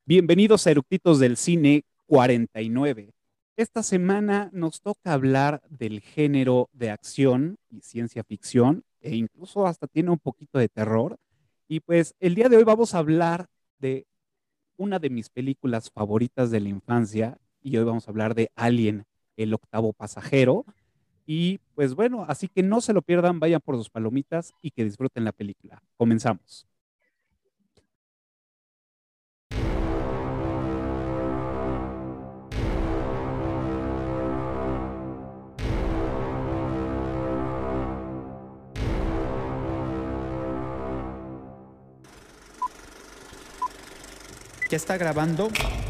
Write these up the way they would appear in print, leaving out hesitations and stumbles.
Bienvenidos a Eructitos del Cine 49. Esta semana nos toca hablar del género de acción y ciencia ficción, e incluso hasta tiene un poquito de terror. Y pues el día de hoy vamos a hablar de una de mis películas favoritas de la infancia, y hoy vamos a hablar de Alien, el octavo pasajero. Y pues bueno, así que no se lo pierdan, vayan por sus palomitas y que disfruten la película. Comenzamos. ¿Ya está grabando?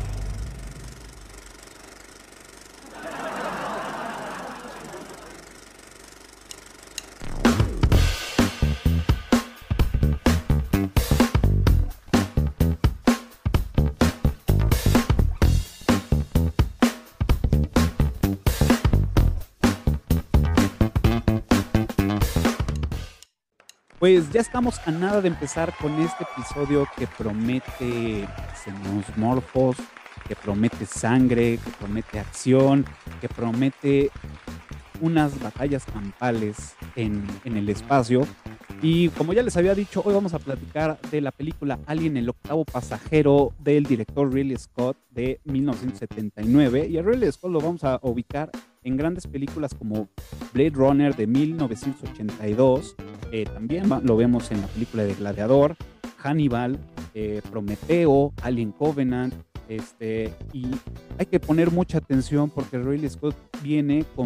Pues ya estamos a nada de empezar con este episodio que promete xenomorfos, que promete sangre, que promete acción, que promete unas batallas campales en el espacio. Y como ya les había dicho, hoy vamos a platicar de la película Alien, el octavo pasajero, del director Ridley Scott de 1979. Y a Ridley Scott lo vamos a ubicar en grandes películas como Blade Runner de 1982. También lo vemos en la película de Gladiador, Hannibal, Prometeo, Alien Covenant. Y hay que poner mucha atención porque Ridley Scott viene con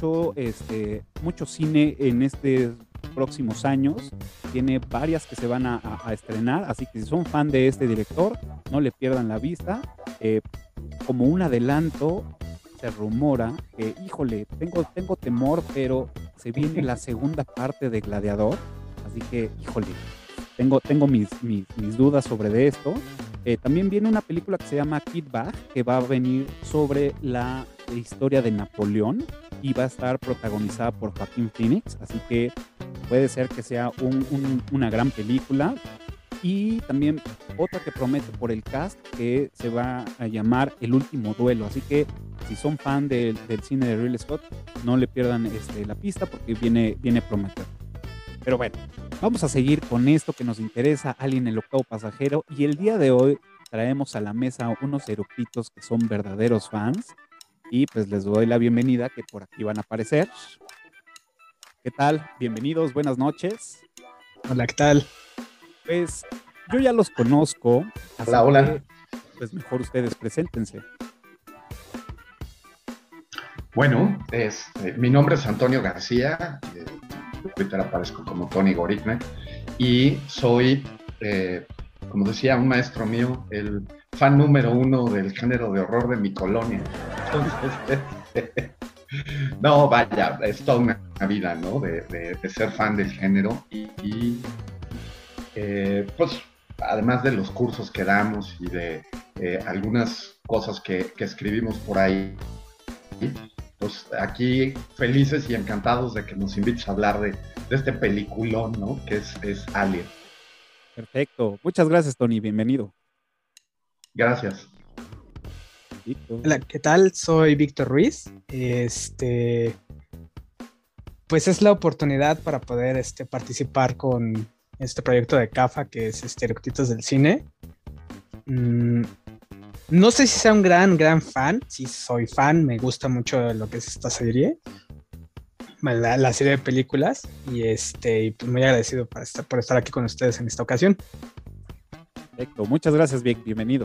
mucho cine en estos próximos años. Tiene varias que se van a estrenar, así que si son fan de este director, no le pierdan la vista. Como un adelanto, se rumora que, híjole, tengo temor, pero se viene la segunda parte de Gladiador, así que, híjole, tengo mis dudas sobre esto. También viene una película que se llama Kid Bag, que va a venir sobre la historia de Napoleón y va a estar protagonizada por Joaquín Phoenix, así que puede ser que sea una gran película. Y también otra que promete por el cast, que se va a llamar El Último Duelo, así que si son fan del cine de Ridley Scott, no le pierdan la pista porque viene prometedor. Pero bueno, vamos a seguir con esto que nos interesa, Alien, el octavo pasajero, y el día de hoy traemos a la mesa unos eructitos que son verdaderos fans, y pues les doy la bienvenida, que por aquí van a aparecer. ¿Qué tal? Bienvenidos, buenas noches. Hola, ¿qué tal? Pues yo ya los conozco, así Hola, hola. que pues mejor ustedes preséntense. Bueno, mi nombre es Antonio García, en Twitter aparezco como Tony Gorigme, y soy, como decía un maestro mío, el fan número uno del género de horror de mi colonia. Entonces, no, vaya, es toda una vida, ¿no? De ser fan del género pues, además de los cursos que damos y de algunas cosas que escribimos por ahí, pues aquí felices y encantados de que nos invites a hablar de este peliculón, ¿no? Que es Alien. Perfecto. Muchas gracias, Tony. Bienvenido. Gracias. Víctor. Hola, ¿qué tal? Soy Víctor Ruiz. Pues es la oportunidad para poder participar con este proyecto de CAFA, que es Eructitos del Cine. No sé si sea un gran fan. Sí, soy fan, me gusta mucho lo que es esta serie, la serie de películas, y pues muy agradecido por estar aquí con ustedes en esta ocasión. Perfecto, muchas gracias, Vic, bienvenido.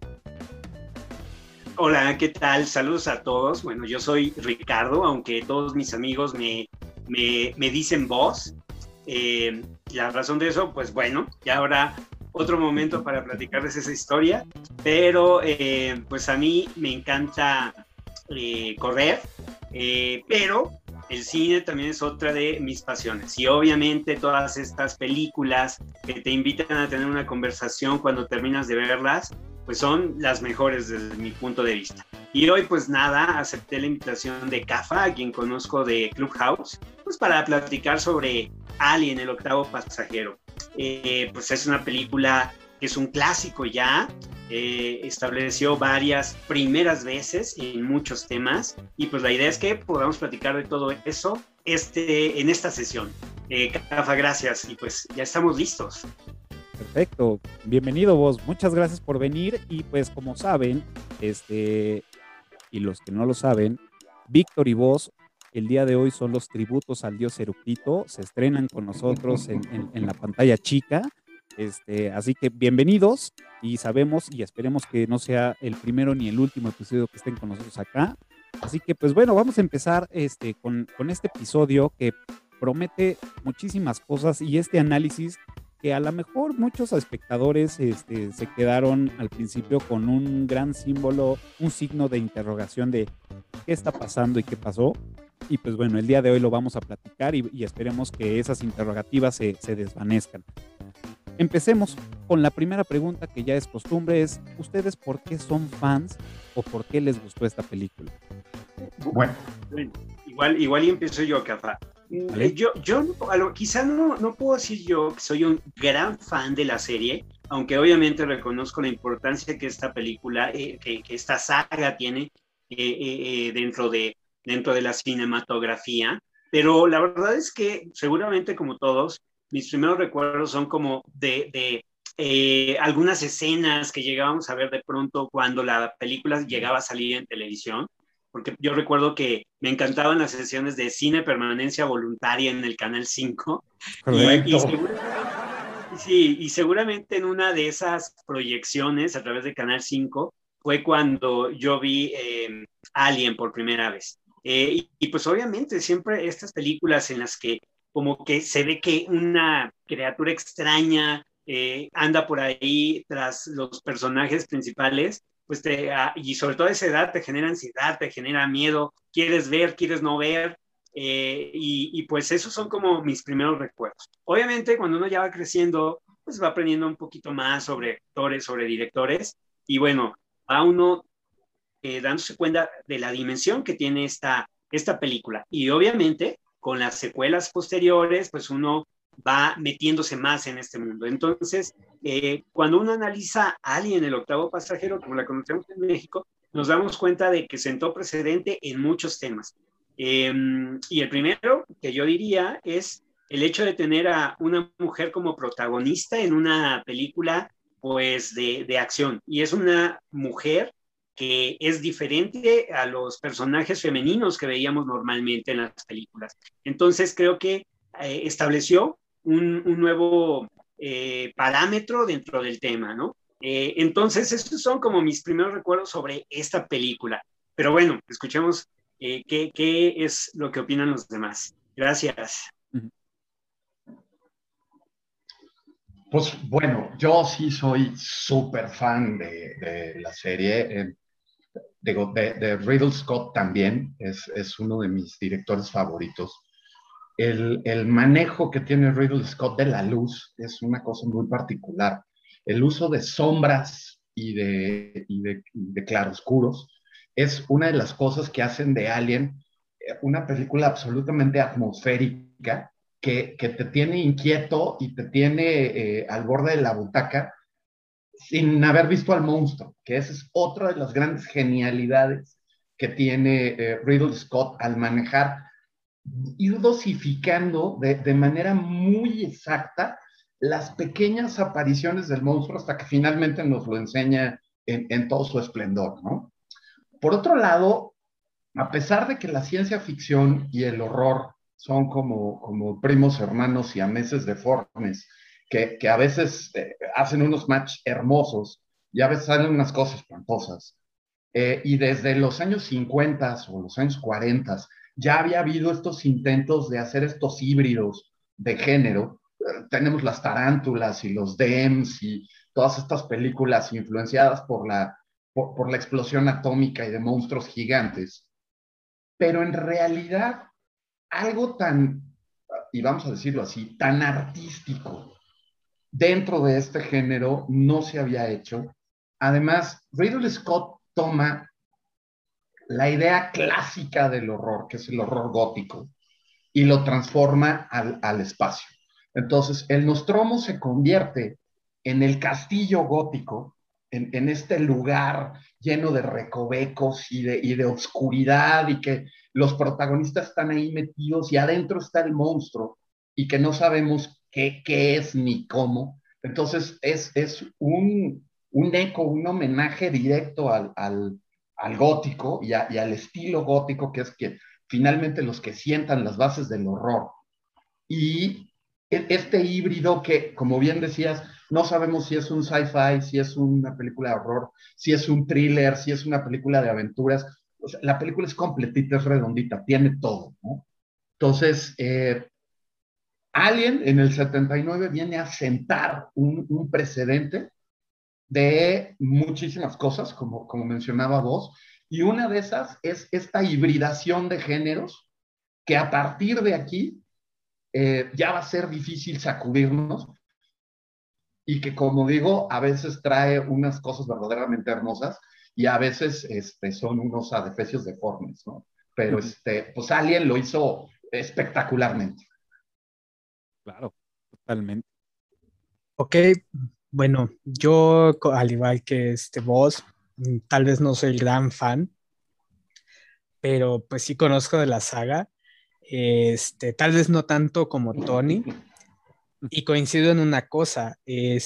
Hola, ¿qué tal? Saludos a todos. Bueno, yo soy Ricardo, aunque todos mis amigos me dicen vos. La razón de eso, pues bueno, ya habrá otro momento para platicarles esa historia, pero pues a mí me encanta correr, pero el cine también es otra de mis pasiones, y obviamente todas estas películas que te invitan a tener una conversación cuando terminas de verlas, pues son las mejores desde mi punto de vista. Y hoy pues nada, acepté la invitación de Cafa, a quien conozco de Clubhouse, pues para platicar sobre Alien, el octavo pasajero. Pues es una película que es un clásico ya, estableció varias primeras veces en muchos temas, y pues la idea es que podamos platicar de todo eso en esta sesión. Cafa, gracias, y pues ya estamos listos. Perfecto, bienvenido vos, muchas gracias por venir. Y pues como saben, y los que no lo saben, Víctor y vos el día de hoy son los tributos al dios Eructito, se estrenan con nosotros en la pantalla chica. Así que bienvenidos, y sabemos y esperemos que no sea el primero ni el último episodio que estén con nosotros acá. Así que pues bueno, vamos a empezar con este episodio que promete muchísimas cosas, y este análisis que a lo mejor muchos espectadores se quedaron al principio con un gran símbolo, un signo de interrogación de qué está pasando y qué pasó. Y pues bueno, el día de hoy lo vamos a platicar, y esperemos que esas interrogativas se desvanezcan. Empecemos con la primera pregunta, que ya es costumbre, es ¿ustedes por qué son fans o por qué les gustó esta película? Bueno, igual y empiezo yo, Cafa. ¿Vale? Yo quizá no puedo decir yo que soy un gran fan de la serie, aunque obviamente reconozco la importancia que esta película, que esta saga tiene dentro de la cinematografía, pero la verdad es que seguramente, como todos, mis primeros recuerdos son como de algunas escenas que llegábamos a ver de pronto cuando la película llegaba a salir en televisión, porque yo recuerdo que me encantaban las sesiones de cine permanencia voluntaria en el Canal 5. Y seguramente en una de esas proyecciones a través de Canal 5 fue cuando yo vi Alien por primera vez. Y pues obviamente siempre estas películas en las que como que se ve que una criatura extraña anda por ahí tras los personajes principales, pues y sobre todo a esa edad te genera ansiedad, te genera miedo, quieres ver, quieres no ver, y pues esos son como mis primeros recuerdos. Obviamente cuando uno ya va creciendo, pues va aprendiendo un poquito más sobre actores, sobre directores, y bueno, va uno dándose cuenta de la dimensión que tiene esta película, y obviamente con las secuelas posteriores, pues uno va metiéndose más en este mundo. Entonces, cuando uno analiza Alien, el octavo pasajero, como la conocemos en México, nos damos cuenta de que sentó precedente en muchos temas. Y el primero que yo diría es el hecho de tener a una mujer como protagonista en una película, pues, de acción. Y es una mujer que es diferente a los personajes femeninos que veíamos normalmente en las películas. Entonces creo que estableció un nuevo parámetro dentro del tema, ¿no? Entonces esos son como mis primeros recuerdos sobre esta película. Pero bueno, escuchemos qué es lo que opinan los demás. Gracias. Pues bueno, yo sí soy súper fan de la serie. Digo, de Ridley Scott también, es uno de mis directores favoritos. El manejo que tiene Ridley Scott de la luz es una cosa muy particular. El uso de sombras y de claroscuros es una de las cosas que hacen de Alien una película absolutamente atmosférica que te tiene inquieto y te tiene al borde de la butaca sin haber visto al monstruo, que esa es otra de las grandes genialidades que tiene Ridley Scott al manejar, ir dosificando de manera muy exacta las pequeñas apariciones del monstruo hasta que finalmente nos lo enseña en todo su esplendor, ¿no? Por otro lado, a pesar de que la ciencia ficción y el horror son como primos hermanos siameses deformes, que a veces hacen unos match hermosos y a veces salen unas cosas espantosas. Y desde los años 50 o los años 40 ya había habido estos intentos de hacer estos híbridos de género. Tenemos las tarántulas y los Dems y todas estas películas influenciadas por la explosión atómica y de monstruos gigantes. Pero en realidad, algo tan, y vamos a decirlo así, tan artístico dentro de este género no se había hecho. Además, Ridley Scott toma la idea clásica del horror, que es el horror gótico, y lo transforma al espacio. Entonces, el Nostromo se convierte en el castillo gótico en este lugar lleno de recovecos y de oscuridad y que los protagonistas están ahí metidos y adentro está el monstruo y que no sabemos qué es ni cómo. Entonces es un eco, un homenaje directo al gótico y al estilo gótico, que es que finalmente los que sientan las bases del horror. Y este híbrido que, como bien decías, no sabemos si es un sci-fi, si es una película de horror, si es un thriller, si es una película de aventuras. O sea, la película es completita, es redondita, tiene todo, ¿no? Entonces, Alien en el 79 viene a sentar un precedente de muchísimas cosas, como mencionaba vos, y una de esas es esta hibridación de géneros que a partir de aquí ya va a ser difícil sacudirnos y que, como digo, a veces trae unas cosas verdaderamente hermosas y a veces son unos adefesios deformes, ¿no? Pero pues Alien lo hizo espectacularmente. Claro, totalmente. Ok, bueno, yo al igual que vos, tal vez no soy el gran fan, pero pues sí conozco de la saga. Tal vez no tanto como Tony, y coincido en una cosa,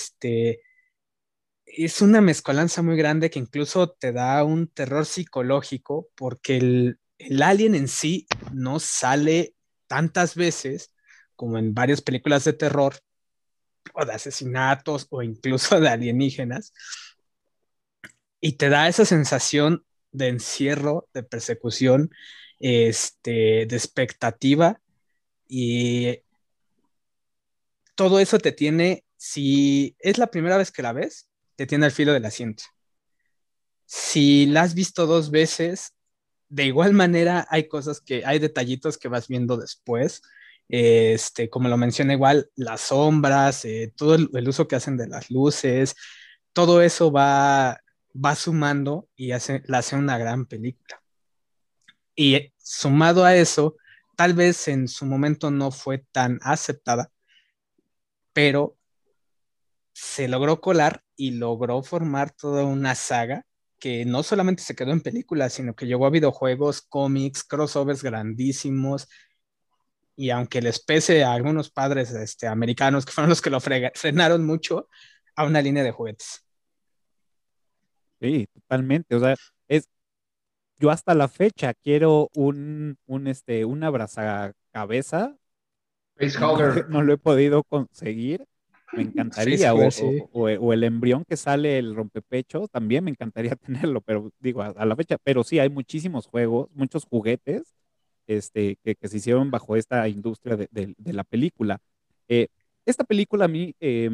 es una mezcolanza muy grande que incluso te da un terror psicológico porque el alien en sí no sale tantas veces como en varias películas de terror o de asesinatos o incluso de alienígenas, y te da esa sensación de encierro, de persecución, de expectativa, y todo eso te tiene, si es la primera vez que la ves, te tiene al filo del asiento. Si la has visto dos veces, de igual manera hay cosas hay detallitos que vas viendo después. Como lo mencioné igual, las sombras, todo el uso que hacen de las luces, todo eso va sumando y la hace una gran película. Y sumado a eso, tal vez en su momento no fue tan aceptada, pero se logró colar y logró formar toda una saga que no solamente se quedó en películas, sino que llegó a videojuegos, cómics, crossovers grandísimos, y aunque les pese a algunos padres americanos que fueron los que lo frenaron mucho, a una línea de juguetes. Sí, totalmente. O sea, yo hasta la fecha quiero un abrazacabeza y no, Facehugger. no lo he podido conseguir. Me encantaría, Facehugger, sí. o el embrión que sale, el rompepecho, también me encantaría tenerlo, pero digo, a la fecha, pero sí, hay muchísimos juegos, muchos juguetes, que se hicieron bajo esta industria de la película. Eh, Esta película a mí,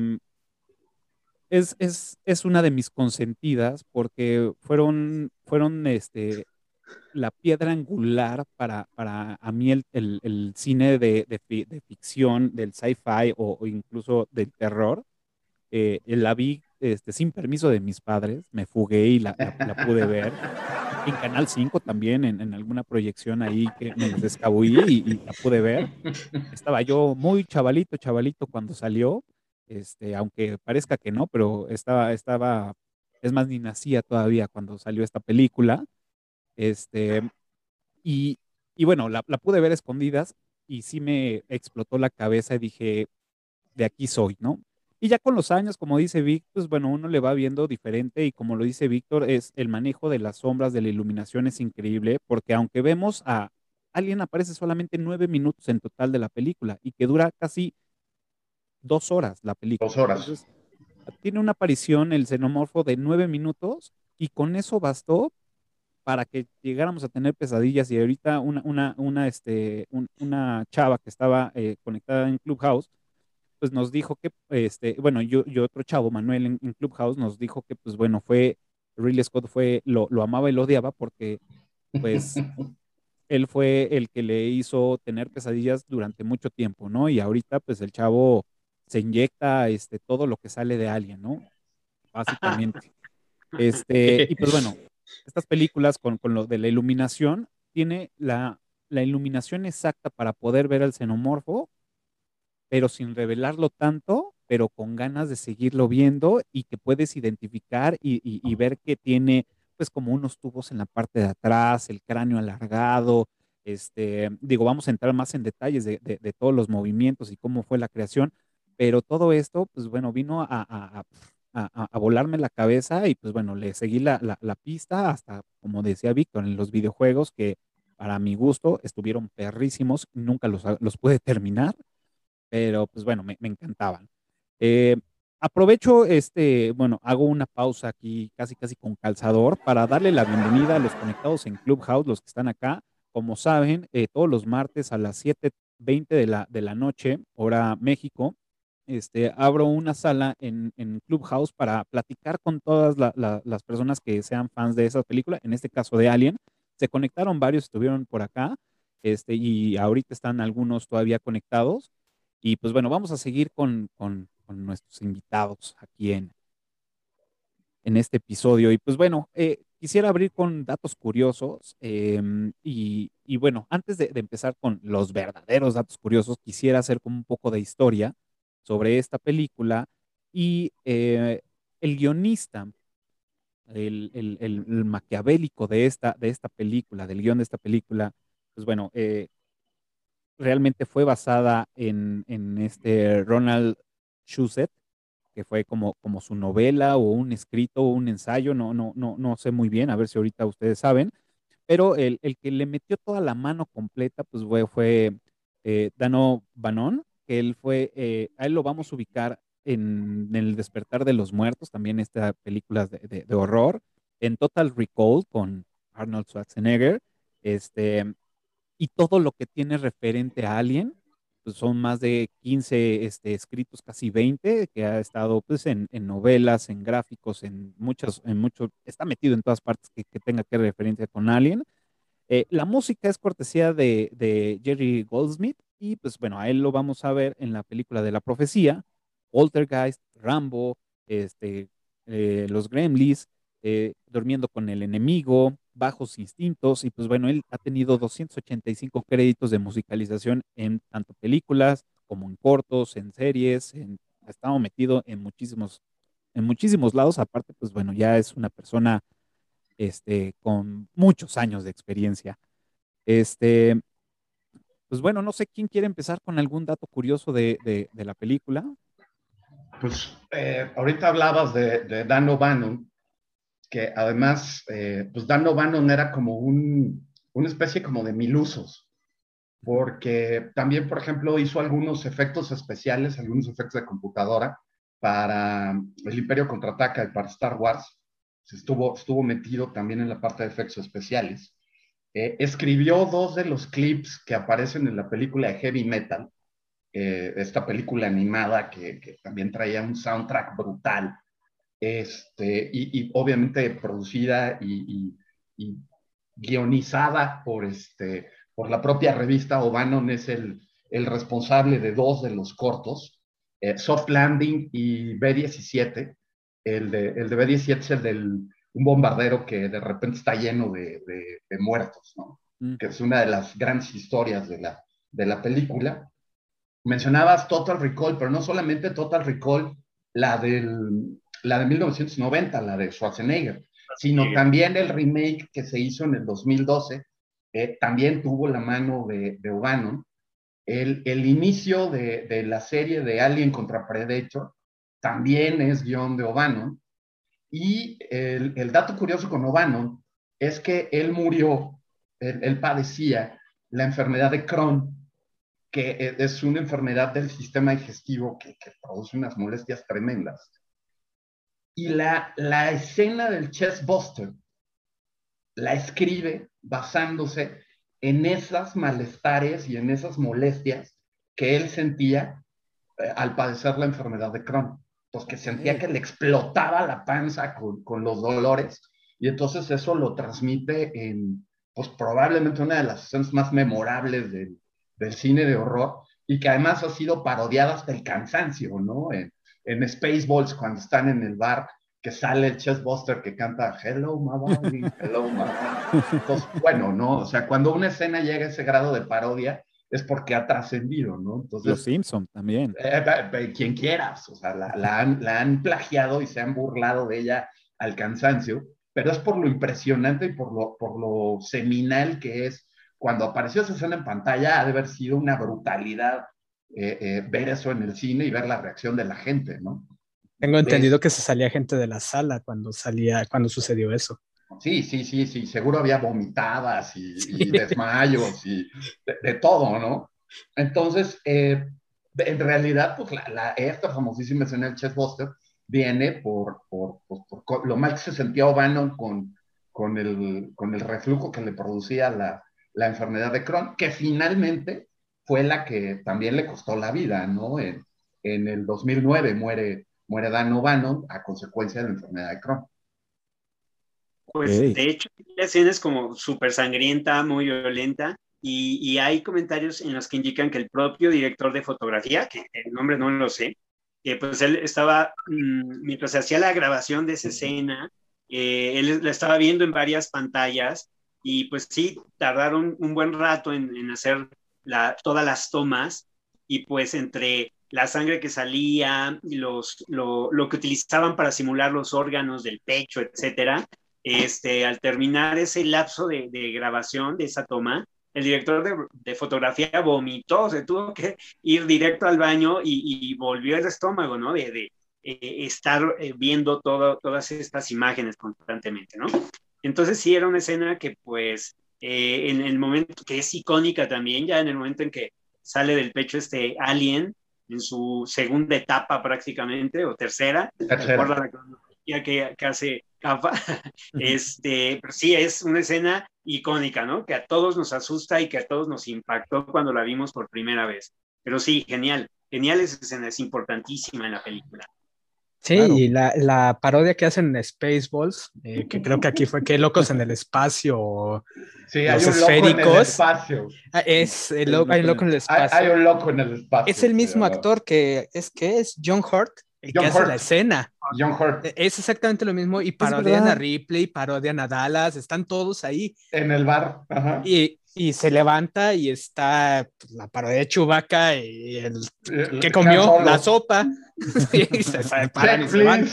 es una de mis consentidas porque fueron la piedra angular para a mí el cine de ficción, del sci-fi o incluso del terror. La vi sin permiso de mis padres, me fugué y la pude ver. En Canal 5 también, en alguna proyección ahí que me les escabullí y la pude ver. Estaba yo muy chavalito, chavalito cuando salió, aunque parezca que no, pero es más, ni nacía todavía cuando salió esta película. Este, y, y bueno, la pude ver a escondidas y sí me explotó la cabeza y dije, de aquí soy, ¿no? Y ya con los años, como dice Vic, pues bueno, uno le va viendo diferente y como lo dice Víctor, es el manejo de las sombras, de la iluminación es increíble, porque aunque vemos a alguien aparece solamente 9 minutos en total de la película y que dura casi 2 horas la película. 2 horas. Entonces, tiene una aparición el xenomorfo de 9 minutos y con eso bastó para que llegáramos a tener pesadillas. Y ahorita una chava que estaba conectada en Clubhouse, pues nos dijo que, bueno, yo otro chavo, Manuel, en Clubhouse, nos dijo que, pues bueno, Ridley Scott lo amaba y lo odiaba porque, pues, él fue el que le hizo tener pesadillas durante mucho tiempo, ¿no? Y ahorita, pues, el chavo se inyecta, todo lo que sale de Alien, ¿no? Básicamente. Y pues bueno, estas películas con lo de la iluminación, tiene la iluminación exacta para poder ver al xenomorfo pero sin revelarlo tanto, pero con ganas de seguirlo viendo y que puedes identificar y ver que tiene pues como unos tubos en la parte de atrás, el cráneo alargado, digo, vamos a entrar más en detalles de todos los movimientos y cómo fue la creación, pero todo esto, pues bueno, vino a volarme la cabeza y pues bueno, le seguí la pista hasta, como decía Víctor, en los videojuegos que para mi gusto estuvieron perrísimos, nunca los pude terminar, pero pues bueno, me encantaban. Eh, Aprovecho bueno, hago una pausa aquí casi casi con calzador para darle la bienvenida a los conectados en Clubhouse, los que están acá. Como saben, todos los martes a las 7:20 de la noche, hora México, abro una sala en Clubhouse para platicar con todas las personas que sean fans de esa película, en este caso de Alien. Se conectaron varios, estuvieron por acá, y ahorita están algunos todavía conectados. Y pues bueno, vamos a seguir con nuestros invitados aquí en este episodio. Y pues bueno, quisiera abrir con datos curiosos. Y bueno, antes de empezar con los verdaderos datos curiosos, quisiera hacer como un poco de historia sobre esta película. Y el guionista, el maquiavélico de esta película, del guión de esta película, pues bueno, realmente fue basada en este Ronald Shusett, que fue como su novela o un escrito o un ensayo, no sé muy bien, a ver si ahorita ustedes saben, pero el que le metió toda la mano completa, pues fue Dano Bannon, que a él lo vamos a ubicar en El Despertar de los Muertos, también esta película de horror, en Total Recall con Arnold Schwarzenegger, este, y todo lo que tiene referente a Alien, pues son más de 15 escritos, casi 20, que ha estado pues en novelas, en gráficos, en muchos, está metido en todas partes que tenga que referencia con Alien. La música es cortesía de Jerry Goldsmith y pues bueno, a él lo vamos a ver en la película de La Profecía, Poltergeist, Rambo, Los Gremlins, Durmiendo con el Enemigo, Bajos Instintos y pues bueno, él ha tenido 285 créditos de musicalización en tanto películas como en cortos, en series, ha estado metido en muchísimos lados, aparte pues bueno, ya es una persona con muchos años de experiencia. Este, pues bueno, no sé quién quiere empezar con algún dato curioso de la película. Pues ahorita hablabas de Dan O'Bannon, que además, pues Dan O'Bannon era como una especie como de mil usos, porque también, por ejemplo, hizo algunos efectos especiales, algunos efectos de computadora para El Imperio Contraataca y para Star Wars. Estuvo metido también en la parte de efectos especiales. Escribió dos de los clips que aparecen en la película de Heavy Metal, esta película animada que también traía un soundtrack brutal, y obviamente producida y guionizada por la propia revista. O'Bannon es el responsable de dos de los cortos, Soft Landing y B-17. El de B-17 es el de un bombardero que de repente está lleno de muertos, ¿no? Que es una de las grandes historias de la película. Mencionabas Total Recall, pero no solamente Total Recall, la de 1990, la de Schwarzenegger, sino también el remake que se hizo en el 2012, también tuvo la mano de O'Bannon. El inicio de la serie de Alien contra Predator también es guión de O'Bannon. Y el dato curioso con O'Bannon es que él murió, él padecía la enfermedad de Crohn, que es una enfermedad del sistema digestivo que produce unas molestias tremendas. Y la escena del chest buster la escribe basándose en esas malestares y en esas molestias que él sentía al padecer la enfermedad de Crohn. Pues que sentía que le explotaba la panza con los dolores, y entonces eso lo transmite en, pues probablemente una de las escenas más memorables del cine de horror, y que además ha sido parodiada hasta el cansancio, ¿no? En Spaceballs, cuando están en el bar, que sale el chestbuster que canta Hello my body, hello my body. Entonces, bueno, ¿no? O sea, cuando una escena llega a ese grado de parodia, es porque ha trascendido, ¿no? Entonces, Los Simpson también. Quien quieras, o sea, la han plagiado y se han burlado de ella al cansancio, pero es por lo impresionante y por lo seminal que es. Cuando apareció esa escena en pantalla, ha de haber sido una brutalidad ver eso en el cine y ver la reacción de la gente, ¿no? Tengo entendido que se salía gente de la sala cuando sucedió eso. Sí, seguro había vomitadas y desmayos y de todo, ¿no? Entonces, en realidad, pues esta famosísima escena del Chessbuster viene por lo mal que se sentía O'Bannon con el reflujo que le producía la enfermedad de Crohn, que finalmente fue la que también le costó la vida, ¿no? En el 2009 muere Dan O'Bannon a consecuencia de la enfermedad de Crohn. Pues de hecho, la escena es como súper sangrienta, muy violenta, y hay comentarios en los que indican que el propio director de fotografía, que el nombre no lo sé, pues él estaba, mientras se hacía la grabación de esa escena, él la estaba viendo en varias pantallas, y pues sí, tardaron un buen rato en hacer todas las tomas, y pues entre la sangre que salía, lo que utilizaban para simular los órganos del pecho, etcétera, al terminar ese lapso de grabación de esa toma, el director de fotografía vomitó, se tuvo que ir directo al baño y volvió el estómago, ¿no? De estar viendo todas estas imágenes constantemente, ¿no? Entonces sí era una escena que pues en el momento que es icónica también, ya en el momento en que sale del pecho este alien, en su segunda etapa prácticamente, o tercera. Recuerda la cronología que hace Cafa. Pero sí, es una escena icónica, ¿no? Que a todos nos asusta y que a todos nos impactó cuando la vimos por primera vez. Pero sí, genial esa escena, es importantísima en la película. Sí, claro. Y la parodia que hacen en Spaceballs, que creo que aquí fue que locos en el espacio. Sí, hay un esféricos. Loco en el espacio. Hay un loco en el espacio. Hay un loco en el espacio. Es el mismo actor que es John Hurt, el que hace la escena. John Hurt. Es exactamente lo mismo y parodian a Ripley, parodian a Dallas, están todos ahí. En el bar. Ajá. Y se levanta y está pues, la parodia de Chewbacca y el que comió la sopa. Y se paran y se van.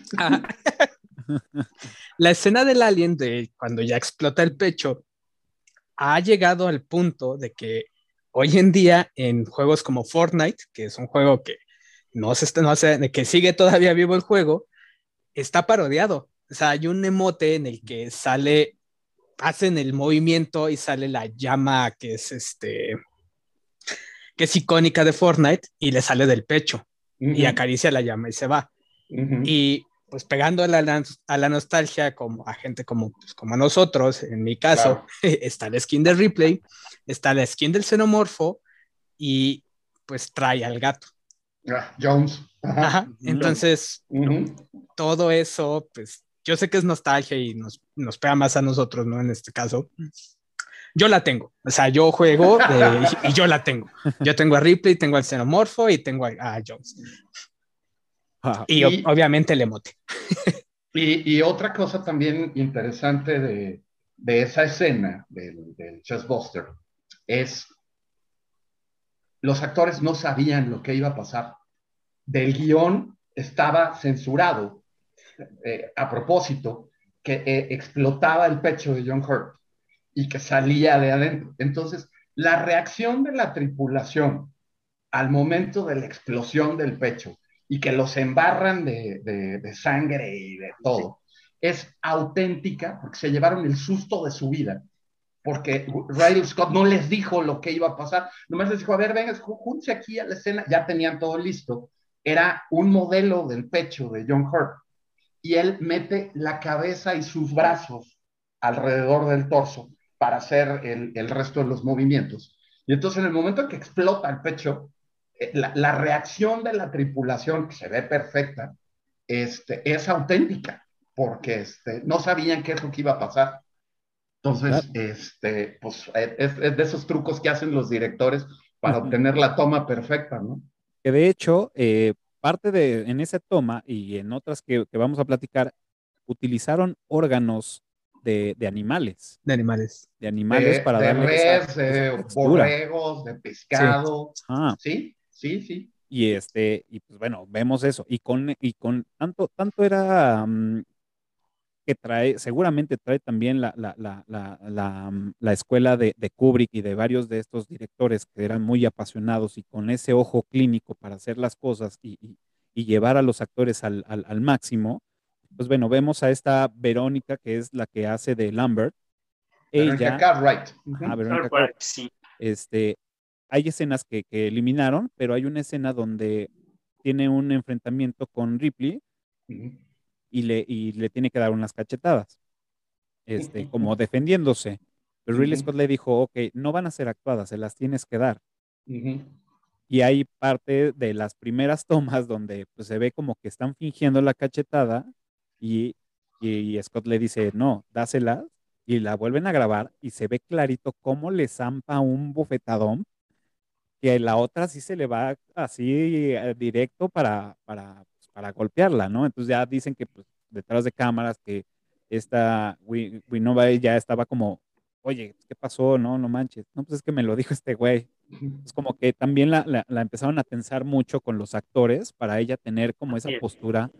La escena del alien de cuando ya explota el pecho ha llegado al punto de que hoy en día en juegos como Fortnite, que es un juego que no sé, que sigue todavía vivo el juego, está parodiado. O sea, hay un emote en el que hacen el movimiento y sale la llama que es icónica de Fortnite y le sale del pecho y acaricia la llama y se va. Y pues pegando a la nostalgia como a gente como nosotros, en mi caso, claro. Está la skin de Ripley, está la skin del xenomorfo y pues trae al gato. Jones. Ajá. Entonces, todo eso, pues yo sé que es nostalgia y nos pega más a nosotros, ¿no? En este caso. Yo la tengo. O sea, yo juego y yo la tengo. Yo tengo a Ripley, tengo al xenomorfo y tengo a Jones. Y obviamente el emote. Y otra cosa también interesante de esa escena del Chessbuster es los actores no sabían lo que iba a pasar. Del guión estaba censurado a propósito que explotaba el pecho de John Hurt y que salía de adentro. Entonces, la reacción de la tripulación al momento de la explosión del pecho y que los embarran de sangre y de todo, es auténtica porque se llevaron el susto de su vida. Porque Ridley Scott no les dijo lo que iba a pasar, nomás les dijo, a ver, vengan, júntense aquí a la escena, ya tenían todo listo. Era un modelo del pecho de John Hurt y él mete la cabeza y sus brazos alrededor del torso para hacer el resto de los movimientos. Y entonces en el momento en que explota el pecho, la reacción de la tripulación, que se ve perfecta, es auténtica, porque no sabían qué es lo que iba a pasar. Entonces, pues es de esos trucos que hacen los directores para obtener la toma perfecta, ¿no? Que de hecho, en esa toma y en otras que vamos a platicar, utilizaron órganos de animales. De animales. De animales para de darle res, esa de textura. borregos, de Sí. pescado. Ah, Sí, sí, sí. y pues bueno, vemos eso. Y con tanto era que trae, seguramente trae también la escuela de Kubrick y de varios de estos directores que eran muy apasionados y con ese ojo clínico para hacer las cosas y llevar a los actores al máximo. Pues bueno, vemos a esta Verónica, que es la que hace de Lambert. Verónica Ella, Cartwright. ajá, Ujú. Verónica Cartwright, Cartwright, sí. este, hay escenas que eliminaron, pero hay una escena donde tiene un enfrentamiento con Ripley Ujú. y le tiene que dar unas cachetadas, como defendiéndose. Pero Ridley Ujú. Scott le dijo, ok, no van a ser actuadas, se las tienes que dar. Ujú. Y hay parte de las primeras tomas donde pues, se ve como que están fingiendo la cachetada y, y Scott le dice, no, dáselas y la vuelven a grabar y se ve clarito cómo le zampa un bofetadón que la otra sí se le va así directo para golpearla, ¿no? Entonces ya dicen que pues, detrás de cámaras que esta Winova ya estaba como, oye, ¿qué pasó? No, no manches. No, pues es que me lo dijo este güey. Es como que también la empezaron a tensar mucho con los actores para ella tener como esa Así es. postura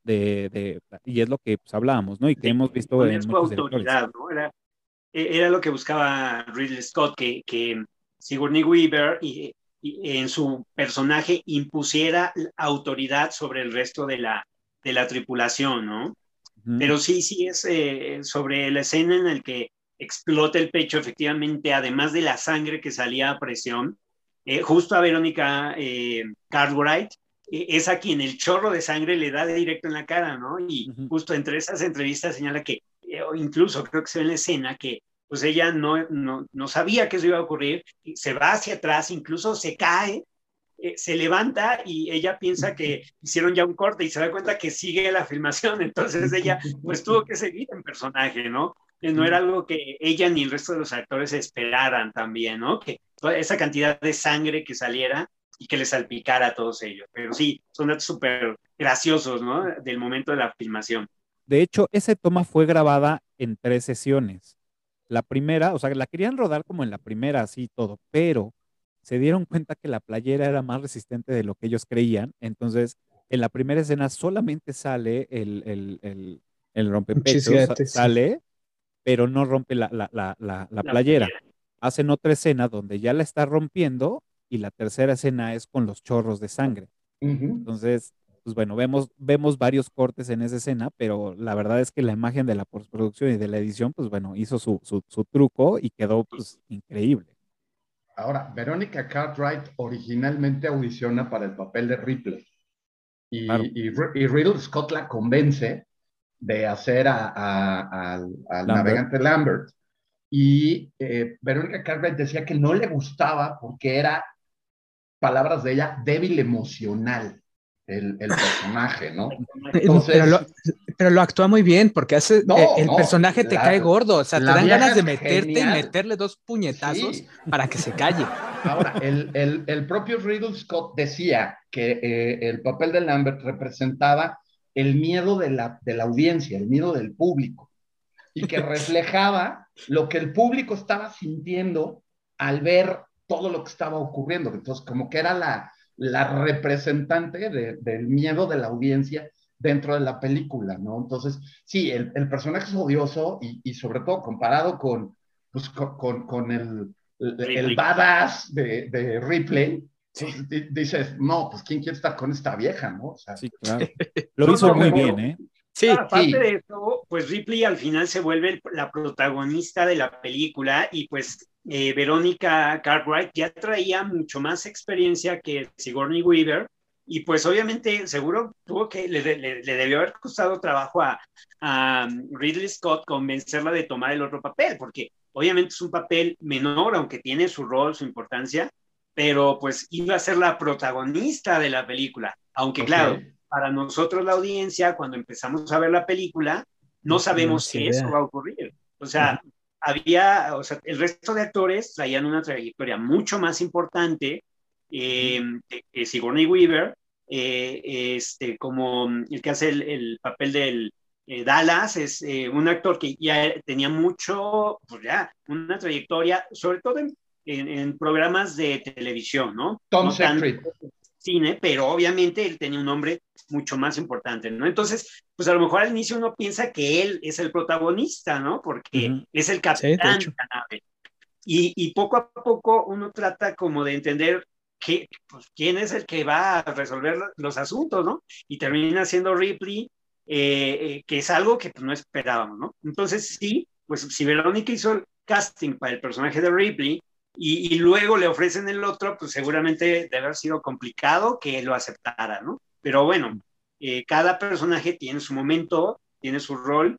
y es lo que pues, hablábamos, ¿no? Y que De hemos visto poner en su muchos directores. autoridad, ¿no? Era lo que buscaba Ridley Scott, que Sigourney Weaver y en su personaje impusiera autoridad sobre el resto de la tripulación, ¿no? Ujú, Pero sí, sí es sobre la escena en la que explota el pecho, efectivamente, además de la sangre que salía a presión, justo a Verónica Cartwright, es a quien el chorro de sangre le da directo en la cara, ¿no? Y ujú. justo entre esas entrevistas señala que, incluso creo que se ve en la escena, que pues ella no sabía que eso iba a ocurrir, se va hacia atrás, incluso se cae, se levanta y ella piensa que hicieron ya un corte y se da cuenta que sigue la filmación, entonces ella pues tuvo que seguir en personaje, ¿no? No era algo que ella ni el resto de los actores esperaran también, ¿no? Que toda esa cantidad de sangre que saliera y que les salpicara a todos ellos. Pero sí, son datos súper graciosos, ¿no? Del momento de la filmación. De hecho, esa toma fue grabada en 3 sesiones. La primera, o sea, la querían rodar como en la primera, así todo, pero se dieron cuenta que la playera era más resistente de lo que ellos creían. Entonces, en la primera escena solamente sale el Un rompepechos, chisguete, sí. sale, pero no rompe la La playera. playera. Hacen otra escena donde ya la está rompiendo y la tercera escena es con los chorros de sangre. Ujú. Entonces, pues bueno, vemos varios cortes en esa escena, pero la verdad es que la imagen de la postproducción y de la edición, pues bueno, hizo su truco y quedó pues increíble. Ahora, Verónica Cartwright originalmente audiciona para el papel de Ripley Claro. y Riddle Scott la convence de hacer al Lambert. navegante Lambert. Y Verónica Cartwright decía que no le gustaba porque era, palabras de ella, débil emocional el personaje, ¿no? Entonces, Pero lo actúa muy bien porque hace no, el no, personaje te cae gordo, o sea, te la dan vieja ganas de es meterte y genial. meterle 2 puñetazos Sí. para que se calle. Ahora, el propio Riddle Scott decía que el papel de Lambert representaba el miedo de la audiencia, el miedo del público, y que reflejaba lo que el público estaba sintiendo al ver todo lo que estaba ocurriendo. Entonces, como que era la representante del miedo de la audiencia dentro de la película, ¿no? Entonces, sí, el personaje es odioso y sobre todo comparado pues, con el badass de Ripley, pues, dices, no, pues ¿quién quiere estar con esta vieja, no? O sea, Sí, claro. Lo No, hizo no, muy pero bien, ¿eh? Sí, aparte sí. de eso, pues Ripley al final se vuelve la protagonista de la película y pues Verónica Cartwright ya traía mucho más experiencia que Sigourney Weaver y pues obviamente seguro le debió haber costado trabajo a Ridley Scott convencerla de tomar el otro papel, porque obviamente es un papel menor, aunque tiene su rol, su importancia, pero pues iba a ser la protagonista de la película, aunque claro, Okay. para nosotros la audiencia, cuando empezamos a ver la película, no sabemos que eso va a ocurrir. O sea, el resto de actores traían una trayectoria mucho más importante que Sigourney Weaver, como el que hace el papel del Dallas es un actor que ya tenía mucho, pues ya, una trayectoria, sobre todo en programas de televisión, ¿no? Tom No tanto Seyfried. cine, pero obviamente él tenía un nombre mucho más importante, ¿no? Entonces, pues a lo mejor al inicio uno piensa que él es el protagonista, ¿no? Porque es el capitán de la nave. Y poco a poco uno trata como de entender pues, quién es el que va a resolver los asuntos, ¿no? Y termina siendo Ripley, que es algo que pues, no esperábamos, ¿no? Entonces sí, pues si Verónica hizo el casting para el personaje de Ripley y luego le ofrecen el otro, pues seguramente debe haber sido complicado que lo aceptara, ¿no? Pero bueno, cada personaje tiene su momento, tiene su rol,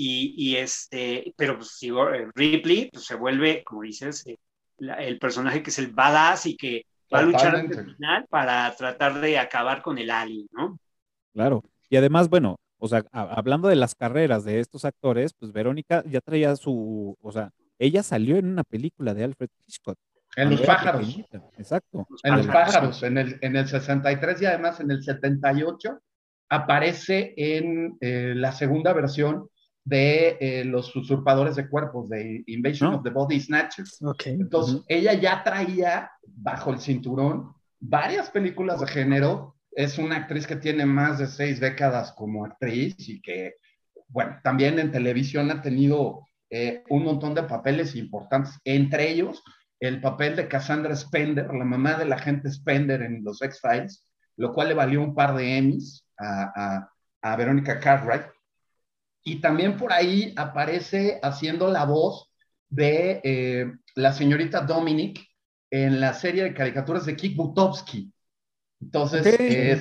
pero pues, si Ripley pues, se vuelve, como dices, el personaje que es el badass y que va a luchar hasta el final para tratar de acabar con el alien, ¿no? Claro. Y además, bueno, o sea, hablando de las carreras de estos actores, pues Verónica ya traía o sea, ella salió en una película de Alfred Hitchcock. En Los pájaros. Exacto. En Los pájaros, en el 63 y además en el 78 aparece en la segunda versión de Los usurpadores de cuerpos, de Invasion of the Body Snatchers. Entonces, ella ya traía bajo el cinturón varias películas de género. Es una actriz que tiene más de 6 décadas como actriz y que, bueno, también en televisión ha tenido un montón de papeles importantes, entre ellos el papel de Cassandra Spender, la mamá del agente Spender en los X-Files, lo cual le valió un par de Emmys a Verónica Cartwright. Y también por ahí aparece haciendo la voz de la señorita Dominic en la serie de caricaturas de Kick Buttowski. Entonces,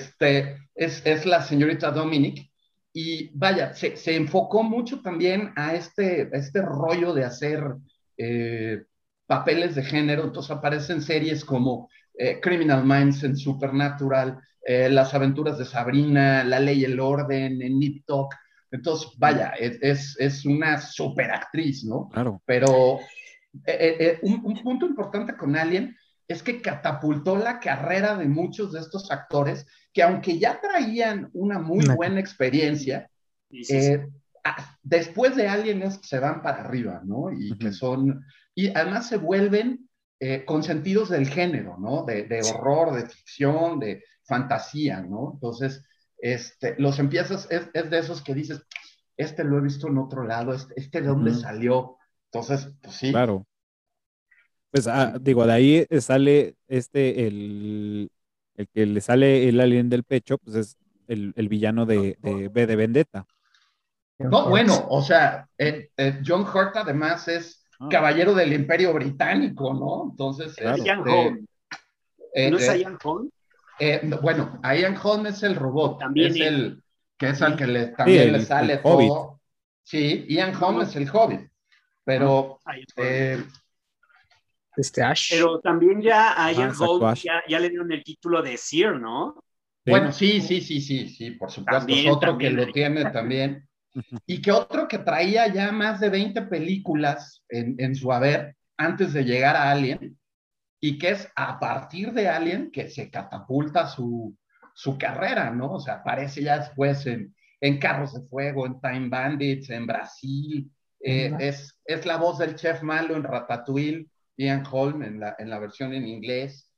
es la señorita Dominic. Y vaya, se enfocó mucho también a este rollo de hacer papeles de género. Entonces aparecen series como Criminal Minds en Supernatural, Las aventuras de Sabrina, La ley y el orden en Nip Tuck. Entonces, vaya, es una super actriz, ¿no? Claro. Pero un punto importante con Alien es que catapultó la carrera de muchos de estos actores que aunque ya traían una muy buena experiencia, después de Alien es que se van para arriba, ¿no? Y que son, y además se vuelven consentidos del género, ¿no? De horror, de ficción, de fantasía, ¿no? Entonces, los empiezas, es de esos que dices, lo he visto en otro lado, de dónde salió. Entonces, pues sí. Claro. Pues digo, de ahí sale el que le sale el alien del pecho, pues es el villano de V de Vendetta. No, bueno, o sea, John Hurt además es caballero del Imperio Británico, ¿no? Entonces, claro. Ian Holm. ¿No es Ian Holm? Bueno, Ian Holm es el robot, también es el que es al que también le sale el todo. Hobbit. Sí, Ian Holm es el Hobbit, pero Ash. Pero también ya a Ian Holm ya le dieron el título de Sir, ¿no? Bueno, sí, por supuesto, también, es otro que lo tiene también. Y que otro que traía ya más de 20 películas en su haber antes de llegar a Alien, y que es a partir de Alien que se catapulta su carrera, ¿no? O sea, aparece ya después en Carros de Fuego, en Time Bandits, en Brasil, es la voz del chef malo en Ratatouille, Ian Holm en la versión en inglés.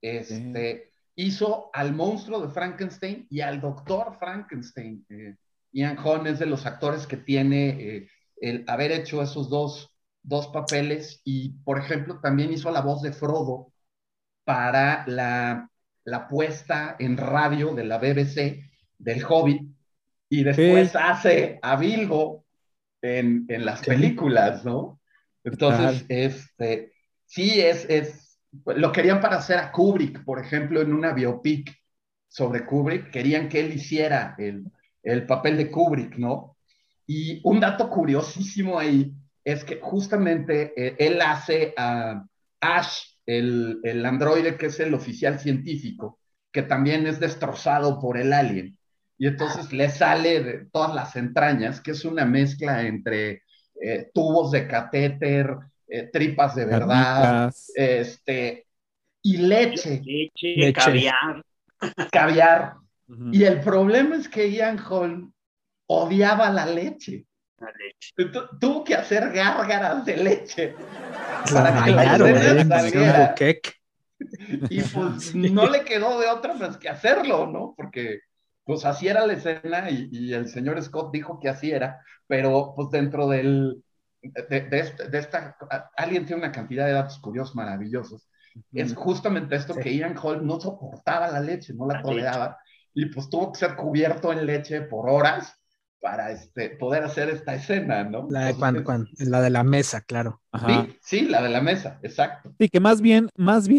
Hizo al monstruo de Frankenstein y al doctor Frankenstein. Ian Holm es de los actores que tiene el haber hecho esos dos papeles, y por ejemplo también hizo la voz de Frodo para la puesta en radio de la BBC del Hobbit, y después hace a Bilbo en las películas, ¿no? Entonces, sí, lo querían para hacer a Kubrick, por ejemplo, en una biopic sobre Kubrick, querían que él hiciera el papel de Kubrick, ¿no? Y un dato curiosísimo ahí es que justamente él hace a Ash, el androide que es el oficial científico, que también es destrozado por el alien. Y entonces le sale de todas las entrañas, que es una mezcla entre tubos de catéter, tripas de verdad, y leche. Caviar. Caviar. Y el problema es que Ian Holm odiaba la leche. La leche. Tuvo que hacer gárgaras de leche La para que la bañaron, escena como si fuera un saliera. buqueque. Y pues Sí. no le quedó de otra más que hacerlo, ¿no? Porque pues así era la escena y el señor Scott dijo que así era, pero pues dentro de esta, Alien tiene una cantidad de datos curiosos maravillosos. Es justamente esto Sí. que Ian Holm no soportaba la leche, no la toleraba, y pues tuvo que ser cubierto en leche por horas para poder hacer esta escena, ¿no? La de Entonces, la de la mesa, claro. Ajá. sí, la de la mesa, exacto. Sí, que más bien,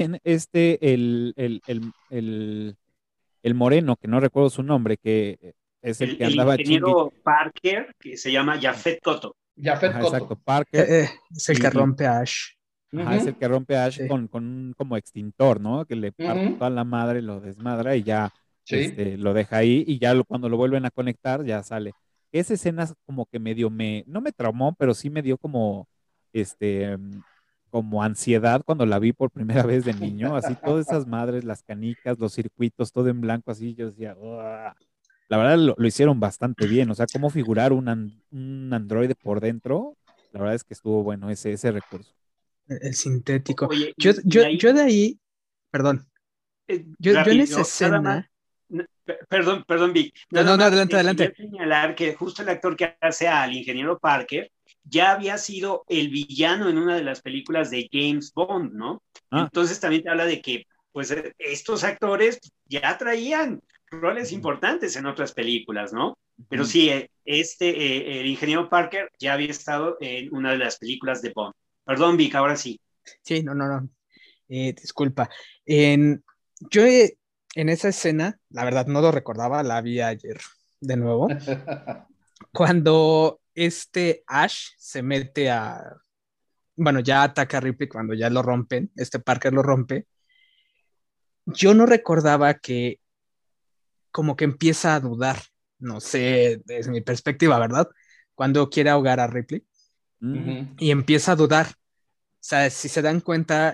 el moreno, que no recuerdo su nombre, que es el que El andaba chingue. ingeniero Parker, que se llama Jafet Koto. Jafet Ajá, exacto, Koto. Parker. Es el que Y, rompe a Ash. ajá, es el que rompe a Ash Sí. con un como extintor, ¿no? Que le parte Ujú. toda la madre, lo desmadra y ya Sí. lo deja ahí y ya cuando lo vuelven a conectar ya sale. Esa escena es como que no me traumó, pero sí me dio como, este, como ansiedad cuando la vi por primera vez de niño, así todas esas madres, las canicas, los circuitos, todo en blanco, así yo decía, "Uah". La verdad lo hicieron bastante bien, o sea, cómo figurar un androide por dentro, la verdad es que estuvo bueno ese recurso. El sintético. Oye, Yo de ahí, perdón, yo en esa rápido, nada más. escena. Perdón, Vic. No, Nada más adelante, quería adelante. señalar que justo el actor que hace al ingeniero Parker ya había sido el villano en una de las películas de James Bond, ¿no? Ah, Entonces también te habla de que, pues, estos actores ya traían roles importantes en otras películas, ¿no? Pero sí, el ingeniero Parker ya había estado en una de las películas de Bond. Perdón, Vic, ahora sí. Sí, no. Disculpa. Yo en esa escena, la verdad no lo recordaba, la vi ayer de nuevo. Cuando Ash se mete bueno, ya ataca a Ripley cuando ya lo rompen, Parker lo rompe. Yo no recordaba que como que empieza a dudar, no sé, desde mi perspectiva, ¿verdad? Cuando quiere ahogar a Ripley Ujú. y empieza a dudar. O sea, si se dan cuenta,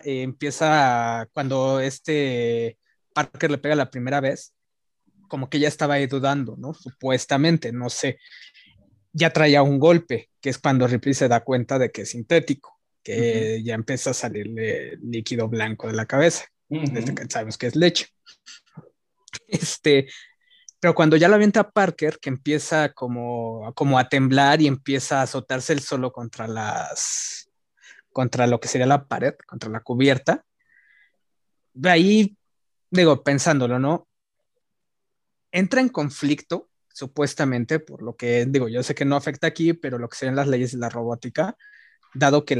cuando Parker le pega la primera vez, como que ya estaba ahí dudando, ¿no? Supuestamente, no sé. Ya traía un golpe, que es cuando Ripley se da cuenta de que es sintético, que ya empieza a salirle líquido blanco de la cabeza. Ujú. Sabemos que es leche. Pero cuando ya lo avienta a Parker, que empieza como a temblar y empieza a azotarse el solo contra lo que sería la pared, contra la cubierta, de ahí, digo, pensándolo, ¿no? Entra en conflicto, supuestamente, por lo que, digo, yo sé que no afecta aquí, pero lo que serían las leyes de la robótica, dado que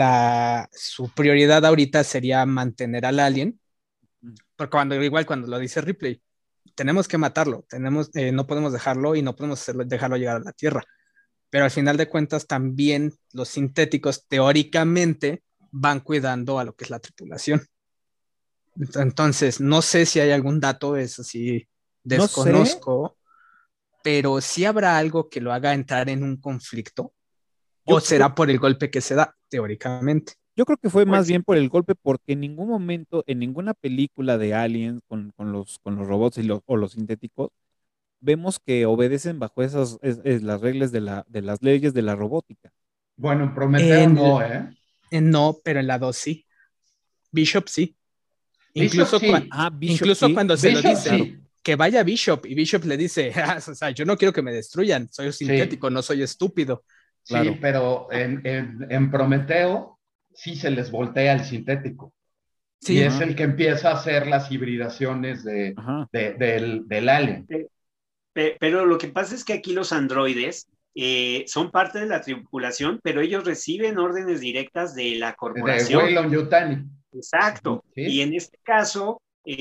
su prioridad ahorita sería mantener al alien, porque igual cuando lo dice Ripley, tenemos que matarlo, no podemos dejarlo y no podemos dejarlo llegar a la Tierra. Pero al final de cuentas también los sintéticos teóricamente van cuidando a lo que es la tripulación. Entonces, no sé si hay algún dato, eso sí, no sé, desconozco, pero sí habrá algo que lo haga entrar en un conflicto, o yo, yo, será por el golpe que se da, teóricamente. yo creo que fue más Pues bien por el golpe, porque en ningún momento, en ninguna película de Aliens con los robots o los sintéticos, vemos que obedecen bajo las reglas de las leyes de la robótica. Bueno, en Prometeo En, no, ¿eh? no, pero en la 2 sí. Bishop sí. Bishop Incluso, sí. Bishop incluso sí, cuando se lo Bishop dicen, claro, sí. que vaya Bishop, y Bishop le dice, o sea, yo no quiero que me destruyan, soy Sí. sintético, no soy estúpido. Sí, claro. pero en Prometeo sí se les voltea el sintético. Y Sí, es Ajá, el que empieza a hacer las hibridaciones ajá. del alien. Pero lo que pasa es que aquí los androides son parte de la tripulación, pero ellos reciben órdenes directas de la De corporación. Waylon Yutani. Exacto. Y ¿Sí? en este caso,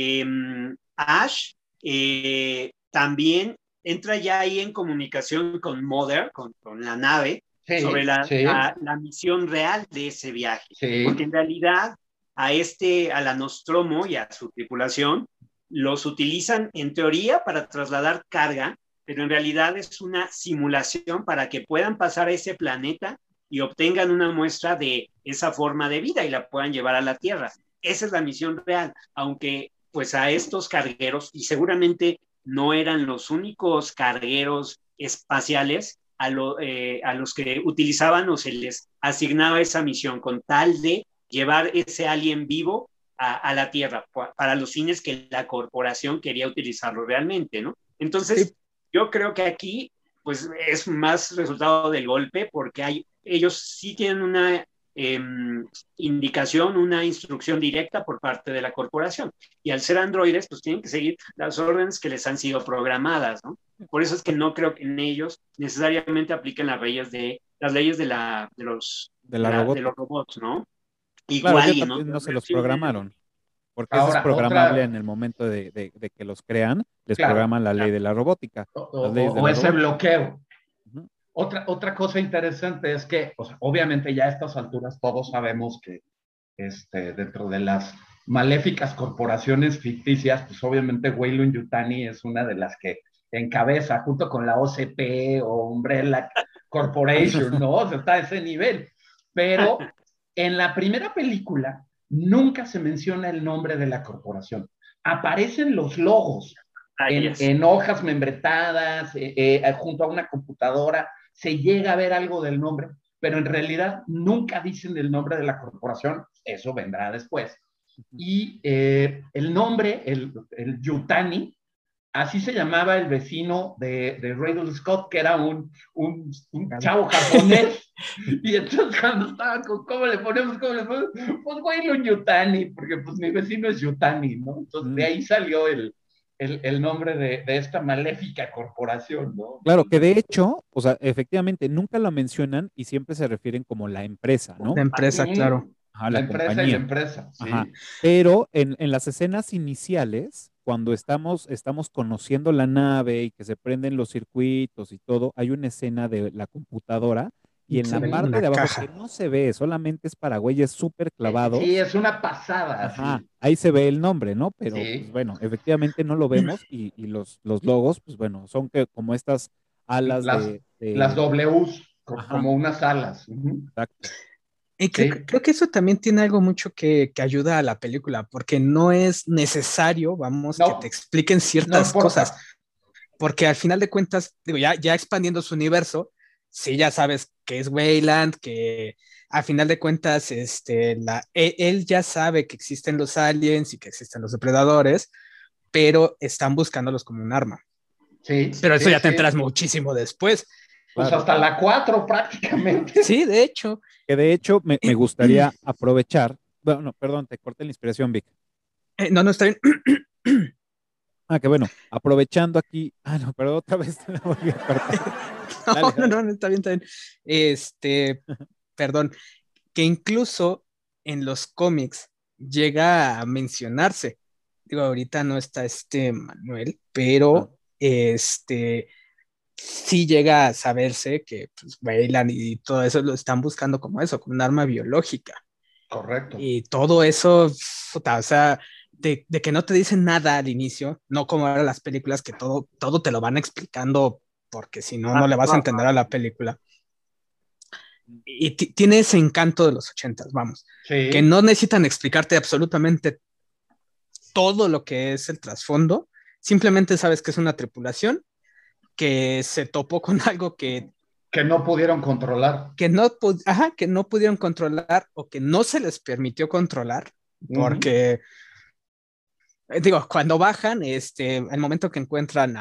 Ash también entra ya ahí en comunicación con Mother, con la nave, sobre Sí, sí, la misión real de ese viaje. Porque sí. en realidad a la Nostromo y a su tripulación los utilizan en teoría para trasladar carga, pero en realidad es una simulación para que puedan pasar a ese planeta y obtengan una muestra de esa forma de vida y la puedan llevar a la Tierra. Esa es la misión real, aunque pues a estos cargueros, y seguramente no eran los únicos cargueros espaciales a los que utilizaban o se les asignaba esa misión con tal de llevar ese alien vivo a la Tierra para los fines que la corporación quería utilizarlo realmente, ¿no? Entonces, Sí. yo creo que aquí pues es más resultado del golpe porque ellos sí tienen una indicación, una instrucción directa por parte de la corporación. Y al ser androides, pues tienen que seguir las órdenes que les han sido programadas, ¿no? Por eso es que no creo que en ellos necesariamente apliquen las leyes de los robots, ¿no? Claro, Igual ellos y no, también no se los sí, programaron, porque eso es Ahora, programable en el momento de que los crean, les claro, programan la ley de la robótica, las leyes de o la ese robótica. bloqueo. Ujú. Otra cosa interesante es que, o sea, obviamente ya a estas alturas todos sabemos que dentro de las maléficas corporaciones ficticias, pues obviamente Weyland Yutani es una de las que encabeza junto con la OCP o Umbrella Corporation, ¿no? O sea, está a ese nivel. Pero en la primera película nunca se menciona el nombre de la corporación. Aparecen los logos en hojas membretadas, junto a una computadora, se llega a ver algo del nombre, pero en realidad nunca dicen el nombre de la corporación, eso vendrá después. Y el nombre, el Yutani, así se llamaba el vecino de Riddle Scott, que era un chavo japonés. Y entonces cuando estaba con, ¿cómo le ponemos? Pues güey, un Yutani, porque pues mi vecino es Yutani, ¿no? Entonces de ahí salió el nombre de esta maléfica corporación, ¿no? Claro, que de hecho, o sea, efectivamente, nunca la mencionan y siempre se refieren como la empresa, ¿no? La empresa, claro. Ajá, La la empresa y la compañía. empresa, Ajá. sí. Pero en las escenas iniciales, cuando estamos conociendo la nave y que se prenden los circuitos y todo, hay una escena de la computadora y en Se la ve como parte una de abajo que caja. no se ve, solamente es para güeyes súper Sí, clavados. es una pasada, Ajá, sí. ahí se ve el nombre, ¿no? Pero pues Sí. bueno, efectivamente no lo vemos y los logos, pues bueno, son como estas alas Las, las Ws, ajá, como unas alas. Uh-huh. exacto. Y Sí. creo que eso también tiene algo mucho que ayuda a la película, porque no es necesario, vamos, que te No, expliquen no ciertas cosas, importa. porque al final de cuentas, digo, ya expandiendo su universo, sí ya sabes que es Wayland, que al final de cuentas, él ya sabe que existen los aliens y que existen los depredadores, pero están buscándolos como un arma. Sí, Pero eso sí, ya te sí. enteras muchísimo después. Pues Claro. hasta la 4 prácticamente. Sí, de hecho. Que de hecho me gustaría aprovechar, bueno, perdón, te corté la inspiración, Vic. No, no, está bien. Ah, que bueno, aprovechando aquí, no, pero otra vez te la volví a cortar. Dale, No, dale. no, no, está bien, está bien. Perdón, que incluso en los cómics llega a mencionarse. Digo, ahorita no está Manuel, Ah, pero sí llega a saberse que pues, Weyland y todo eso lo están buscando como eso, como un arma biológica. Correcto. Y todo eso, puta, o sea, de que no te dicen nada al inicio, no como eran las películas que todo te lo van explicando, porque si no, no le vas a entender a la película. Y tiene ese encanto de los 80s, vamos, que Sí. no necesitan explicarte absolutamente todo lo que es el trasfondo, simplemente sabes que es una tripulación que se topó con algo Que no pudieron controlar. que no pudieron controlar o que no se les permitió controlar, Uh-huh. porque digo, cuando bajan, el momento que encuentran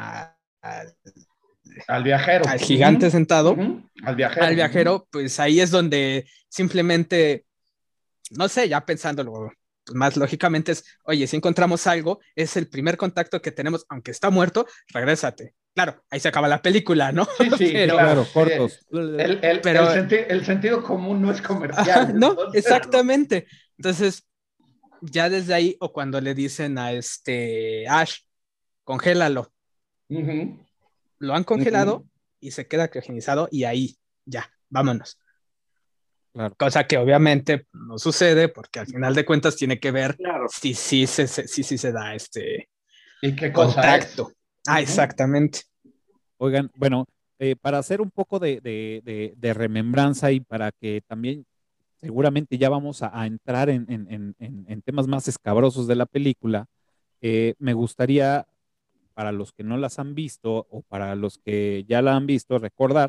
Al viajero. al gigante Uh-huh. sentado, Uh-huh. Al al viajero. Uh-huh. viajero, pues ahí es donde simplemente, no sé, ya pensándolo pues más lógicamente es, oye, si encontramos algo, es el primer contacto que tenemos, aunque está muerto, regrésate. Claro, ahí se acaba la película, ¿no? Sí, sí, pero, claro. claro, cortos. pero, El sentido común no es comercial. no, Entonces, exactamente. Entonces, ya desde ahí, o cuando le dicen a Ash, congélalo, uh-huh. lo han Uh-huh. congelado y se queda criogenizado y ahí, ya, vámonos. Claro. Cosa que obviamente no sucede porque al final de cuentas tiene que ver Claro. si sí se da ¿Y qué cosa es? contacto. Uh-huh. Exactamente. Oigan, bueno, para hacer un poco de remembranza y para que también seguramente ya vamos a entrar en temas más escabrosos de la película, me gustaría para los que no las han visto o para los que ya la han visto, recordar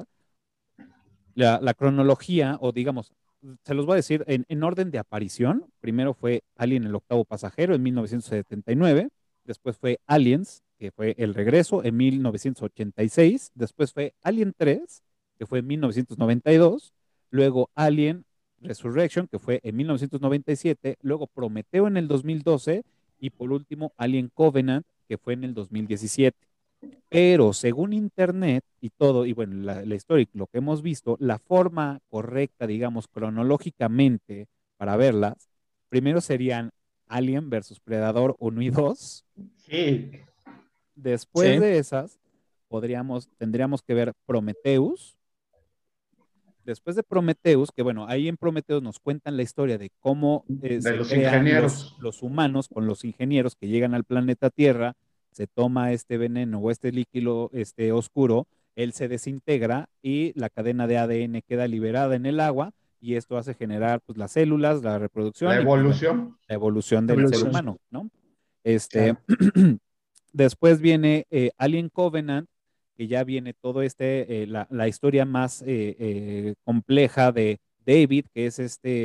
la cronología, o digamos, se los voy a decir en orden de aparición. Primero fue Alien el octavo pasajero en 1979, después fue Aliens, que fue El regreso en 1986, después fue Alien 3, que fue en 1992, luego Alien Resurrection, que fue en 1997, luego Prometeo en el 2012 y por último Alien Covenant, que fue en el 2017. Pero según Internet y todo, y bueno, la historia y lo que hemos visto, la forma correcta, digamos, cronológicamente para verlas, primero serían Alien versus Predador 1 y 2. Sí. Después Sí. de esas, tendríamos que ver Prometheus. Después de Prometheus, que bueno, ahí en Prometheus nos cuentan la historia de cómo De se los crean ingenieros. los humanos con los ingenieros que llegan al planeta Tierra, se toma este veneno o este líquido oscuro, él se desintegra y la cadena de ADN queda liberada en el agua y esto hace generar pues, las células, la reproducción La y pues, bueno, evolución. la evolución del ser Evolución. humano, ¿no? Claro. Después viene Alien Covenant, que ya viene todo la historia más compleja de David, que es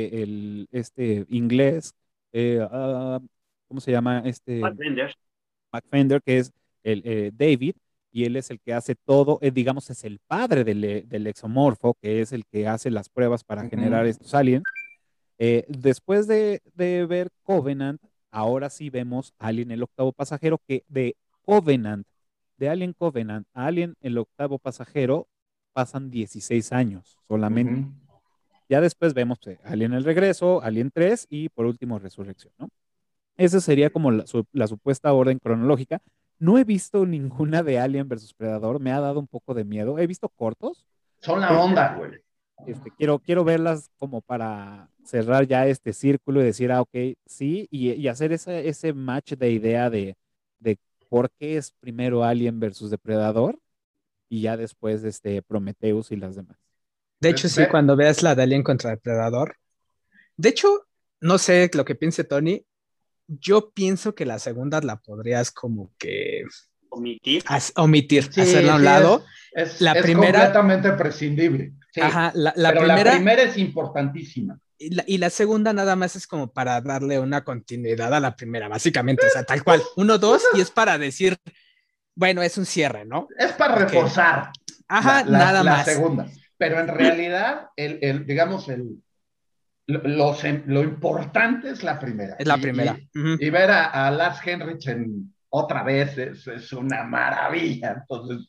este inglés, ¿cómo se llama? Fassbender. McFender, que es David, y él es el que hace todo, digamos, es el padre del exomorfo, que es el que hace las pruebas para generar estos aliens. Después de ver Covenant, ahora sí vemos Alien el octavo pasajero, que de Alien Covenant a Alien el octavo pasajero pasan 16 años solamente. Ujú. Ya después vemos Alien el regreso, Alien 3 y por último Resurrección, ¿no? Esa sería como la supuesta orden cronológica. No he visto ninguna de Alien versus Predador, me ha dado un poco de miedo. He visto cortos. Son la onda, güey. Quiero verlas como para cerrar ya este círculo y decir, ok, sí, y hacer ese match de idea de por qué es primero Alien versus Depredador y ya después Prometheus y las demás. De hecho, sí, cuando veas la de Alien contra Depredador. De hecho, no sé lo que piense Tony. Yo pienso que la segunda la podrías como que omitir, sí, hacerla a un lado. Es primera, completamente prescindible. Sí, ajá, pero la primera es importantísima. Y la segunda nada más es como para darle una continuidad a la primera, básicamente, o sea, tal cual, 1, 2, y es para decir, bueno, es un cierre, ¿no? Es para reforzar nada la más. segunda, pero en realidad, digamos, lo importante es la primera. Es la primera. Y ver a Lars Henriksen otra vez es una maravilla, entonces...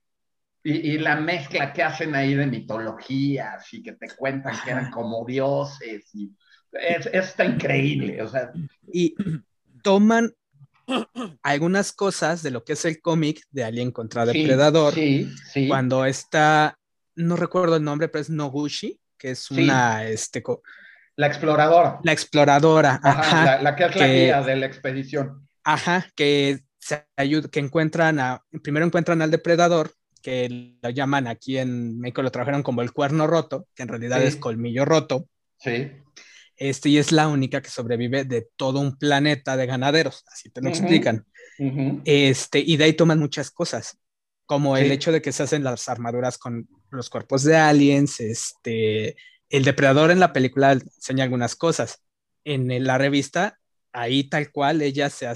Y la mezcla que hacen ahí de mitologías y que te cuentan que eran como dioses, y está increíble, o sea. Y toman algunas cosas de lo que es el cómic de Alien contra Depredador. Sí. Cuando está, no recuerdo el nombre, pero es Noguchi, que es una... la exploradora. La exploradora, ajá. La que es la guía de la expedición. Ajá, que primero encuentran al depredador, que lo llaman aquí en México, lo trajeron como el cuerno roto, que en realidad es colmillo roto. Sí. Y es la única que sobrevive de todo un planeta de ganaderos, así te lo explican. Y de ahí toman muchas cosas, como el hecho de que se hacen las armaduras con los cuerpos de aliens. El depredador en la película enseña algunas cosas. En la revista, ahí tal cual, ella se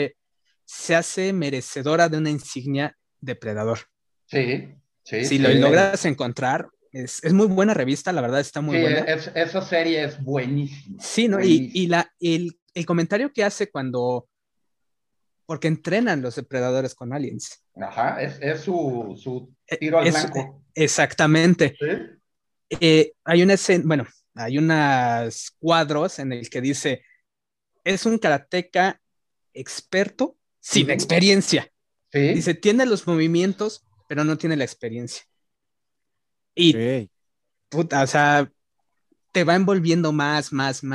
hace merecedora de una insignia depredador. Sí. Si lo logras encontrar, es muy buena revista, la verdad está muy buena. Esa serie es buenísima. Sí, ¿no? Buenísima. Y el comentario que hace porque entrenan los depredadores con aliens. Ajá, es su tiro al blanco. Exactamente. ¿Sí? Hay una escena, bueno, hay unos cuadros en el que dice, es un karateca experto sin experiencia. Sí. Dice, tiene los movimientos, pero no tiene la experiencia. Y, puta, o sea, te va envolviendo más.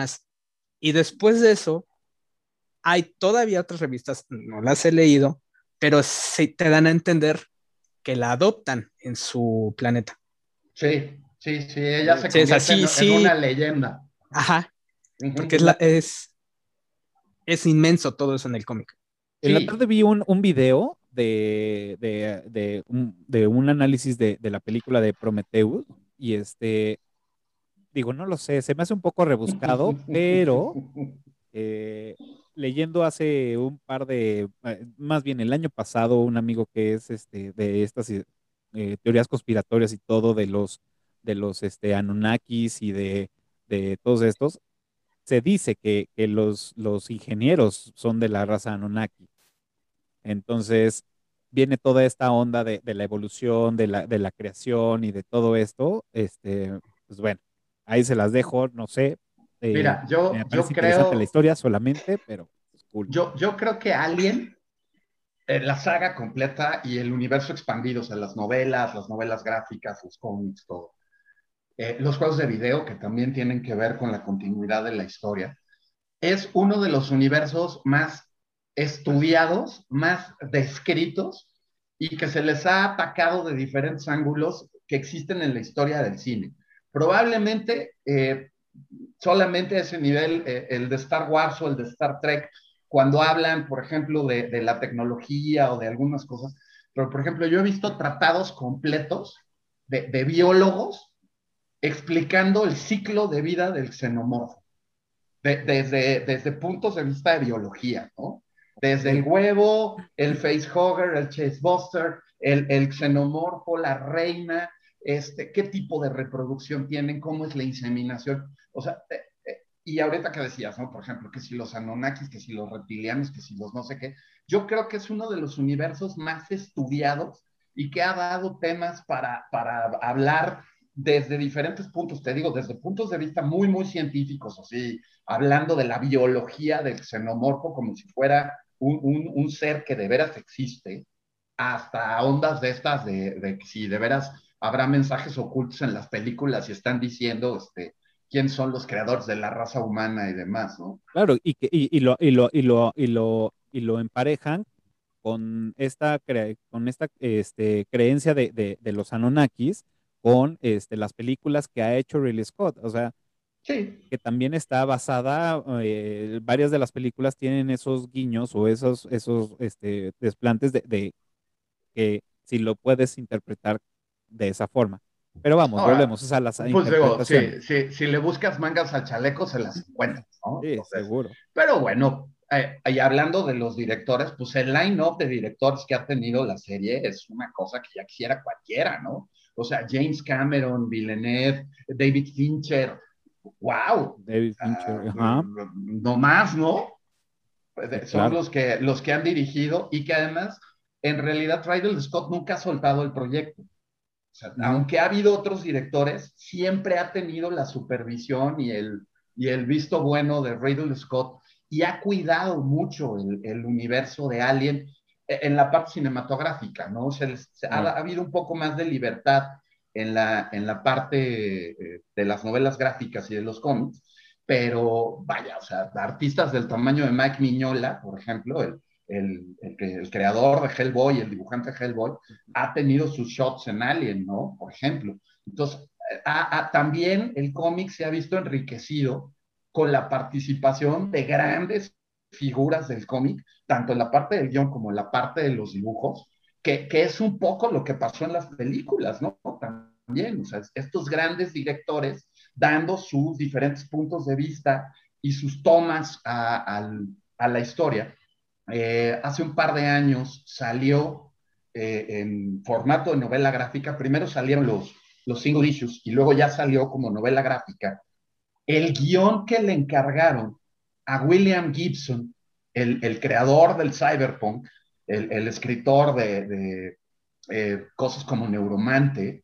Y después de eso, hay todavía otras revistas, no las he leído, pero sí te dan a entender que la adoptan en su planeta. Sí, ella se convierte en una leyenda. Ajá, porque es inmenso todo eso en el cómic. En la tarde vi un video de un análisis de la película de Prometheus y digo, no lo sé, se me hace un poco rebuscado, pero eh, leyendo hace un par más bien el año pasado, un amigo que es de estas teorías conspiratorias y todo de los Anunnakis y de todos estos, se dice que los ingenieros son de la raza Anunnaki. Entonces, viene toda esta onda de la evolución, de la creación y de todo esto. Pues bueno, ahí se las dejo, no sé. Mira, Me yo parece interesante la creo, historia solamente, pero es cool. yo creo que Alien, la saga completa y el universo expandido, o sea, las novelas gráficas, los cómics, todo. Los juegos de video, que también tienen que ver con la continuidad de la historia, es uno de los universos más estudiados, más descritos y que se les ha atacado de diferentes ángulos que existen en la historia del cine. Probablemente solamente a ese nivel, el de Star Wars o el de Star Trek, cuando hablan, por ejemplo, de la tecnología o de algunas cosas, pero por ejemplo, yo he visto tratados completos de biólogos explicando el ciclo de vida del xenomorfo desde puntos de vista de biología, ¿no? Desde el Sí, huevo, el facehugger, el chasebuster, el xenomorfo, la reina, qué tipo de reproducción tienen, cómo es la inseminación. O sea, y ahorita que decías, ¿no? Por ejemplo, que si los Anunnakis, que si los reptilianos, que si los no sé qué, yo creo que es uno de los universos más estudiados y que ha dado temas para hablar desde diferentes puntos, te digo, desde puntos de vista muy, muy científicos, así, hablando de la biología del xenomorfo como si fuera un ser que de veras existe, hasta ondas de estas de si de veras habrá mensajes ocultos en las películas y están diciendo quién son los creadores de la raza humana y demás, ¿no? claro, y lo emparejan con esta creencia de los Anunnakis con las películas que ha hecho Ridley Scott. O sea, Sí. que también está basada, varias de las películas tienen esos guiños o esos desplantes de que si lo puedes interpretar de esa forma. Pero vamos, Ahora, volvemos a las pues digo, interpretaciones. si le buscas mangas al chaleco, se las encuentras, ¿no? Sí, Entonces, seguro. pero bueno, y hablando de los directores, pues el line-up de directores que ha tenido la serie es una cosa que ya quisiera cualquiera, ¿no? O sea, James Cameron, Villeneuve, David Fincher, wow, David Fincher, ajá, no más, ¿no? sí, Son claro. los que han dirigido y que además, en realidad, Ridley Scott nunca ha soltado el proyecto. O sea, Ujú. aunque ha habido otros directores, siempre ha tenido la supervisión y el visto bueno de Ridley Scott y ha cuidado mucho el universo de Alien en la parte cinematográfica, ¿no? Ha Claro. habido un poco más de libertad en la parte de las novelas gráficas y de los cómics, pero vaya, o sea, artistas del tamaño de Mike Mignola, por ejemplo, el creador de Hellboy, el dibujante de Hellboy, ha tenido sus shots en Alien, ¿no? Por ejemplo. Entonces, también el cómic se ha visto enriquecido con la participación de grandes figuras del cómic, tanto en la parte del guión como en la parte de los dibujos, que es un poco lo que pasó en las películas, ¿no? También, o sea, estos grandes directores dando sus diferentes puntos de vista y sus tomas a la historia. Hace un par de años salió en formato de novela gráfica, primero salieron los single issues y luego ya salió como novela gráfica. El guión que le encargaron a William Gibson, el creador del cyberpunk, el escritor de cosas como Neuromante,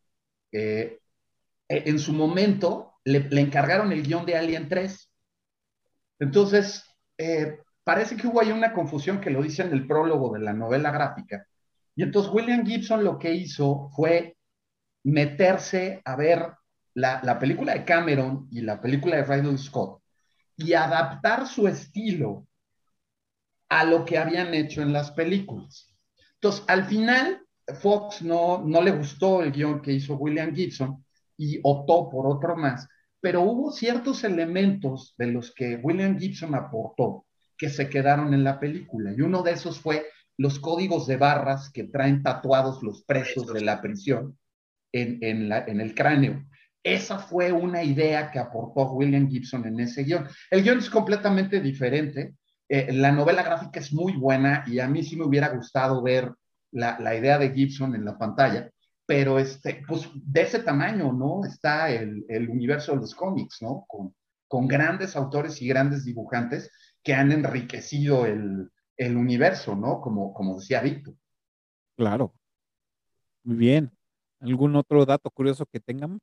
en su momento le encargaron el guión de Alien 3. Entonces, parece que hubo ahí una confusión que lo dice en el prólogo de la novela gráfica. Y entonces William Gibson lo que hizo fue meterse a ver la película de Cameron y la película de Ridley Scott y adaptar su estilo a lo que habían hecho en las películas. Entonces, al final, Fox no le gustó el guión que hizo William Gibson y optó por otro más, pero hubo ciertos elementos de los que William Gibson aportó que se quedaron en la película, y uno de esos fue los códigos de barras que traen tatuados los presos de la prisión en el cráneo. Esa fue una idea que aportó William Gibson en ese guión. El guión es completamente diferente. La novela gráfica es muy buena y a mí sí me hubiera gustado ver la idea de Gibson en la pantalla, pero pues de ese tamaño, ¿no? Está el universo de los cómics, ¿no? Con grandes autores y grandes dibujantes que han enriquecido el universo, ¿no? Como decía Víctor. Claro, muy bien. ¿Algún otro dato curioso que tengan?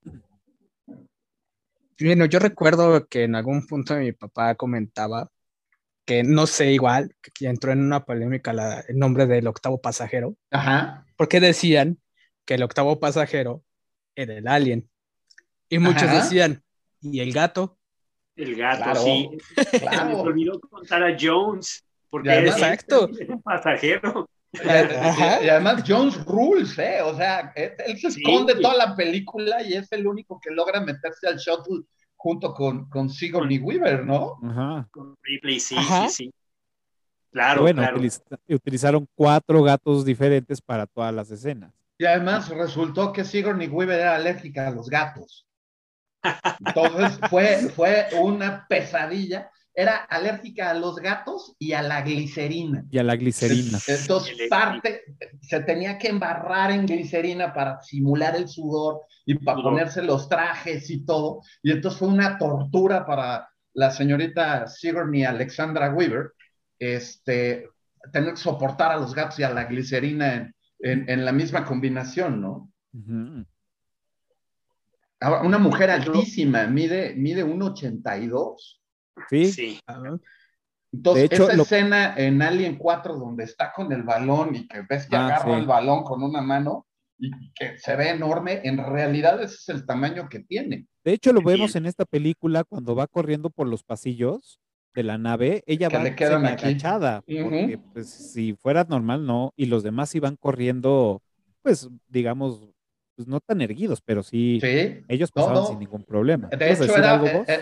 Bueno, yo recuerdo que en algún punto mi papá comentaba que no sé igual, que entró en una polémica el nombre del octavo pasajero, Ajá, porque decían que el octavo pasajero era el alien. Y muchos ajá, decían, ¿y el gato? El gato, claro, sí. Se me claro. olvidó contar a Jones, Y porque además, Exacto. es un pasajero. Ajá. Y además Jones rules, ¿eh? O sea, él se esconde Sí, toda la película y es el único que logra meterse al shuttle junto con Sigourney Weaver, ¿no? Ajá. con Ripley, sí, Ajá. sí, sí. Que Claro, bueno, claro. utilizaron 4 gatos diferentes para todas las escenas. Y además resultó que Sigourney Weaver era alérgica a los gatos. Entonces fue una pesadilla. Era alérgica a los gatos y a la glicerina. Y a la glicerina. Entonces, se tenía que embarrar en glicerina para simular el sudor y para ponerse los trajes y todo. Y entonces fue una tortura para la señorita Sigourney Alexandra Weaver, tener que soportar a los gatos y a la glicerina en la misma combinación, ¿no? Ujú. Ahora, una mujer altísima, mide 1,82. Sí, Sí. de Entonces, hecho, esa escena en Alien 4 donde está con el balón y que ves que agarra sí. el balón con una mano y que se ve enorme, en realidad ese es el tamaño que tiene. De hecho, lo vemos en esta película cuando va corriendo por los pasillos de la nave, ella Que va le quedan aquí. semi-agachada, porque pues si fuera normal no, y los demás iban corriendo, pues digamos, pues no tan erguidos, pero sí, Sí, ellos pasaban sin todo. ningún problema. De ¿Ibas a hecho, decir era. algo vos?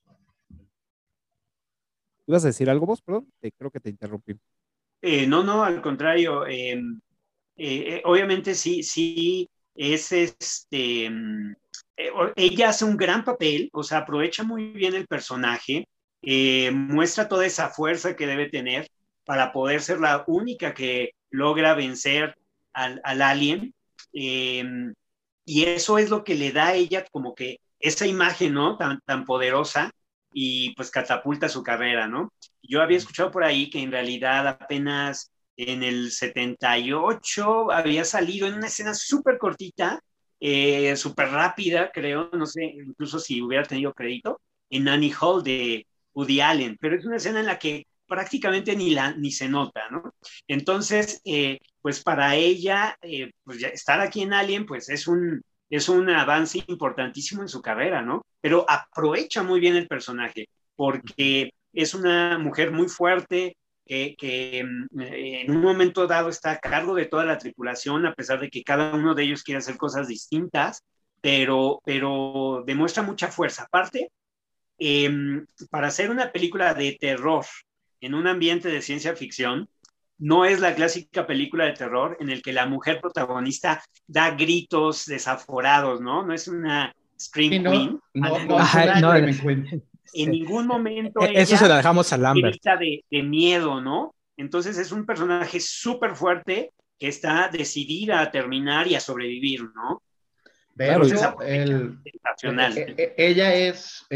¿Ibas a decir algo vos? Perdón, creo que te interrumpí. No, al contrario. Obviamente sí, sí, es ella hace un gran papel, o sea, aprovecha muy bien el personaje, muestra toda esa fuerza que debe tener para poder ser la única que logra vencer al alien. Y eso es lo que le da a ella como que esa imagen, ¿no? Tan poderosa y pues catapulta su carrera, ¿no? Yo había escuchado por ahí que en realidad apenas en el 78 había salido en una escena súper cortita, súper rápida, creo, no sé, incluso si hubiera tenido crédito, en Annie Hall de Woody Allen, pero es una escena en la que prácticamente ni se nota, ¿no? Entonces, pues para ella, pues ya estar aquí en Alien, pues es un avance importantísimo en su carrera, ¿no? Pero aprovecha muy bien el personaje, porque es una mujer muy fuerte, que en un momento dado está a cargo de toda la tripulación, a pesar de que cada uno de ellos quiere hacer cosas distintas, pero demuestra mucha fuerza. Aparte, para hacer una película de terror en un ambiente de ciencia ficción, no es la clásica película de terror en el que la mujer protagonista da gritos desaforados, ¿no? No es una Scream Queen. No, Al no es una Screaming Queen. En ningún momento Eso ella se lo dejamos a Lambert. grita de miedo, ¿no? Entonces es un personaje súper fuerte que está decidida a terminar y a sobrevivir, ¿no? De Claro, hecho, sensacional. ella es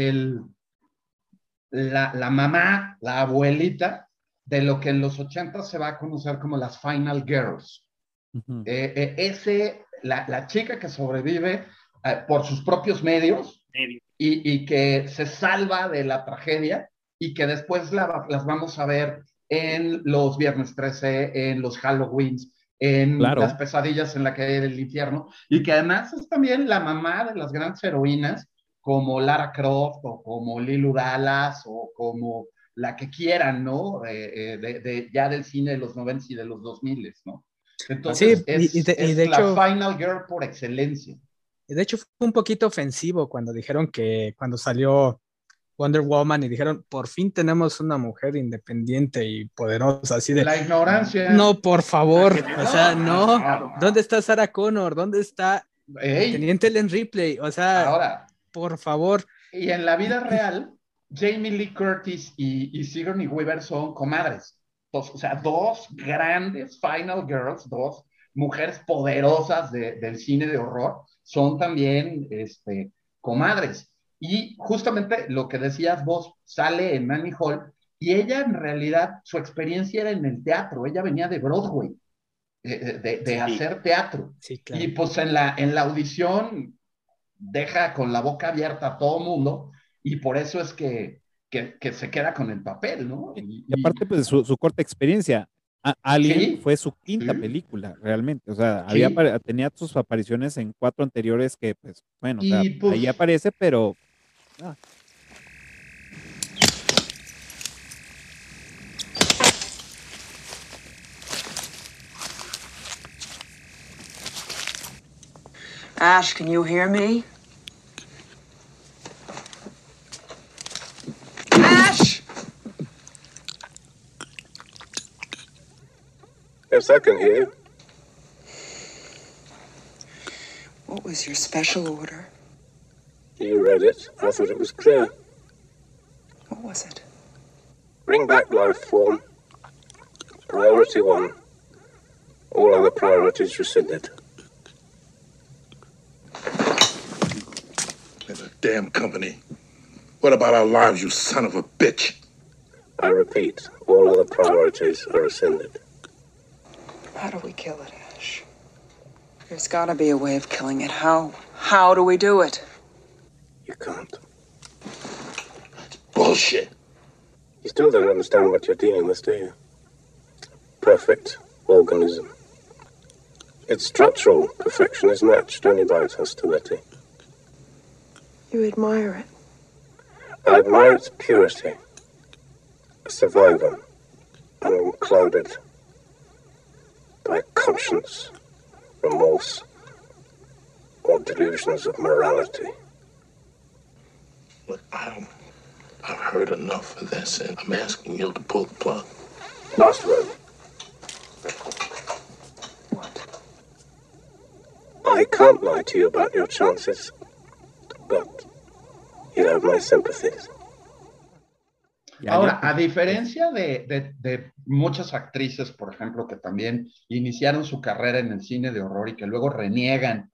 la mamá, la abuelita de lo que en los 80 se va a conocer como las Final Girls. Ujú. La chica que sobrevive por sus propios medios y que se salva de la tragedia y que después las vamos a ver en los Viernes 13, en los Halloweens, en las pesadillas en la calle del infierno, y que además es también la mamá de las grandes heroínas como Lara Croft o como Lilu Dallas o como la que quieran, ¿no? Ya del cine de los 90 y de los 2000, ¿no? Entonces Sí, es de la hecho, Final Girl por excelencia. de hecho fue un poquito ofensivo cuando dijeron que cuando salió Wonder Woman y dijeron, por fin tenemos una mujer independiente y poderosa, así de... La ignorancia. No, por favor, o sea, no. No. ¿Dónde está Sarah Connor? ¿Dónde está Ey, Teniente Ellen Ripley? O sea, ahora, por favor. y en la vida real, Jamie Lee Curtis y Sigourney Weaver son comadres. O sea, dos grandes Final Girls, dos mujeres poderosas del cine de horror, son también comadres. Y justamente lo que decías vos, sale en Annie Hall, y ella en realidad, su experiencia era en el teatro, ella venía de Broadway, de hacer teatro. Sí, claro. Y pues en la audición deja con la boca abierta a todo mundo, y por eso es que se queda con el papel, ¿no? Y aparte, pues, su corta experiencia. Alien Sí, fue su quinta sí. película, realmente. O sea, Sí. tenía sus apariciones en 4 anteriores que, pues, bueno, o sea, Y, pues, ahí aparece, pero... Ash, can you hear me? Ash! Yes, I can hear you. What was your special order? You read it. I thought it was clear. What was it? Bring back life form. Priority 1. All other priorities rescinded. In a damn company. What about our lives, you son of a bitch? I repeat, all other priorities are rescinded. How do we kill it, Ash? There's gotta be a way of killing it. How? How do we do it? You can't. That's bullshit. You still don't understand what you're dealing with, do you? Perfect organism. Its structural perfection is matched only by its hostility. You admire it. I admire its purity. A survivor, unclouded by conscience, remorse, or delusions of morality. Look, I've heard enough of this, and I'm asking you to pull the plug. Last word. What? I can't lie to you about your chances, but you have my sympathies. Ahora, a diferencia de muchas actrices, por ejemplo, que también iniciaron su carrera en el cine de horror y que luego reniegan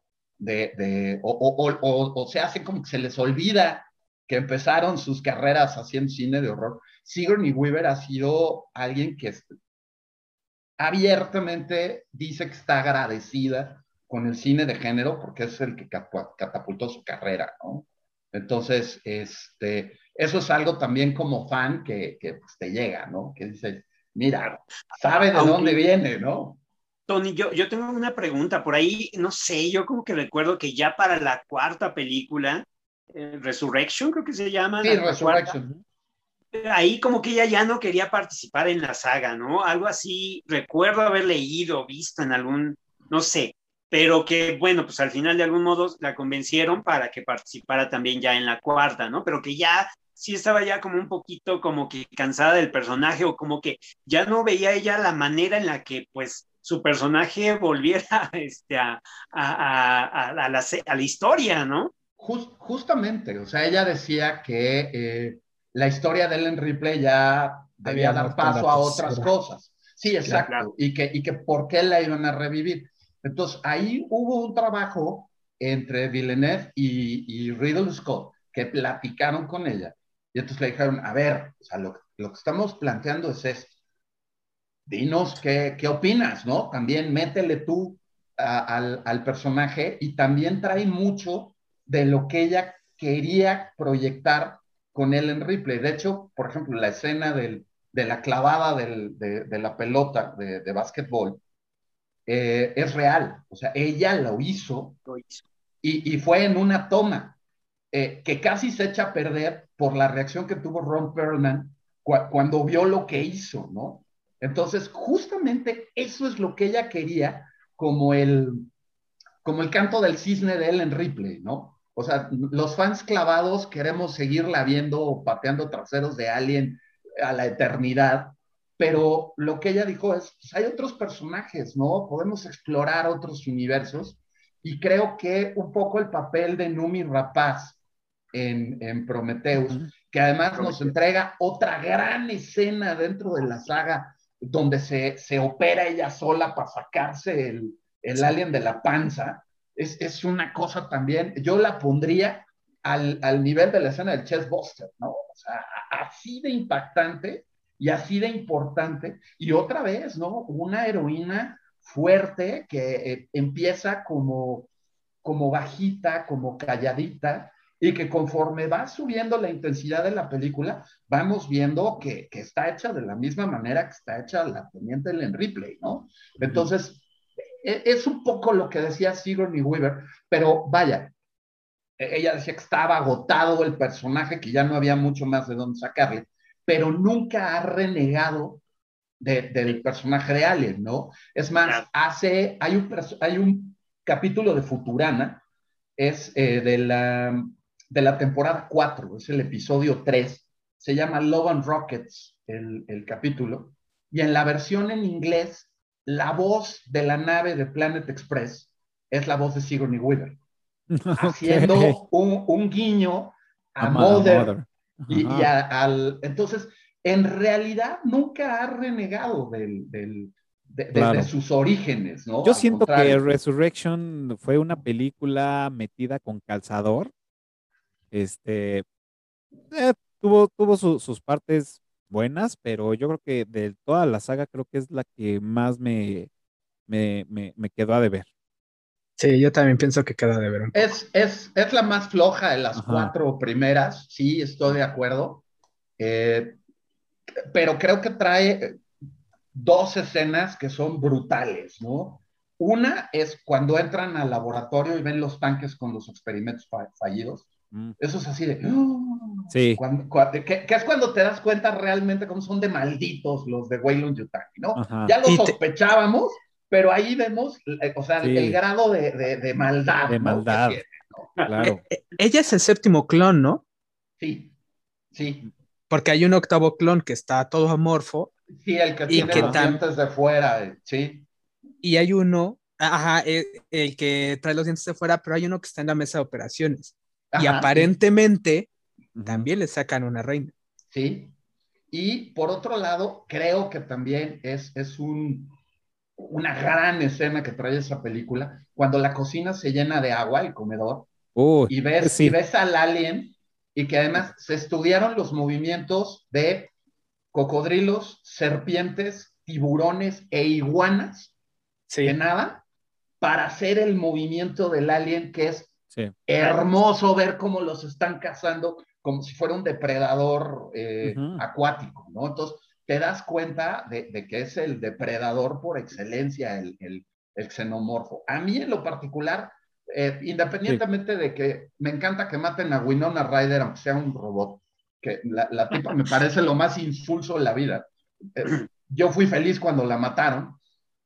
o se hacen como que se les olvida que empezaron sus carreras haciendo cine de horror, Sigourney Weaver ha sido alguien que abiertamente dice que está agradecida con el cine de género porque es el que catapultó su carrera, ¿no? Entonces, eso es algo también como fan que pues, te llega, ¿no? Que dices, mira, sabe de dónde viene, ¿no? Tony, yo tengo una pregunta por ahí, no sé, yo como que recuerdo que ya para la cuarta película, Resurrection creo que se llama. Sí, Resurrection. Ahí como que ella ya no quería participar en la saga, ¿no? Algo así, recuerdo haber leído, visto en algún, no sé, pero que bueno, pues al final de algún modo la convencieron para que participara también ya en la cuarta, ¿no? Pero que ya sí estaba ya como un poquito como que cansada del personaje o como que ya no veía ella la manera en la que pues su personaje volviera a la historia, ¿no? Justamente, o sea, ella decía que la historia de Ellen Ripley ya debía dar paso a otras cosas. Sí, exacto, claro. y que por qué la iban a revivir. Entonces, ahí hubo un trabajo entre Villeneuve y Ridley Scott que platicaron con ella. Y entonces le dijeron, a ver, o sea, lo que estamos planteando es esto. Dinos qué opinas, ¿no? También métele tú al personaje y también trae mucho de lo que ella quería proyectar con Ellen Ripley. De hecho, por ejemplo, la escena de la clavada de la pelota de básquetbol es real. O sea, ella lo hizo y fue en una toma que casi se echa a perder por la reacción que tuvo Ron Perlman cuando vio lo que hizo, ¿no? Entonces, justamente eso es lo que ella quería como el canto del cisne de Ellen Ripley, ¿no? O sea, los fans clavados queremos seguirla viendo pateando traseros de Alien a la eternidad, pero lo que ella dijo es, pues hay otros personajes, ¿no? Podemos explorar otros universos y creo que un poco el papel de Numi Rapaz en Prometheus, que además nos entrega otra gran escena dentro de la saga donde se opera ella sola para sacarse el alien de la panza, es una cosa también, yo la pondría al nivel de la escena del Chest Buster, ¿no? O sea, así de impactante y así de importante. Y otra vez, ¿no? Una heroína fuerte que empieza como bajita, como calladita, y que conforme va subiendo la intensidad de la película, vamos viendo que está hecha de la misma manera que está hecha la Teniente Ellen Ripley, ¿no? Entonces, es un poco lo que decía Sigourney Weaver, pero vaya, ella decía que estaba agotado el personaje, que ya no había mucho más de dónde sacarle, pero nunca ha renegado del personaje de Alien, ¿no? Es más, hay un capítulo de Futurama, es de la temporada 4, es el episodio 3, se llama Love and Rockets, el capítulo, y en la versión en inglés, la voz de la nave de Planet Express es la voz de Sigourney Weaver, haciendo un guiño a Mother. Entonces, en realidad nunca ha renegado de sus orígenes, ¿no? Yo siento que Resurrection fue una película metida con calzador. Tuvo sus partes buenas, pero yo creo que de toda la saga creo que es la que más me quedó a deber. Sí, yo también pienso que queda de ver un poco. Es la más floja de las 4 primeras, sí, estoy de acuerdo. Pero creo que trae 2 escenas que son brutales, ¿no? Una es cuando entran al laboratorio y ven los tanques con los experimentos fallidos. Eso es así de... Sí. Que es cuando te das cuenta realmente cómo son de malditos los de Weyland-Yutani, ¿no? Ya lo sospechábamos, pero ahí vemos, o sea, el grado de maldad. De maldad, tiene, ¿no? Claro. Ella es el 7º clon, ¿no? Sí. Porque hay un 8º clon que está todo amorfo. Sí, el que tiene los dientes de fuera, sí. Y hay uno, el que trae los dientes de fuera, pero hay uno que está en la mesa de operaciones. Y aparentemente también le sacan una reina. Sí. Y por otro lado, creo que también es una gran escena que trae esa película, cuando la cocina se llena de agua, el comedor, y ves al alien, y que además se estudiaron los movimientos de cocodrilos, serpientes, tiburones e iguanas que nadan para hacer el movimiento del alien, que es hermoso ver cómo los están cazando como si fuera un depredador acuático, ¿no? Entonces te das cuenta de que es el depredador por excelencia, el xenomorfo. A mí en lo particular, independientemente de que me encanta que maten a Winona Ryder, aunque sea un robot, que la tipa me parece lo más insulso de la vida. Yo fui feliz cuando la mataron.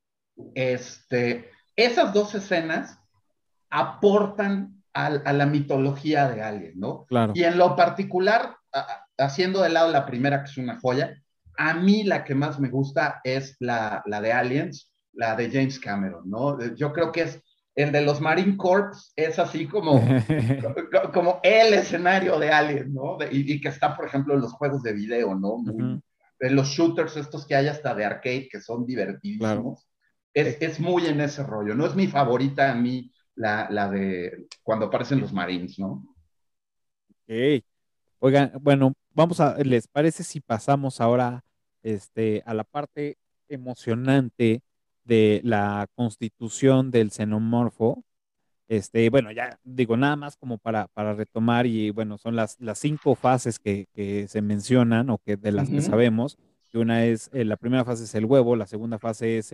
Esas 2 escenas aportan a la mitología de Alien, ¿no? Claro. Y en lo particular, haciendo de lado la primera, que es una joya, a mí la que más me gusta es la de Aliens, la de James Cameron, ¿no? Yo creo que es el de los Marine Corps, es así como el escenario de Alien, ¿no? Y que está, por ejemplo, en los juegos de video, ¿no? En los shooters estos que hay hasta de arcade, que son divertidísimos. Claro. Es muy en ese rollo, ¿no? Es mi favorita a mí, la de cuando aparecen los Marines, ¿no? Ok. Oigan, bueno, ¿les parece si pasamos ahora a la parte emocionante de la constitución del xenomorfo? Bueno, ya digo, nada más como para retomar, y bueno, son las 5 fases que se mencionan o que de las que sabemos. Que una es, la primera fase es el huevo, la segunda fase es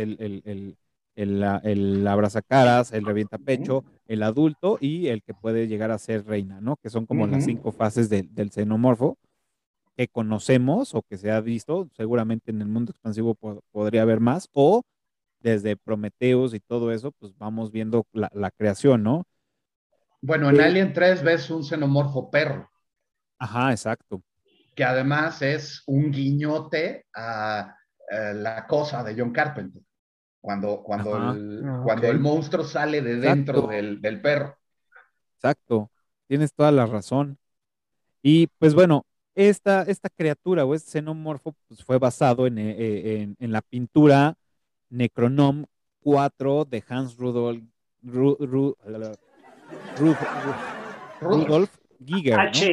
el abrazacaras, el revientapecho, el adulto y el que puede llegar a ser reina, ¿no? Que son como las 5 fases del xenomorfo que conocemos o que se ha visto. Seguramente en el mundo expansivo podría haber más, o desde Prometheus y todo eso, pues vamos viendo la creación, ¿no? Bueno, en Alien 3 ves un xenomorfo perro, Ajá, exacto. que además es un guiñote a la cosa de John Carpenter, Ajá, cuando el monstruo sale de dentro exacto, del perro. exacto. Tienes toda la razón. Y pues bueno, esta criatura o este xenomorfo pues, fue basado en la pintura Necronom 4 de Hans Rudolf, Rudolf. Rudolf Giger, ¿no?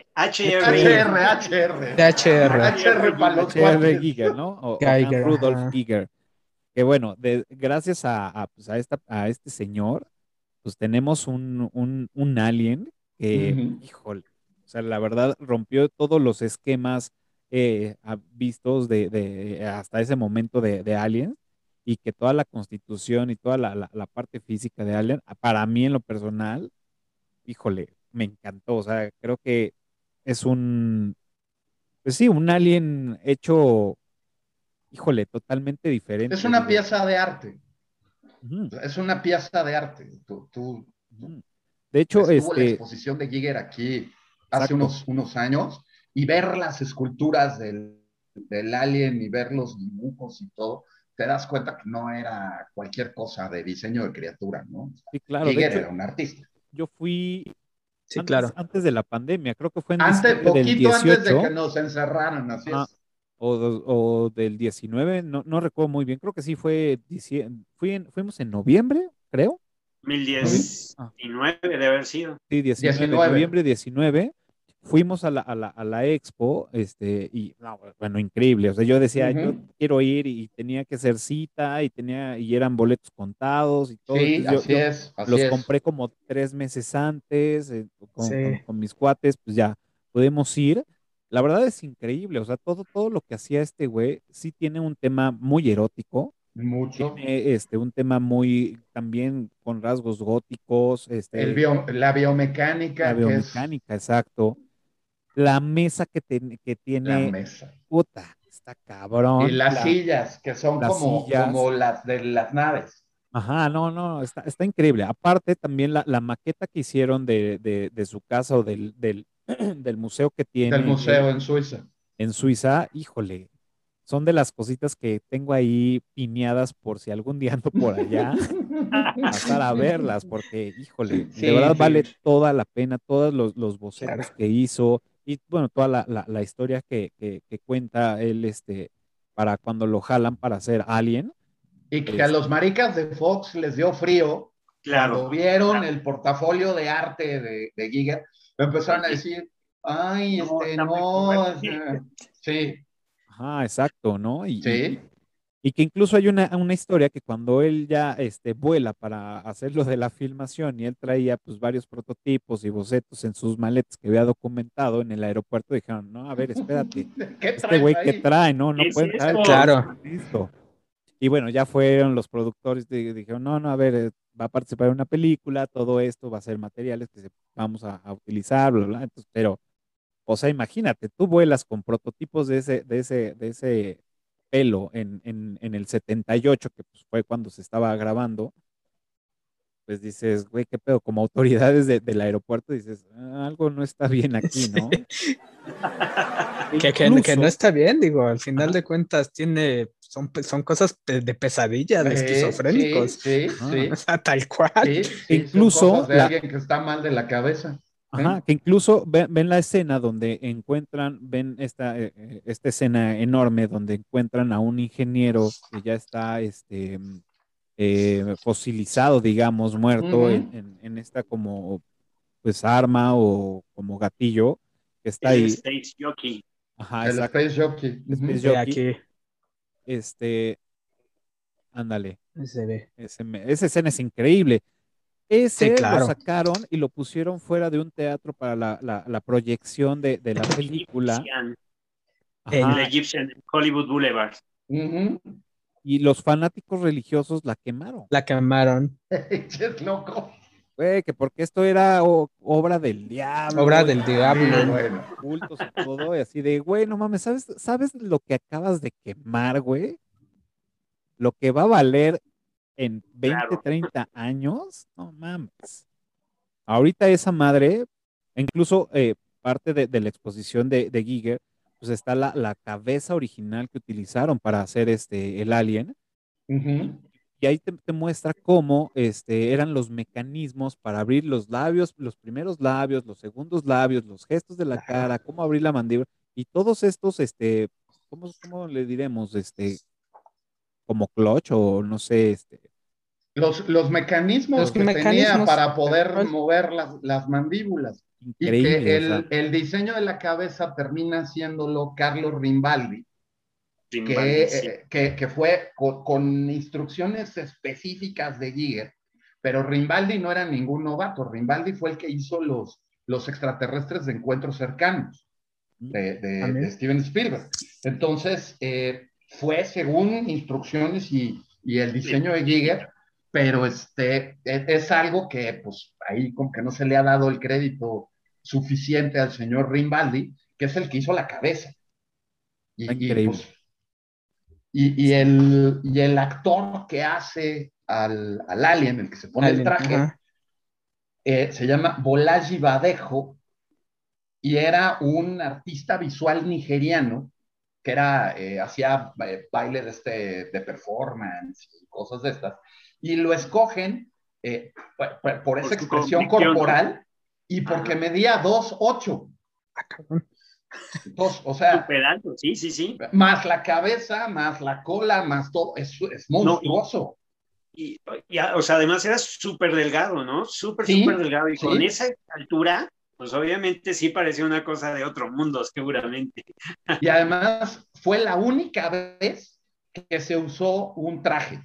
HR. HR para los HR cuates. Giger, ¿no? O Hans Geiger, Rudolf ajá. Giger. Que bueno, gracias pues, a este señor, pues tenemos un alien que, híjole, o sea, la verdad rompió todos los esquemas vistos hasta ese momento de Alien y que toda la constitución y toda la parte física de Alien, para mí en lo personal, híjole, me encantó, o sea, creo que es pues sí, un alien hecho, híjole, totalmente Es diferente, una digo. pieza de arte. Ujú, Es una pieza de arte. ujú. De hecho, Estuvo la exposición de Giger aquí hace exacto. unos años y ver las esculturas del alien y ver los dibujos y todo, te das cuenta que no era cualquier cosa de diseño de criatura, ¿no? Sí, claro. De Giger hecho, era un artista. yo fui Sí, claro. antes de la pandemia, creo que fue en Antes, diciembre del poquito antes de que 18, nos encerraran, así ajá, es. o del 19, no recuerdo muy bien, creo que sí fue, fuimos en noviembre, creo. Ah, 2019 debe haber sido. sí, 19, 19. noviembre 19, fuimos a la expo, y no, bueno, increíble, o sea, yo decía, yo Ujú. quiero ir y tenía que hacer cita y eran boletos contados y todo, Sí, entonces yo así los es. compré como 3 meses antes, con, con, Sí. con mis cuates, pues ya podemos ir. La verdad es increíble, o sea, todo lo que hacía este güey sí tiene un tema muy erótico, Mucho. tiene un tema muy también con rasgos góticos, La la biomecánica, que es biomecánica, exacto. La mesa que la tiene, mesa. puta, está Y cabrón. las sillas, que son Las sillas. como las de las naves. Ajá, no, está increíble. Aparte, también la maqueta que hicieron de su casa o del museo que Del tiene él museo en Suiza. en Suiza, híjole, son de las cositas que tengo ahí piñadas por si algún día ando por allá, pasar a verlas, porque, híjole, de Sí, verdad sí, vale toda la pena, todos los Claro. bocetos que hizo y, bueno, toda la historia que cuenta él, para cuando lo jalan para ser Alien. y que a los Este, maricas de Fox les dio frío cuando Claro. vieron el portafolio de arte de Giger, empezaron a Sí. decir, ay, No, está muy no, fuerte. sí, ajá, exacto, ¿no? sí, Y que incluso hay una historia que cuando él ya vuela para hacer lo de la filmación y él traía pues varios prototipos y bocetos en sus maletas que había documentado en el aeropuerto, dijeron, no, a ver, espérate, ¿qué este traes güey que ahí? trae, no ¿Qué es puede traer esto? todo Claro. listo. Y bueno, ya fueron los productores, dijeron, no, a ver, va a participar en una película, todo esto va a ser materiales que vamos a utilizar, bla, bla. Entonces, pero, o sea, imagínate, tú vuelas con prototipos de ese pelo en el 78, que pues, fue cuando se estaba grabando, pues dices, güey, qué pedo, como autoridades del aeropuerto dices, algo no está bien aquí, ¿no? E Que no incluso, está bien, digo, al final ajá, de cuentas son cosas de pesadilla, de Sí, esquizofrénicos. sí, ajá, O sí, sea, tal cual. sí, que sí, son incluso cosas de alguien que está mal de la cabeza. ¿Eh? ajá, que incluso ven la escena donde ven esta escena enorme donde encuentran a un ingeniero que ya está fosilizado, digamos, muerto Ujú. en esta como pues arma o como gatillo que está El ahí. Space Jockey. Ajá, El exacto. Space Jockey. Space Ujú. Jockey, Aquí ándale. se ve. Esa escena es increíble. Sí, Ese lo claro. sacaron y lo pusieron fuera de un teatro para la proyección de la película. Egyptian. El Ajá, En, Egyptian Hollywood Boulevard. Ujú. y los fanáticos religiosos la quemaron. la quemaron. Es loco. Güey, que porque esto era obra del Obra diablo del y diablo. Bueno. cultos y todo, y así de, güey, no mames, ¿sabes lo que acabas de quemar, güey? Lo que va a valer en 20, Claro. 30 años, no mames. Ahorita esa madre, incluso parte de la exposición de Giger, pues está la cabeza original que utilizaron para hacer el alien. Ujú. Y ahí te muestra cómo eran los mecanismos para abrir los labios, los primeros labios, los segundos labios, los gestos de la cara, cómo abrir la mandíbula, y todos estos, ¿cómo le diremos? Como clutch o no sé, Los mecanismos Los que tenía mecanismos, para tal poder cual. mover las mandíbulas. Y increíble, que o sea, el diseño de la cabeza termina haciéndolo Carlos Rimbaldi, Grimbaldi, sí. que fue con instrucciones específicas de Giger, pero Rimbaldi no era ningún novato. Rimbaldi fue el que hizo los extraterrestres de encuentros cercanos de También. Steven Spielberg. Entonces, fue según instrucciones y el diseño de Giger, pero es algo que pues ahí como que no se le ha dado el crédito suficiente al señor Rimbaldi, que es el que hizo la cabeza. está Pues, increíble. Sí, y el actor que hace al alien, el que se pone el Alien, traje, ajá. se llama Bolaji Badejo, y era un artista visual nigeriano que hacía baile de performance y cosas de estas, y lo escogen por Por esa su expresión convicción, ¿no? corporal y porque Ajá. medía 2'8". Cabrón. Entonces, o sea, Súper alto, sí, sí, sí. más la cabeza, más la cola, más todo, es No, monstruoso. o sea, además era súper delgado, ¿no? Súper, súper Sí, delgado. Y con sí. esa altura, pues obviamente sí parecía una cosa de otro mundo, seguramente. Y además fue la única vez que se usó un traje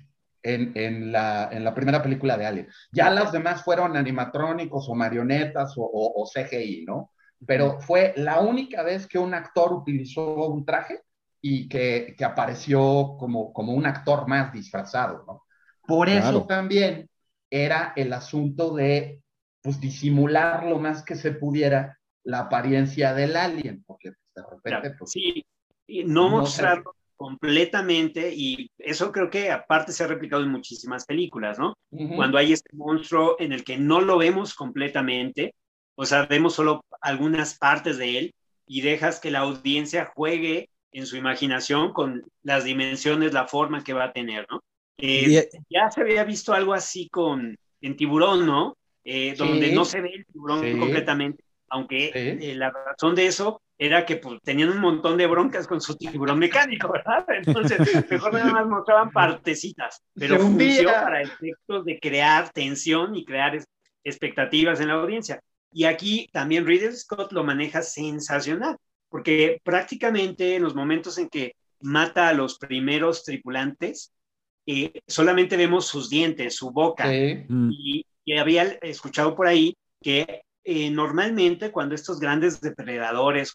en la primera película de Alien. Ya las demás fueron animatrónicos o marionetas o CGI, ¿no? ujú, Pero fue la única vez que un actor utilizó un traje y que apareció como un actor más disfrazado, ¿no? Por eso claro. también era el asunto de pues, disimular lo más que se pudiera la apariencia del alien, porque de Claro, repente, pues, sí, y no no sé. mostrarlo completamente, y eso creo que aparte se ha replicado en muchísimas películas, ¿no? Uh-huh. Cuando hay este monstruo en el que no lo vemos completamente, o sea, vemos solo algunas partes de él y dejas que la audiencia juegue en su imaginación con las dimensiones, la forma que va a tener, ¿no? Y, Ya se había visto algo así en Tiburón, ¿no? Donde no Sí, se ve el tiburón sí, completamente, aunque sí. la razón de eso era que pues, tenían un montón de broncas con su tiburón mecánico, ¿verdad? Entonces, mejor nada más mostraban partecitas, Se pero funcionó hundía. para efectos de crear tensión y crear expectativas en la audiencia. Y aquí también Ridley Scott lo maneja sensacional, porque prácticamente en los momentos en que mata a los primeros tripulantes, solamente vemos sus dientes, su boca, Sí, Mm, y había escuchado por ahí que normalmente cuando estos grandes depredadores,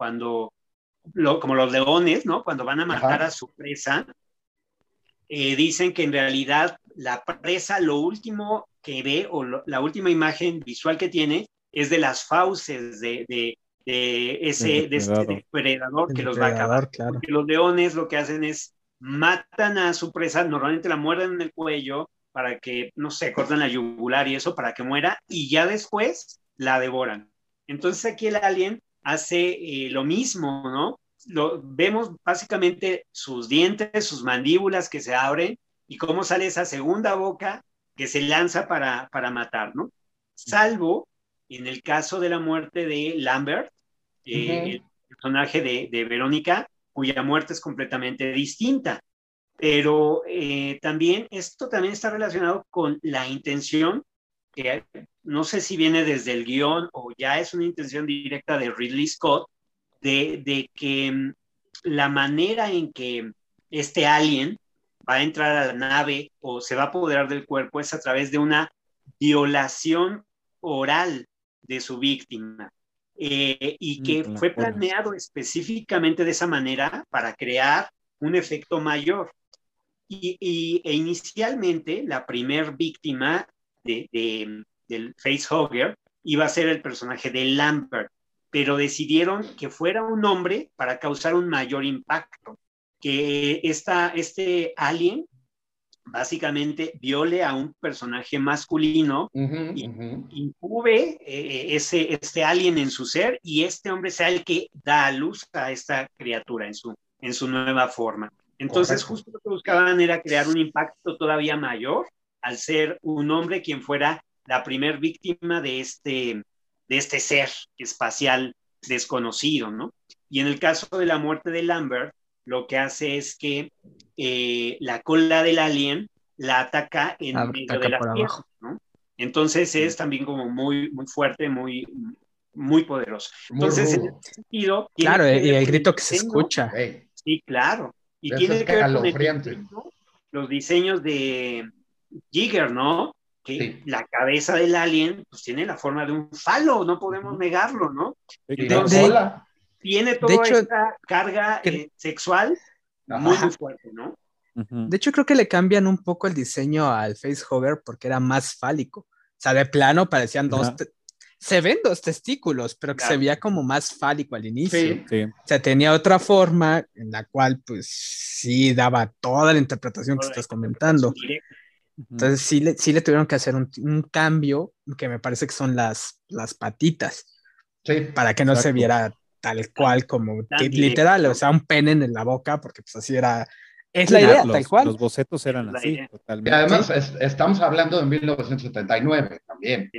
como los leones, ¿no? Cuando van a matar a ajá. su presa, dicen que en realidad la presa lo último que ve la última imagen visual que tiene es de las fauces del de este depredador. depredador el que los va a acabar. depredador, claro. Porque los leones lo que hacen es matan a su presa, normalmente la muerden en el cuello para que, no sé, cortan la yugular y eso para que muera y ya después la devoran. Entonces aquí el alien hace lo mismo, ¿no? Vemos básicamente sus dientes, sus mandíbulas que se abren y cómo sale esa segunda boca que se lanza para matar, ¿no? Salvo en el caso de la muerte de Lambert, Uh-huh. el personaje de Verónica, cuya muerte es completamente distinta. Pero también esto también está relacionado con la intención, que no sé si viene desde el guión o ya es una intención directa de Ridley Scott, de que la manera en que este alien va a entrar a la nave o se va a apoderar del cuerpo es a través de una violación oral de su víctima. Y que Con la fue cola. planeado específicamente de esa manera para crear un efecto mayor. Inicialmente la primer víctima del facehugger iba a ser el personaje de Lambert, pero decidieron que fuera un hombre para causar un mayor impacto, que este alien básicamente viole a un personaje masculino y incube este alien en su ser, y este hombre sea el que da a luz a esta criatura en su nueva forma. Entonces, justo lo que buscaban era crear un impacto todavía mayor al ser un hombre quien fuera la primer víctima de este ser espacial desconocido, ¿no? Y en el caso de la muerte de Lambert, lo que hace es que la cola del alien la ataca en medio de la pierna, ¿no? Entonces es también como muy, muy fuerte, muy, muy poderoso. Entonces, en ese sentido... Claro, y el grito que se escucha. Sí, claro. Y tiene que ver con los diseños de Giger, ¿no? Que la cabeza del alien pues tiene la forma de un falo, no podemos negarlo, ¿no? Entonces, tiene toda esta carga sexual muy, muy fuerte, ¿no? De hecho, creo que le cambian un poco el diseño al facehugger porque era más fálico. O sea, de plano parecían se ven dos testículos, pero que se veía como más fálico al inicio. Sí. O sea, tenía otra forma en la cual, pues, sí daba toda la interpretación que estás comentando. Entonces, sí le tuvieron que hacer un cambio, que me parece que son las patitas. Sí, para que no se viera tal cual como literal, o sea, un pene en la boca, porque pues así era. Es la idea, tal cual. Los bocetos eran así, totalmente. Y además, estamos hablando de 1979 también.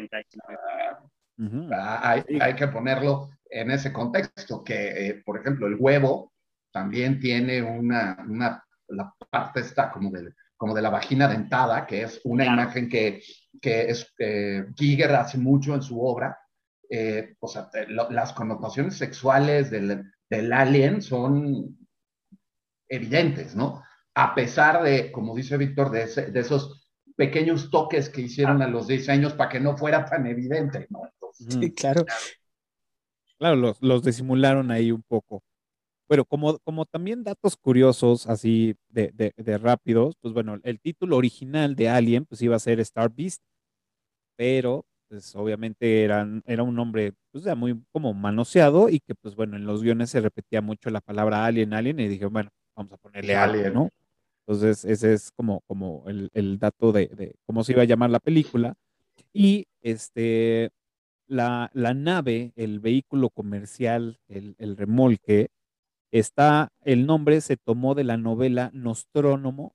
Hay que ponerlo en ese contexto, que, por ejemplo, el huevo también tiene la parte esta como de la vagina dentada, que es una imagen que Giger hace mucho en su obra. O sea, las connotaciones sexuales del alien son evidentes, ¿no? A pesar de, como dice Víctor, de esos pequeños toques que hicieron a los diseños para que no fuera tan evidente, ¿no? Entonces, sí, claro. Claro, los disimularon ahí un poco. Pero como también datos curiosos, así de rápidos, pues bueno, el título original de Alien pues iba a ser Star Beast, pero pues obviamente era un nombre pues ya muy como manoseado, y que pues bueno, en los guiones se repetía mucho la palabra alien, y dije, bueno, vamos a ponerle alien, ¿no? Entonces ese es como el dato de cómo se iba a llamar la película. Y la nave, el vehículo comercial, el remolque, el nombre se tomó de la novela Nostromo,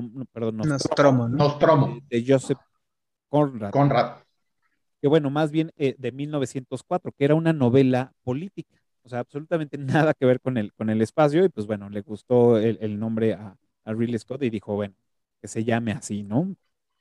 Nostromo. De Joseph Conrad. Que bueno, más bien de 1904, que era una novela política, o sea, absolutamente nada que ver con el espacio, y pues bueno, le gustó el nombre a Ridley Scott y dijo, bueno, que se llame así, ¿no?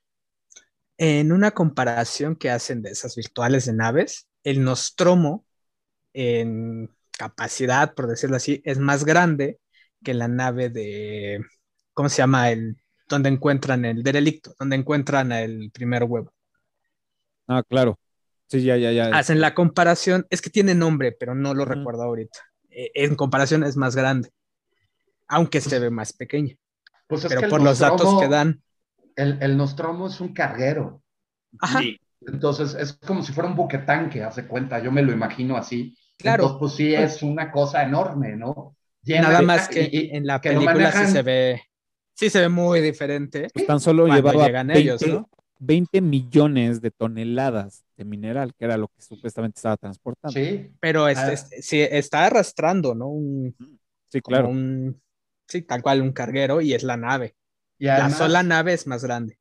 En una comparación que hacen de esas virtuales de naves, el Nostromo en capacidad, por decirlo así, es más grande que la nave de, ¿cómo se llama? Donde encuentran el derelicto, donde encuentran el primer huevo. Ah, claro. Sí, ya. Hacen la comparación, es que tiene nombre, pero no lo recuerdo ahorita. En comparación es más grande, aunque se ve más pequeña. Pues pero por los datos que dan. El Nostromo es un carguero. Ajá. Sí. Entonces es como si fuera un buquetanque, hace cuenta, yo me lo imagino así. Claro. Entonces, pues sí, es una cosa enorme, ¿no? Nada más que en la película sí se ve muy diferente. Pues tan solo llevaba llegan ellos, ¿no? 20 millones de toneladas de mineral, que era lo que supuestamente estaba transportando. Sí. Pero sí, está arrastrando, ¿no? Sí, claro. Sí, tal cual un carguero, y es la nave. Y además, la sola nave es más grande.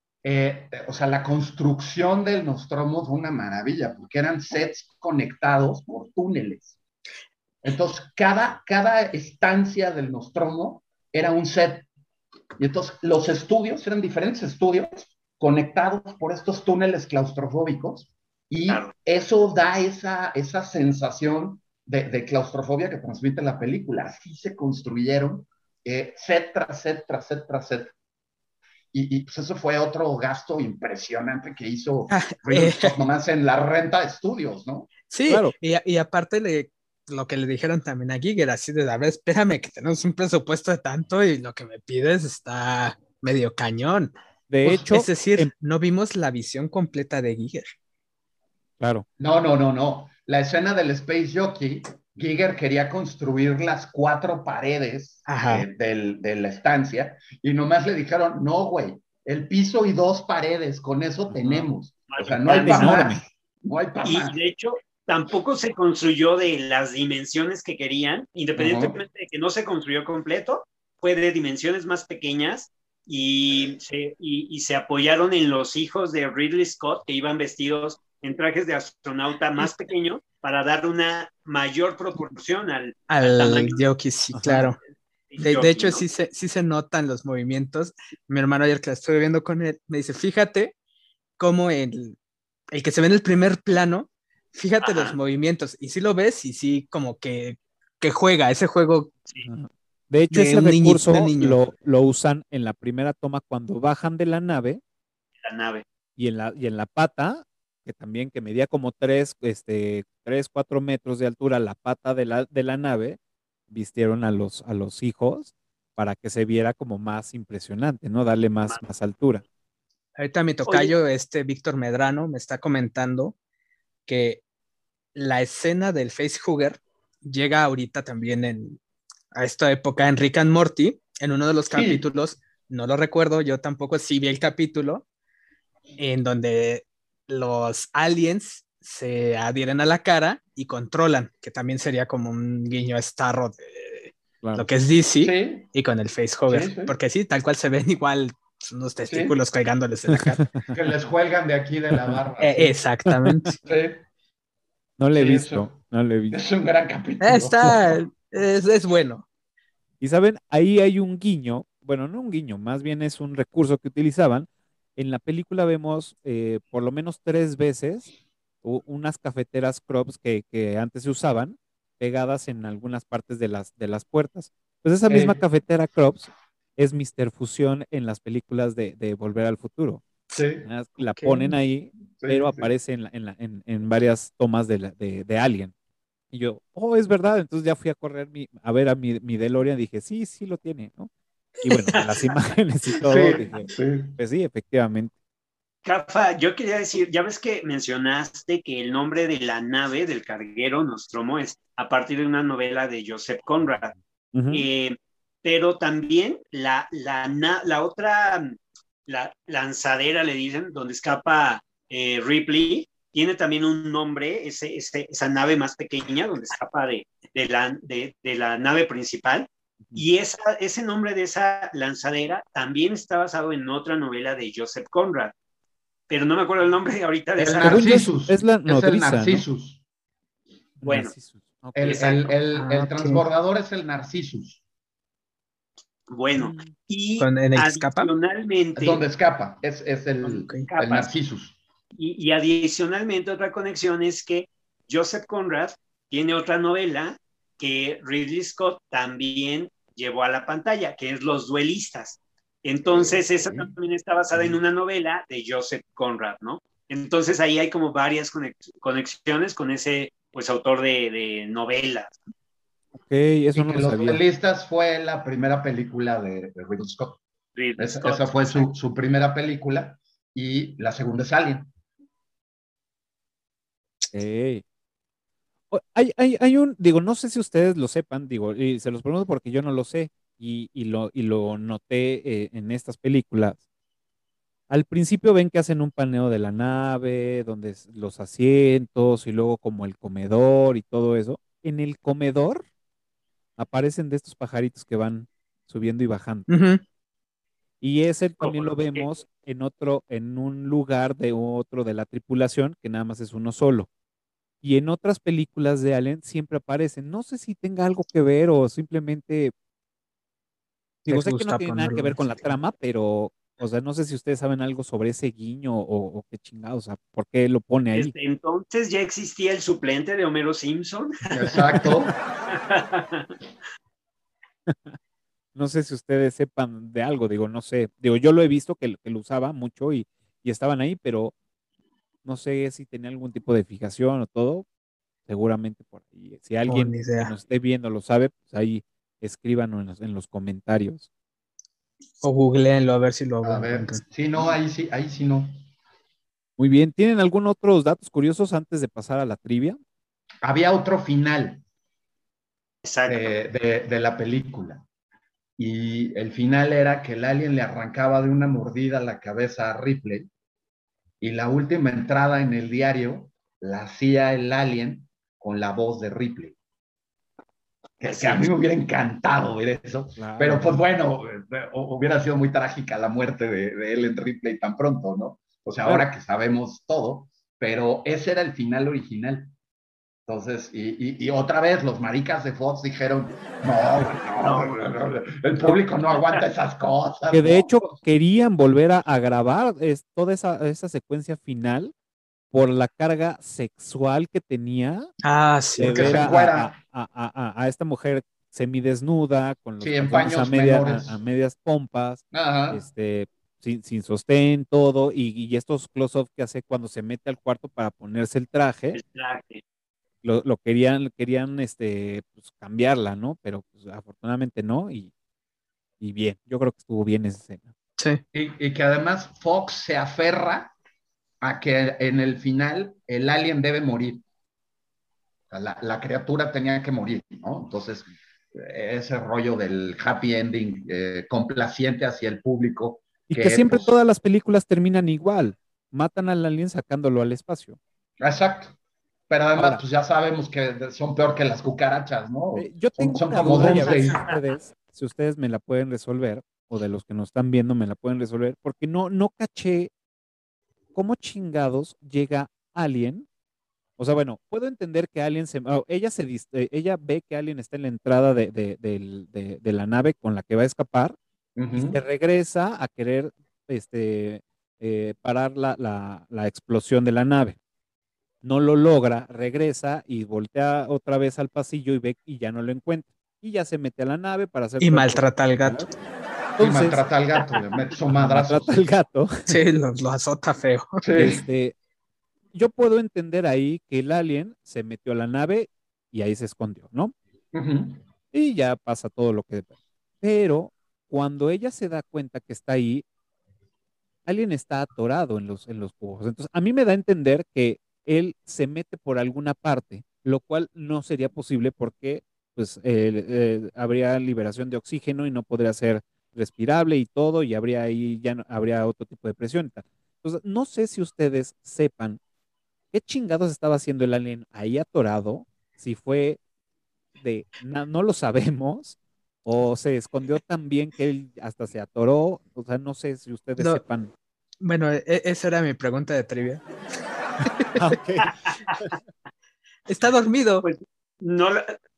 O sea, la construcción del Nostromo fue una maravilla, porque eran sets conectados por túneles. Entonces, cada estancia del Nostromo era un set. Y entonces, los estudios eran diferentes estudios conectados por estos túneles claustrofóbicos, y eso da esa sensación de claustrofobia que transmite la película. Así se construyeron set tras set, tras set, tras set. Y pues eso fue otro gasto impresionante que hizo nomás en la renta de estudios, ¿no? Sí, claro. Y aparte lo que le dijeron también a Giger, así de, a ver, espérame, que tenemos un presupuesto de tanto y lo que me pides está medio cañón. De hecho, es decir, no vimos la visión completa de Giger. Claro. No. la escena del Space Jockey, Giger quería construir las 4 paredes de la estancia y nomás le dijeron, no, güey, el piso y 2 paredes, con eso tenemos. O sea, no hay para más. No hay para más. Y de hecho, tampoco se construyó de las dimensiones que querían, independientemente de que no se construyó completo, fue de dimensiones más pequeñas y se apoyaron en los hijos de Ridley Scott, que iban vestidos en trajes de astronauta más pequeños para dar una mayor proporción al tamaño. Jockey, sí, claro. De hecho, ¿no? sí se notan los movimientos. Mi hermano ayer que la estuve viendo con él, me dice, fíjate cómo el que se ve en el primer plano, fíjate los movimientos, y sí lo ves, y sí como que juega ese juego. Sí. De hecho, ese recurso lo usan en la primera toma cuando bajan de la nave. Y en la pata, que también que medía como 3, 4 metros de altura, la pata de la nave, vistieron a los hijos para que se viera como más impresionante, ¿no? Darle más altura. Ahorita mi tocayo, Víctor Medrano, me está comentando que la escena del facehugger llega ahorita también a esta época en Rick and Morty, en uno de los capítulos, no lo recuerdo, yo tampoco sí vi el capítulo, en donde los aliens se adhieren a la cara y controlan, que también sería como un guiño a Starro de lo que es DC, y con el facehugger, porque sí, tal cual se ven igual unos testículos colgándoles en la cara. Que les cuelgan de aquí de la barra. Exactamente. No le he visto, no le he visto. Es un gran capítulo. Es bueno. Y saben, ahí hay un guiño, bueno, no un guiño, más bien es un recurso que utilizaban. En la película vemos por lo menos 3 veces unas cafeteras Krups que antes se usaban, pegadas en algunas partes de las puertas. Pues esa misma cafetera Krups es Mr. Fusión en las películas de Volver al Futuro. La ponen ahí, pero aparece en varias tomas de Alien. Y yo, es verdad, entonces ya fui a correr a ver a mi DeLorean, dije, sí lo tiene, ¿no? Y bueno, las imágenes y todo, dije, pues sí, efectivamente. Cafa, yo quería decir, ya ves que mencionaste que el nombre de la nave del carguero Nostromo es a partir de una novela de Joseph Conrad. Pero también la otra, la lanzadera, le dicen, donde escapa Ripley, tiene también un nombre, esa nave más pequeña, donde escapa de la nave principal, y ese nombre de esa lanzadera también está basado en otra novela de Joseph Conrad, pero no me acuerdo el nombre ahorita de esa. Narcissus. Es el Narcissus. ¿No? Bueno. Narcissus. Okay. El transbordador es el Narcissus. Bueno, y adicionalmente... ¿Dónde escapa? Es el Narcissus. Y adicionalmente otra conexión es que Joseph Conrad tiene otra novela que Ridley Scott también llevó a la pantalla, que es Los Duelistas. Entonces esa también está basada en una novela de Joseph Conrad, ¿no? Entonces ahí hay como varias conexiones con ese autor de novelas. Ok, eso no lo sabía. Los Duelistas fue la primera película de Ridley Scott. Esa fue su primera película, y la segunda es Alien. Hay digo, no sé si ustedes lo sepan, digo, y se los pregunto porque yo no lo sé, y lo noté en estas películas. Al principio ven que hacen un paneo de la nave, donde los asientos, y luego como el comedor y todo eso. En el comedor aparecen de estos pajaritos que van subiendo y bajando. Y ese también lo vemos en un lugar de otro de la tripulación, que nada más es uno solo. Y en otras películas de Alien siempre aparecen. No sé si tenga algo que ver o simplemente... Digo, sé que no tiene nada que ver con la trama, pero, o sea, no sé si ustedes saben algo sobre ese guiño o qué chingados, o sea, ¿por qué lo pone ahí? Entonces ya existía el suplente de Homero Simpson. Exacto. No sé si ustedes sepan de algo, digo, no sé. Digo, yo lo he visto que lo usaba mucho y estaban ahí, pero no sé si tenía algún tipo de fijación o todo. Seguramente por ahí. Si alguien que nos esté viendo lo sabe, pues ahí escríbanos en los comentarios. O googleenlo a ver si lo encuentran. Sí, no, ahí sí no. Muy bien. ¿Tienen algún otros datos curiosos antes de pasar a la trivia? había otro final Exacto. de la película. Y el final era que el alien le arrancaba de una mordida la cabeza a Ripley, y la última entrada en el diario la hacía el alien con la voz de Ripley. Que a mí me hubiera encantado ver eso, Claro. pero pues bueno, hubiera sido muy trágica la muerte de Ellen Ripley tan pronto, ¿no? O sea, ahora que sabemos todo, pero ese era el final original. Entonces, y otra vez los maricas de Fox dijeron, no, el público no aguanta esas cosas. Que de ¿no? hecho querían volver a grabar toda esa secuencia final por la carga sexual que tenía Ah, sí. de Porque ver se encuera, a esta mujer semidesnuda con los sí, en calzones paños a menores. medias pompas, Ajá. este, sin sostén, todo, y estos close-ups que hace cuando se mete al cuarto para ponerse el traje, El traje. lo querían pues, cambiarla, ¿no? Pero pues, afortunadamente no, y bien, yo creo que estuvo bien esa escena. Sí. Y que además Fox se aferra a que en el final el alien debe morir. O sea, la criatura tenía que morir, ¿no? Entonces, ese rollo del happy ending complaciente hacia el público, Y que que siempre pues, todas las películas terminan igual, matan al alien sacándolo al espacio. exacto. Pero además, Ahora, pues ya sabemos que son peor que las cucarachas, ¿no? yo Son, tengo son una como duda y a ver Doomsday. si ustedes me la pueden resolver, o de los que nos están viendo me la pueden resolver, porque no caché cómo chingados llega Alien. O sea, bueno, puedo entender que Alien ella ve que Alien está en la entrada de la nave con la que va a escapar y se Ujú. regresa a querer parar la explosión de la nave. No lo logra, regresa y voltea otra vez al pasillo y ve y ya no lo encuentra. Y ya se mete a la nave para hacer Y todo el maltrata al protocolo. gato. Y Entonces, maltrata al gato, le mete su ajá, maltrata madrazos. al gato. Sí, lo azota feo. Sí. Yo puedo entender ahí que el alien se metió a la nave y ahí se escondió, ¿no? Ujú. Y ya pasa todo lo que... Pero cuando ella se da cuenta que está ahí, alguien está atorado en los cubos. Entonces, a mí me da a entender que él se mete por alguna parte, lo cual no sería posible porque pues habría liberación de oxígeno y no podría ser respirable y todo, y habría ahí ya habría otro tipo de presión y tal. Entonces, no sé si ustedes sepan qué chingados estaba haciendo el alien ahí atorado, si fue no lo sabemos, o se escondió tan bien que él hasta se atoró, o sea, no sé si ustedes No, sepan. bueno, esa era mi pregunta de trivia. Ok. Está dormido. Pues no,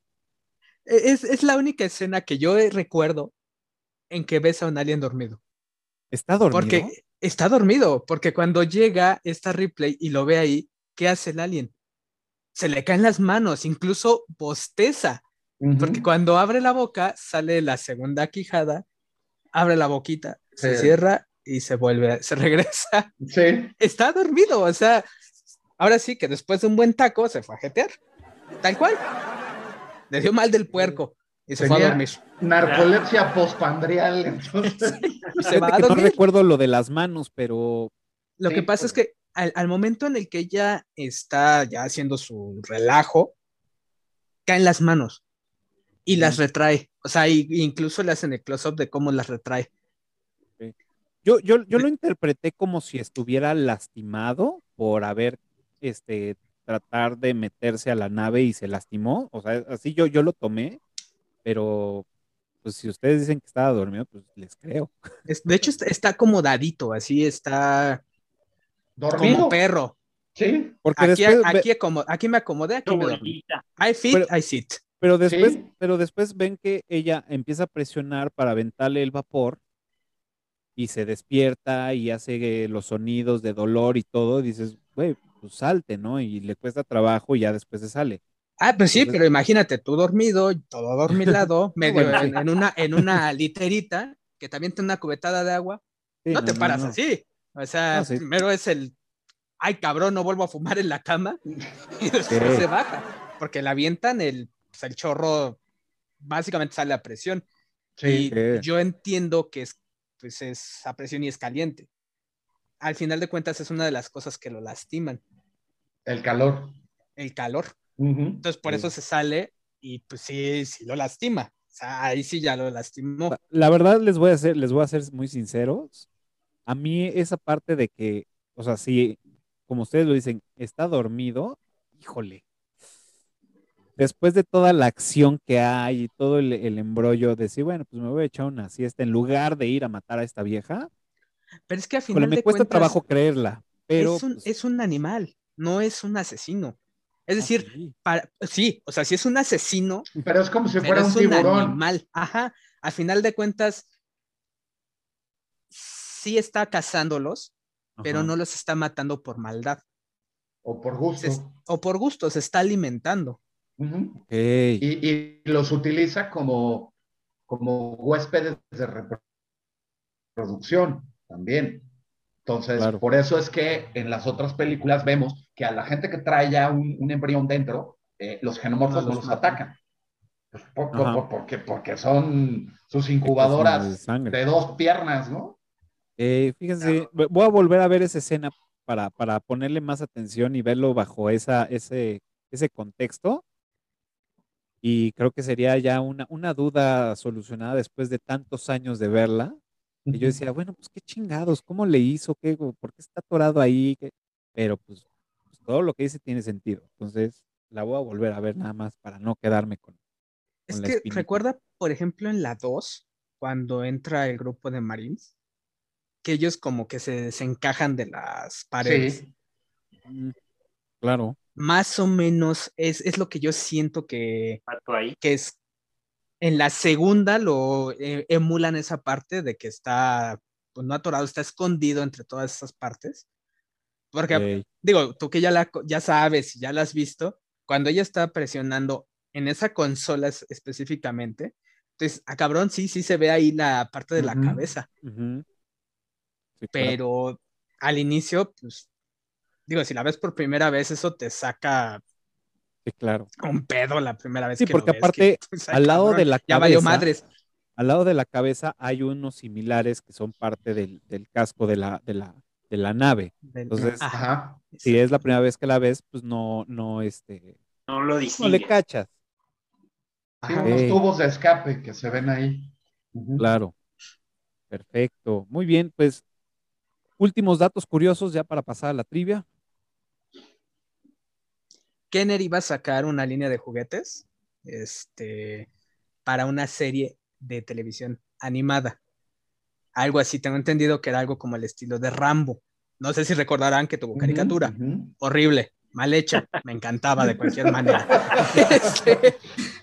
Es la única escena que yo recuerdo en que ves a un alien dormido. ¿Está dormido? Porque está dormido, porque cuando llega esta Ripley y lo ve ahí, ¿qué hace el alien? Se le caen las manos, incluso bosteza, porque Ujú. cuando abre la boca sale la segunda quijada, abre la boquita, Sí. se cierra y se regresa. Sí. Está dormido, o sea, ahora sí que después de un buen taco se fue a jetear, tal cual. Le dio mal del puerco y se fue a dormir. Narcolepsia postpandrial, entonces. Y se va Fíjate a que no dormir. recuerdo lo de las manos, pero Lo Sí, que pasa es que al momento en el que ella está ya haciendo su relajo, caen las manos y las retrae. O sea, incluso le hacen el close-up de cómo las retrae. yo lo interpreté como si estuviera lastimado por haber tratar de meterse a la nave y se lastimó. O sea, así yo lo tomé, pero pues si ustedes dicen que estaba dormido, pues les creo. De hecho, está acomodadito, así está como ¿Dormido? perro. Sí, Porque después, Aquí me acomodé, aquí me dormí. bolita. I fit, pero, I sit. sí. pero después ven que ella empieza a presionar para aventarle el vapor y se despierta y hace los sonidos de dolor y todo, y dices, güey, pues salte, ¿no? Y le cuesta trabajo y ya después se sale. Ah, pues sí, Entonces, pero imagínate, tú dormido, todo dormilado, no, medio bueno, sí. en una literita, que también tiene una cubetada de agua. Sí, No te paras no. así. O No, sea, sí. primero es ay cabrón, no vuelvo a fumar en la cama, y después Sí. se baja, porque le avientan pues, el chorro, básicamente sale a presión. Sí. Y yo entiendo que pues es a presión y es caliente. Al final de cuentas es una de las cosas que lo lastiman, El calor. el calor. Entonces por eso se sale y pues sí, sí lo lastima. O sea, ahí sí ya lo lastimó. La verdad les voy a ser muy sinceros. A mí esa parte de que, o sea, si, como ustedes lo dicen, está dormido, híjole, después de toda la acción que hay y todo el embrollo de decir, bueno, pues me voy a echar una siesta en lugar de ir a matar a esta vieja, Pero es que a híjole, final me de cuesta cuentas trabajo creerla, pero pues, es un animal, no es un asesino. Es no, decir, sí, sí, o sea, sí es un asesino, Pero es como si pero fuera es un un tiburón. animal. Ajá, a final de cuentas sí está cazándolos, pero ajá, no los está matando por maldad. O por gusto. O por gusto, se está alimentando. Ujú. ok, Y los utiliza como huéspedes de reproducción también. Entonces, claro, por eso es que en las otras películas vemos que a la gente que trae ya un embrión dentro, los No xenomorfos no los los matan. atacan. Pues, ajá, porque son sus que consumen incubadoras sangre. de 2 piernas, ¿no? Fíjense, voy a volver a ver esa escena para ponerle más atención y verlo bajo ese contexto. Y creo que sería ya una duda solucionada después de tantos años de verla. Y yo decía, bueno, pues qué chingados, ¿cómo le hizo? ¿Por qué está atorado ahí? Pero pues todo lo que dice tiene sentido. Entonces la voy a volver a ver nada más para no quedarme con Es la que espinita. recuerda, por ejemplo, en la 2 cuando entra el grupo de Marines, que ellos como que se desencajan de las paredes. Sí. Mm, claro, Más o menos es lo que yo siento Pato ahí. que es. En la segunda lo emulan esa parte de que está, pues no atorado, está escondido entre todas esas partes. Porque, ok, digo, tú que ya sabes, ya la has visto, cuando ella está presionando en esa consola específicamente, entonces, a cabrón, sí, sí se ve ahí la parte de la Ujú. cabeza, ujú, sí, claro, pero al inicio, pues, digo, si la ves por primera vez, eso te saca sí, claro. un pedo la primera vez Sí, que lo porque ves, que, aparte, pues, ay, al lado cabrón, de la ya valió cabeza, madres. al lado de la cabeza hay unos similares que son parte del casco de la nave. Entonces, Ajá, Ajá. si es la exacto. primera vez que la ves, pues No lo no le distingues. cachas. Sí, Ajá. unos Ok, tubos de escape que se ven ahí. Ujú. claro, perfecto. Muy bien, pues últimos datos curiosos ya para pasar a la trivia. Kenner iba a sacar una línea de juguetes, para una serie de televisión animada. Algo así, tengo entendido que era algo como el estilo de Rambo. No sé si recordarán que tuvo Ujú, caricatura. ujú. Horrible, mal hecha. Me encantaba de cualquier manera. Este,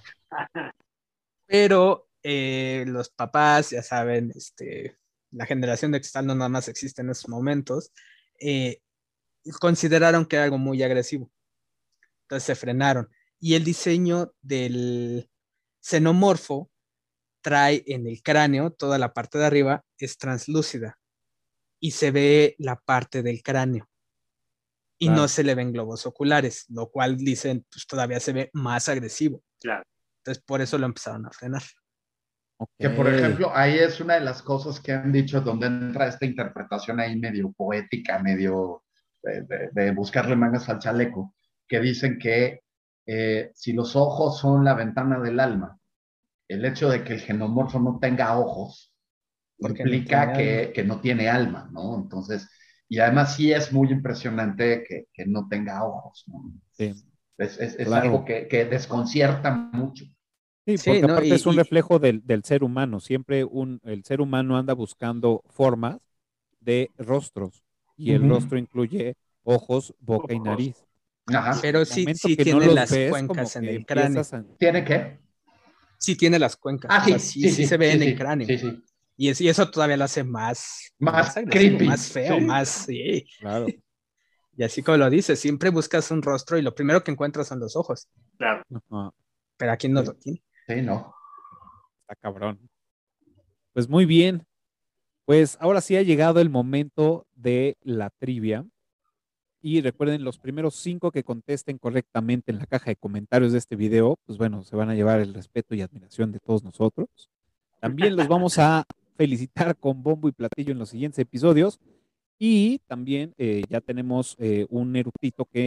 pero los papás, ya saben, la generación de cristal no nada más existe en esos momentos, eh, consideraron que era algo muy agresivo. Entonces se frenaron. Y el diseño del xenomorfo trae en el cráneo, toda la parte de arriba es translúcida y se ve la parte del cráneo y no Claro, se le ven globos oculares, lo cual dicen, pues todavía se ve más agresivo. Claro. Entonces por eso lo empezaron a frenar. Que por ok. ejemplo, ahí es una de las cosas que han dicho donde entra esta interpretación ahí medio poética, medio de buscarle mangas al chaleco, que dicen que si los ojos son la ventana del alma, el hecho de que el genomorfo no tenga ojos Porque no tiene implica alma. que no tiene alma, ¿no? Entonces, y además sí es muy impresionante que no tenga ojos, ¿no? Sí, Es claro. algo que desconcierta mucho. Sí, Sí, porque ¿no? aparte es un reflejo del ser humano. Siempre el ser humano anda buscando formas de rostros y el Ujú. rostro incluye ojos, boca y Ojos. nariz. Ajá. Y en Pero el sí, momento sí que no tiene los las ves, como cuencas en que el cráneo. empiezas a... ¿Tiene qué? Sí tiene las cuencas, Ah, o sea, sí, sí, sí, sí se sí, ve sí, en el sí, cráneo. sí, sí. Y eso todavía lo hace más, pues, más Más agresivo, más creepy, feo, sí. más, sí. Claro, Y así como lo dices, siempre buscas un rostro y lo primero que encuentras son los ojos, Claro. ajá, pero aquí no Sí, lo tiene. sí, no. está cabrón. Pues muy bien, pues ahora sí ha llegado el momento de la trivia. Y recuerden, los primeros 5 que contesten correctamente en la caja de comentarios de este video, pues bueno, se van a llevar el respeto y admiración de todos nosotros. También los vamos a felicitar con bombo y platillo en los siguientes episodios. Y también ya tenemos un erudito que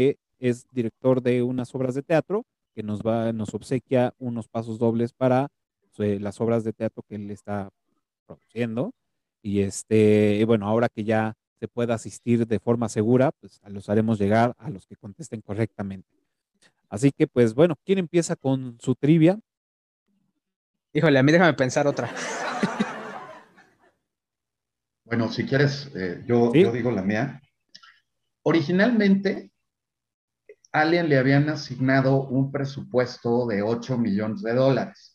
es director de unas obras de teatro que nos obsequia unos pasos dobles para las obras de teatro que él está produciendo. Y bueno, ahora que ya se pueda asistir de forma segura, pues los haremos llegar a los que contesten correctamente. Así que, pues bueno, ¿quién empieza con su trivia? Híjole, a mí déjame pensar otra. Bueno, si quieres, yo ¿Sí? digo la mía. Originalmente, Alien le habían asignado un presupuesto de $8 millones.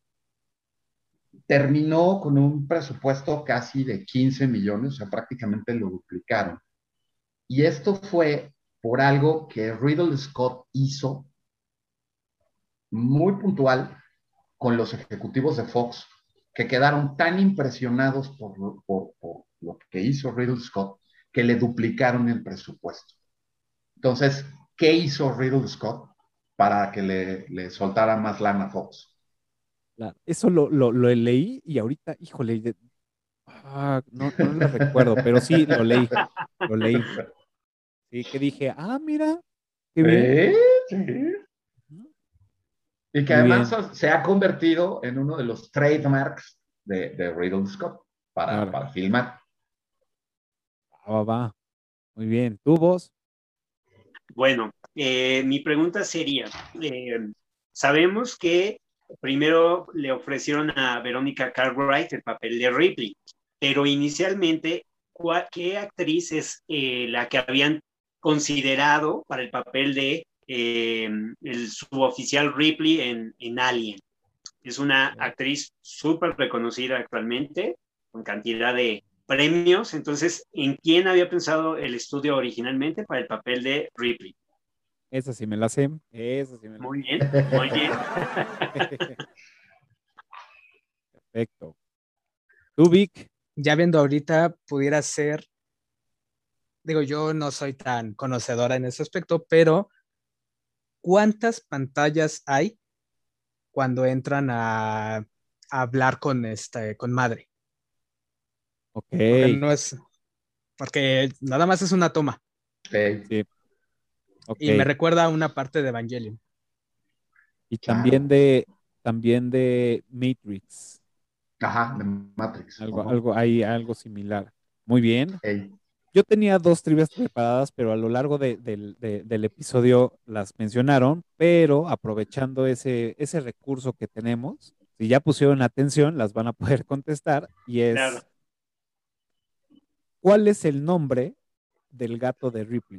Terminó con un presupuesto casi de 15 millones, o sea, prácticamente lo duplicaron. Y esto fue por algo que Ridley Scott hizo muy puntual con los ejecutivos de Fox, que quedaron tan impresionados por lo que hizo Ridley Scott, que le duplicaron el presupuesto. Entonces, ¿qué hizo Ridley Scott para que le soltara más lana a Fox? Claro, eso lo leí y ahorita, híjole, no lo recuerdo, pero sí lo leí, lo leí. Sí, que dije, mira, qué bien. Sí. Ujú. Y que Muy además bien, se ha convertido en uno de los trademarks de Ridley Scott claro. para filmar. Va. Muy bien. ¿Tú, vos? Bueno, mi pregunta sería, sabemos que primero le ofrecieron a Verónica Cartwright el papel de Ripley, pero inicialmente, ¿qué actriz es la que habían considerado para el papel de el suboficial Ripley en Alien? Es una actriz súper reconocida actualmente, con cantidad de premios. Entonces, ¿en quién había pensado el estudio originalmente para el papel de Ripley? Esa sí me la sé. Esa sí me la Muy sé. bien, muy bien. Perfecto. ¿Tú, Vic? Ya viendo ahorita, pudiera ser, digo, yo no soy tan conocedora en ese aspecto, pero ¿cuántas pantallas hay cuando entran a hablar con madre? Ok. Porque no es, porque nada más es una toma Sí, Sí, y me ok. recuerda a una parte de Evangelion. Y también claro. de Matrix. Ajá, de Matrix. Ajá. Hay algo similar. Muy bien. Hey. Yo tenía dos trivias preparadas, pero a lo largo del episodio las mencionaron, pero aprovechando ese recurso que tenemos, si ya pusieron atención, las van a poder contestar, y Claro. es, ¿cuál es el nombre del gato de Ripley?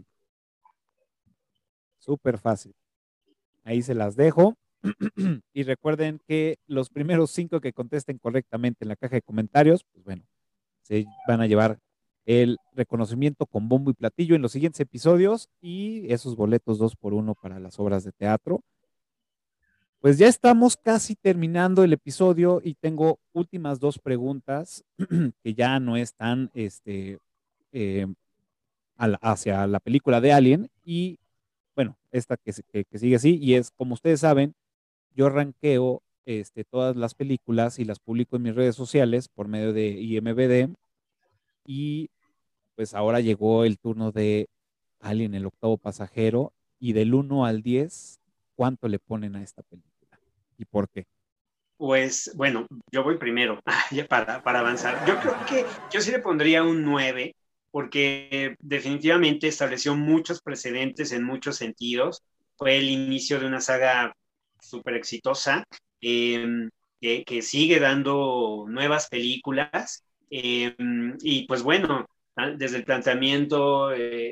Súper fácil. Ahí se las dejo. Y recuerden que los primeros 5 que contesten correctamente en la caja de comentarios, pues bueno, se van a llevar el reconocimiento con bombo y platillo en los siguientes episodios y esos boletos 2x1 para las obras de teatro. Pues ya estamos casi terminando el episodio y tengo últimas dos preguntas que ya no están eh, hacia la película de Alien y bueno, esta que sigue así y es, como ustedes saben, yo ranqueo todas las películas y las publico en mis redes sociales por medio de IMBD y pues ahora llegó el turno de Alien, el octavo pasajero, y del 1 al 10, ¿cuánto le ponen a esta película? ¿Y por qué? Pues bueno, yo voy primero ya para avanzar. Yo creo que yo sí le pondría un 9 porque definitivamente estableció muchos precedentes en muchos sentidos. Fue el inicio de una saga súper exitosa que sigue dando nuevas películas. Y pues bueno, desde el planteamiento,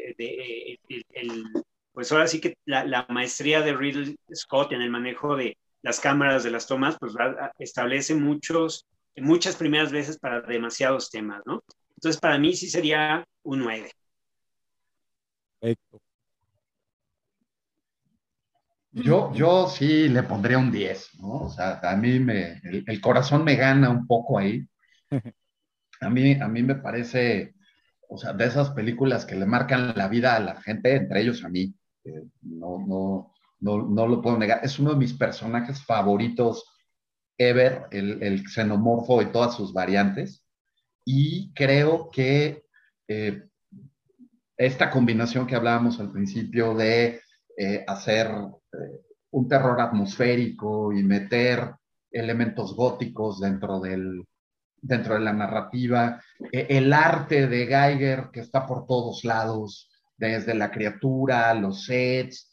pues ahora sí que la maestría de Ridley Scott en el manejo de las cámaras de las tomas, pues establece muchas primeras veces para demasiados temas, ¿no? Entonces, para mí sí sería un 9. Perfecto. Yo sí le pondría un 10, ¿no? O sea, a mí el corazón me gana un poco ahí. A mí me parece, o sea, de esas películas que le marcan la vida a la gente, entre ellos a mí. No lo puedo negar. Es uno de mis personajes favoritos ever, el xenomorfo y todas sus variantes. Y creo que eh, esta combinación que hablábamos al principio de hacer un terror atmosférico y meter elementos góticos dentro de la narrativa, el arte de Geiger que está por todos lados, desde la criatura, los sets,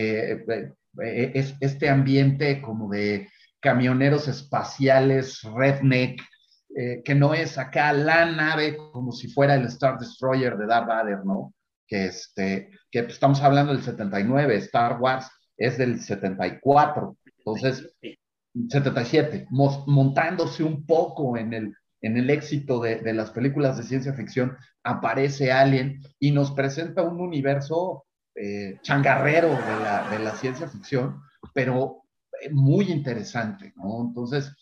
es este ambiente como de camioneros espaciales, redneck, que no es acá la nave como si fuera el Star Destroyer de Darth Vader, ¿no? Que estamos hablando del 79, Star Wars es del 74, entonces 77, montándose un poco en el éxito de las películas de ciencia ficción, aparece Alien y nos presenta un universo changarrero de la ciencia ficción, pero muy interesante, ¿no? Entonces,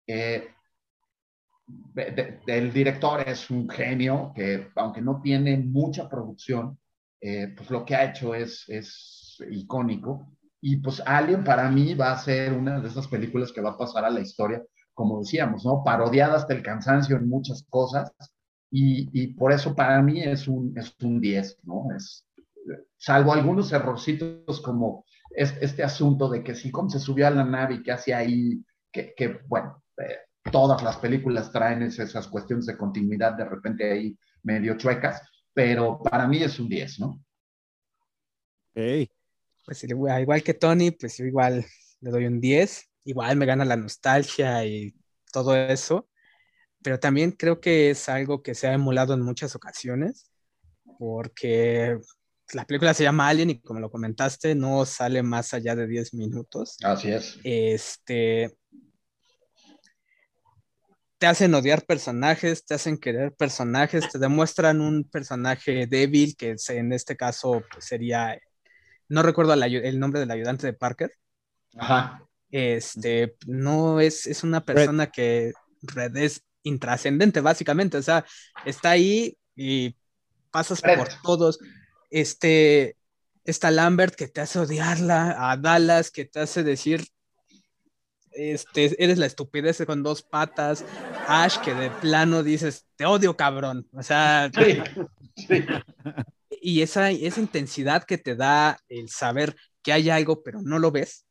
el director es un genio que, aunque no tiene mucha producción, pues lo que ha hecho es icónico. Y pues Alien para mí va a ser una de esas películas que va a pasar a la historia, como decíamos, ¿no? Parodiada hasta el cansancio en muchas cosas. Y por eso para mí es un 10, ¿no? Salvo algunos errorcitos como este asunto de que si cómo se subió a la nave y qué hacía ahí, bueno, todas las películas traen esas cuestiones de continuidad de repente ahí medio chuecas, pero para mí es un 10, ¿no? Hey. Pues igual que Tony, pues yo igual le doy un 10. Igual me gana la nostalgia y todo eso, pero también creo que es algo que se ha emulado en muchas ocasiones, porque la película se llama Alien y como lo comentaste, no sale más allá de 10 minutos. Así es. Te hacen odiar personajes, te hacen querer personajes, te demuestran un personaje débil, que en este caso pues, sería, no recuerdo el nombre del ayudante de Parker. Ajá. No es una persona que es intrascendente, básicamente, o sea, está ahí y pasas por todos. Está Lambert que te hace odiarla, a Dallas que te hace decir eres la estupidez con dos patas, Ash que de plano dices, te odio cabrón, o sea, sí, sí. Y esa intensidad que te da el saber que hay algo pero no lo ves,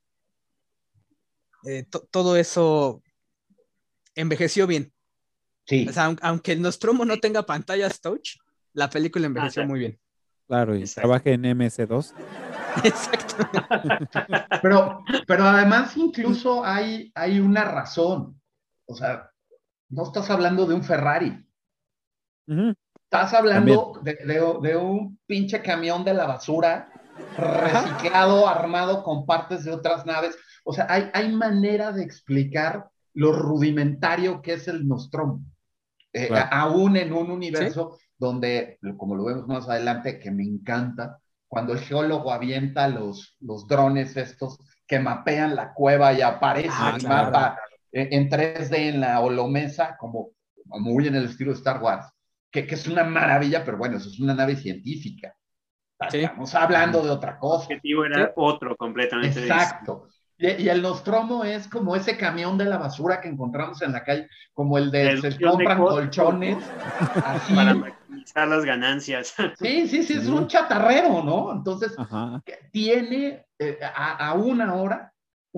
todo eso envejeció bien. Sí. O sea, aunque el Nostromo no tenga pantallas touch, la película envejeció muy bien. Claro, y trabaja en MS2. Exacto. Pero además incluso hay una razón. O sea, no estás hablando de un Ferrari. Estás hablando de un pinche camión de la basura reciclado, armado con partes de otras naves. O sea, hay manera de explicar lo rudimentario que es el Nostromo. Claro. Aún en un universo donde, como lo vemos más adelante, que me encanta, cuando el geólogo avienta los drones estos que mapean la cueva y aparece el mapa en 3D en la holomesa, como muy en el estilo de Star Wars, que es una maravilla, pero bueno, eso es una nave científica. Estamos hablando de otra cosa. El objetivo era otro completamente. Exacto. Y el Nostromo es como ese camión de la basura que encontramos en la calle, como el de se compran colchones. Así. Para maximizar las ganancias. Sí, es un chatarrero, ¿no? Entonces, tiene aún ahora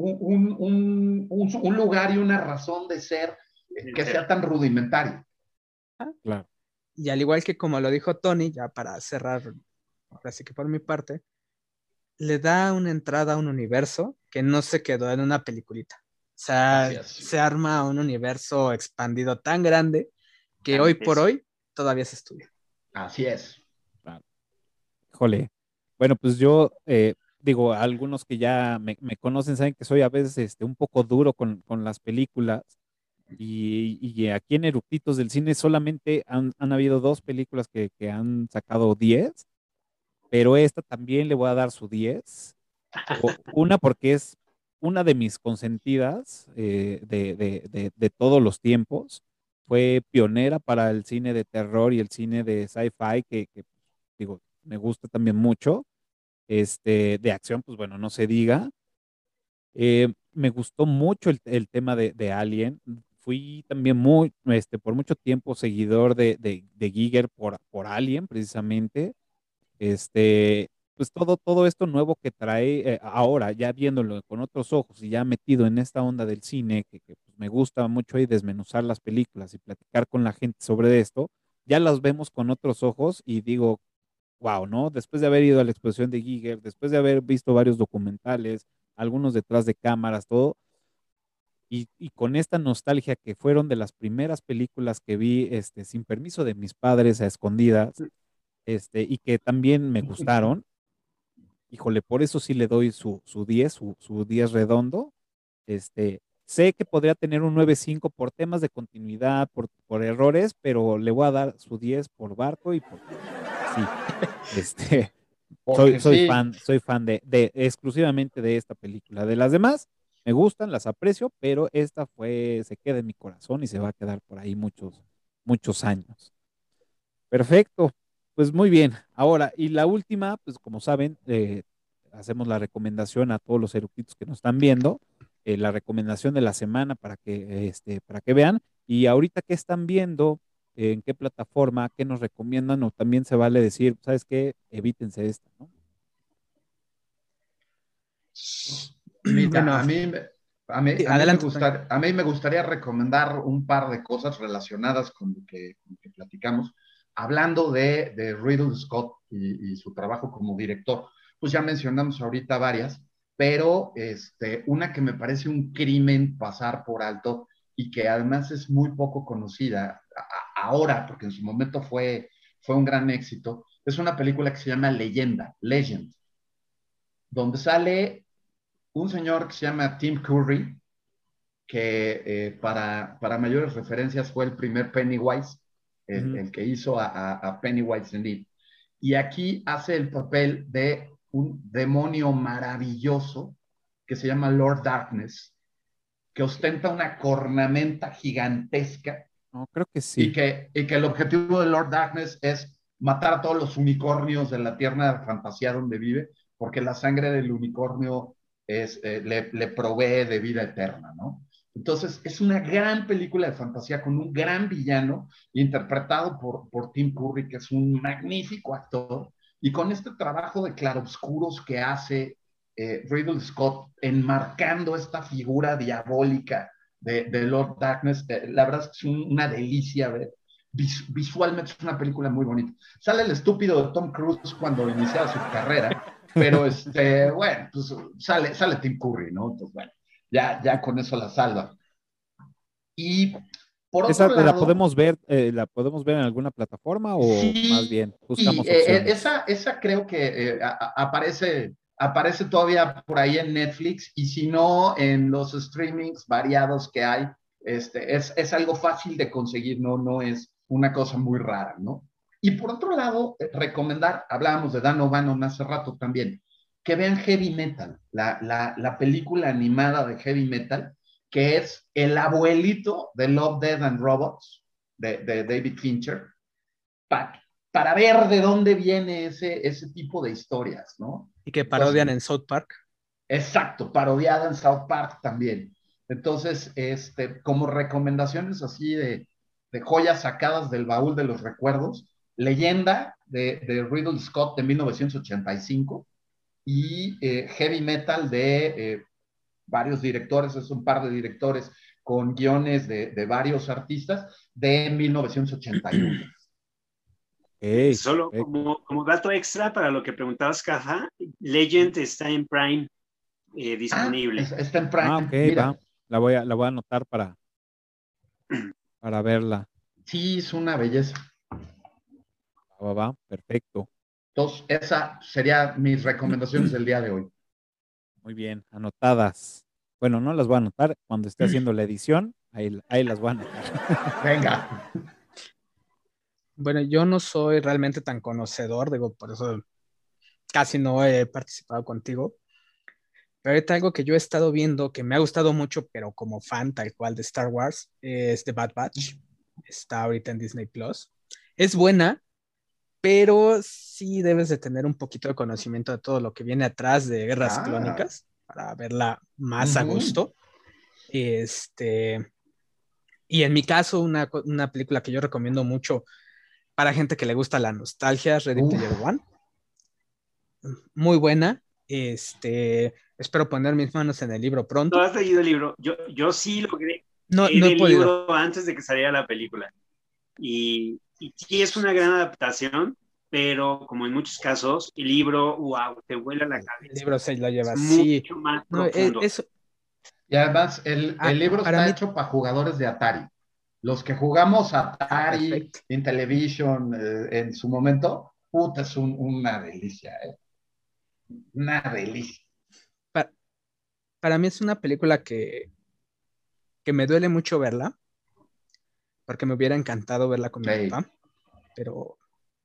un lugar y una razón de ser que sea tan rudimentario. Claro. Y al igual que como lo dijo Tony, ya para cerrar, así que por mi parte, le da una entrada a un universo que no se quedó en una peliculita. O sea, se arma un universo expandido tan grande que hoy por hoy todavía se estudia. Así es. Claro. Híjole. Bueno, pues yo digo, algunos que ya me conocen saben que soy a veces un poco duro con las películas. Y aquí en Eructitos del Cine solamente han habido 2 películas que han sacado 10, pero esta también le voy a dar su 10. Una porque es una de mis consentidas de todos los tiempos. Fue pionera para el cine de terror y el cine de sci-fi, que digo, me gusta también mucho. De acción, pues bueno, no se diga. Me gustó mucho el tema de Alien. Fui también por mucho tiempo seguidor de Giger por Alien, precisamente. pues todo esto nuevo que trae ahora, ya viéndolo con otros ojos y ya metido en esta onda del cine, que, pues, me gusta mucho ahí desmenuzar las películas y platicar con la gente sobre esto, ya las vemos con otros ojos y digo, wow, ¿no? Después de haber ido a la exposición de Giger, después de haber visto varios documentales, algunos detrás de cámaras, todo, y con esta nostalgia que fueron de las primeras películas que vi, sin permiso de mis padres a escondidas, y que también me gustaron. Híjole, por eso sí le doy su 10, su 10 redondo. Sé que podría tener un 9.5 por temas de continuidad, por errores, pero le voy a dar su 10 por Barco y porque sí, este, Porque sí, soy fan de exclusivamente de esta película. De las demás, me gustan, las aprecio, pero esta se queda en mi corazón y se va a quedar por ahí muchos, muchos años. Perfecto, pues muy bien. Ahora, y la última, pues como saben, hacemos la recomendación a todos los eructitos que nos están viendo, la recomendación de la semana para que vean. Y ahorita qué están viendo, en qué plataforma, qué nos recomiendan, o también se vale decir, ¿sabes qué? Evítense esta, ¿no? mira, Bueno, adelante, Tony. a mí me gustaría recomendar un par de cosas relacionadas con lo que platicamos, hablando de Riddle Scott y su trabajo como director. Pues ya mencionamos ahorita varias, pero una que me parece un crimen pasar por alto y que además es muy poco conocida ahora, porque en su momento fue un gran éxito, es una película que se llama Legend, donde sale un señor que se llama Tim Curry, que para mayores referencias fue el primer Pennywise, Ujú. el que hizo a Pennywise en It. Y aquí hace el papel de un demonio maravilloso que se llama Lord Darkness, que ostenta una cornamenta gigantesca No, creo que sí. y que el objetivo de Lord Darkness es matar a todos los unicornios de la tierra de fantasía donde vive, porque la sangre del unicornio le provee de vida eterna, ¿no? Entonces, es una gran película de fantasía con un gran villano interpretado por Tim Curry, que es un magnífico actor, y con este trabajo de claroscuros que hace Riddle Scott, enmarcando esta figura diabólica de Lord Darkness. La verdad es que es una delicia ver. Visualmente es una película muy bonita. Sale el estúpido de Tom Cruise cuando iniciaba su carrera, pero bueno, pues sale Tim Curry, ¿no? Entonces, bueno, ya con eso la salva. Y por ¿Esa otro lado, la podemos ver en alguna plataforma o más sí, bien buscamos opciones? esa creo que aparece todavía por ahí en Netflix y si no en los streamings variados que hay, es algo fácil de conseguir, no es una cosa muy rara, ¿no? Y por otro lado, recomendar, hablábamos de Dan O'Bannon hace rato también, que vean Heavy Metal, la película animada de Heavy Metal, que es el abuelito de Love, Death and Robots, de David Fincher, pa, para ver de dónde viene ese tipo de historias, ¿no? Y que Entonces, parodian en South Park. exacto, parodiada en South Park también. Entonces, como recomendaciones así de joyas sacadas del baúl de los recuerdos, Leyenda de Riddle Scott de 1985 y Heavy Metal de varios directores, es un par de directores con guiones de varios artistas de 1981. Solo Perfecto. como dato extra para lo que preguntabas, Caja, Legend está en Prime disponible. Está en Ok, Prime. va. Mira, La voy a anotar para verla. sí, es una belleza. Va. Perfecto. Entonces, esa sería mis recomendaciones del día de hoy. Muy bien, anotadas. Bueno, no las voy a anotar. Cuando esté haciendo la edición, ahí las voy a anotar. Venga. Bueno, yo no soy realmente tan conocedor, digo, por eso casi no he participado contigo. Pero ahorita algo que yo he estado viendo que me ha gustado mucho, pero como fan tal cual de Star Wars, es The Bad Batch. Está ahorita en Disney Plus. Es buena, pero sí debes de tener un poquito de conocimiento de todo lo que viene atrás de Guerras Ah, Clónicas para verla más a uh-huh. gusto. Y en mi caso, una película que yo recomiendo mucho para gente que le gusta la nostalgia es Ready Player Uf, One. muy buena. Espero poner mis manos en el libro pronto. ¿No has leído el libro? Yo sí logré No leer he el podido. libro antes de que saliera la película. Y sí es una gran adaptación, pero como en muchos casos, el libro, wow, te vuela la El cabeza. libro se lo lleva, Es sí. mucho más No, profundo. Y además, el libro para está mí- hecho para jugadores de Atari. Los que jugamos Atari, perfecto. Intellivision en su momento, puta, es una delicia, ¿eh? Una delicia. Para mí es una película que me duele mucho verla, porque me hubiera encantado verla con mi Sí, papá, pero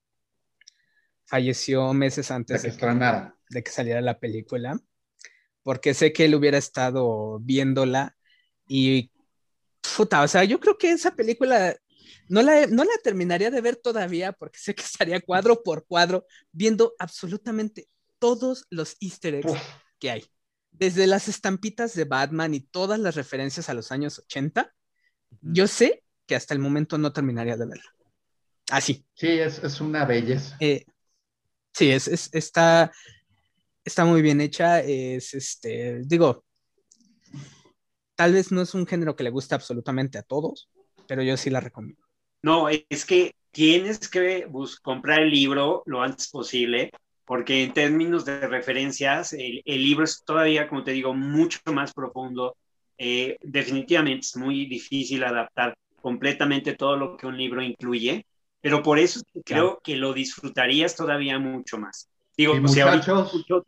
falleció meses de antes que estrenara. de que saliera la película, porque sé que él hubiera estado viéndola y, puta, o sea, yo creo que esa película no la terminaría de ver todavía, porque sé que estaría cuadro por cuadro viendo absolutamente todos los easter eggs Uf, que hay. Desde las estampitas de Batman y todas las referencias a los años 80, yo sé que hasta el momento no terminaría de verla. Así. sí, es una belleza. Sí, está muy bien hecha. Digo, tal vez no es un género que le guste absolutamente a todos, pero yo sí la recomiendo. No, es que tienes que comprar el libro lo antes posible, porque en términos de referencias, el libro es todavía, como te digo, mucho más profundo. Definitivamente es muy difícil adaptar completamente todo lo que un libro incluye, pero por eso creo que lo disfrutarías todavía mucho más. Digo, Y o sea, ahorita muchachos, escucho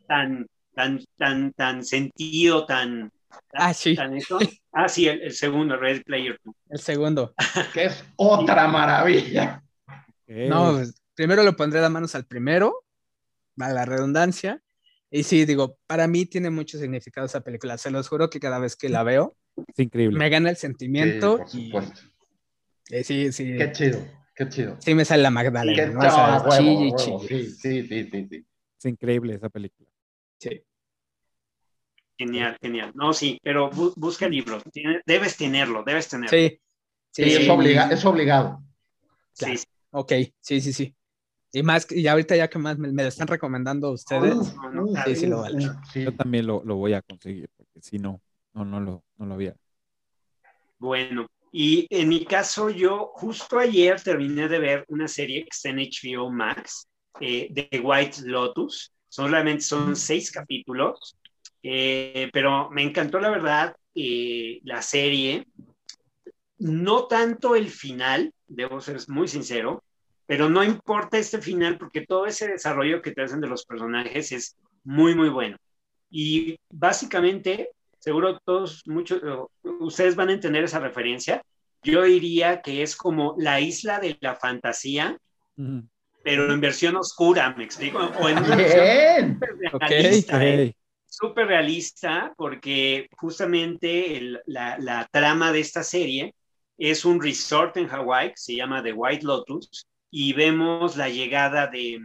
tan sentido, tan Sí, eso. Ah, sí, el segundo, Ready Player 2. el segundo. que es otra maravilla. No, pues, primero lo pondré las manos al primero, a la redundancia. Y sí, digo, para mí tiene mucho significado esa película. Se los juro que cada vez que la veo, Es increíble. me gana el Sí, sentimiento. por supuesto. Y sí. Qué chido, qué chido. Sí me sale la Magdalena, Qué ¿no? O sea, huevo, chille y huevo. chille. Sí. Es increíble esa película. Sí. Genial. No, sí, pero busca el libro. Debes tenerlo. Sí. Sí, es obligado. Claro. Sí. Ok, sí. Y ahorita ya que más me lo están recomendando ustedes, sí lo vale. Yo también lo voy a conseguir, porque si no lo había. Bueno, y en mi caso, yo justo ayer terminé de ver una serie que está en HBO Max, de White Lotus. Solamente son 6 capítulos, pero me encantó la verdad la serie. No tanto el final, debo ser muy sincero, pero no importa este final porque todo ese desarrollo que te hacen de los personajes es muy, muy bueno. Y básicamente, seguro muchos, ustedes van a entender esa referencia. Yo diría que es como la isla de la fantasía, pero en versión oscura, ¿me explico? O en una versión realista, súper realista, porque justamente la trama de esta serie es un resort en Hawái que se llama The White Lotus, y vemos la llegada de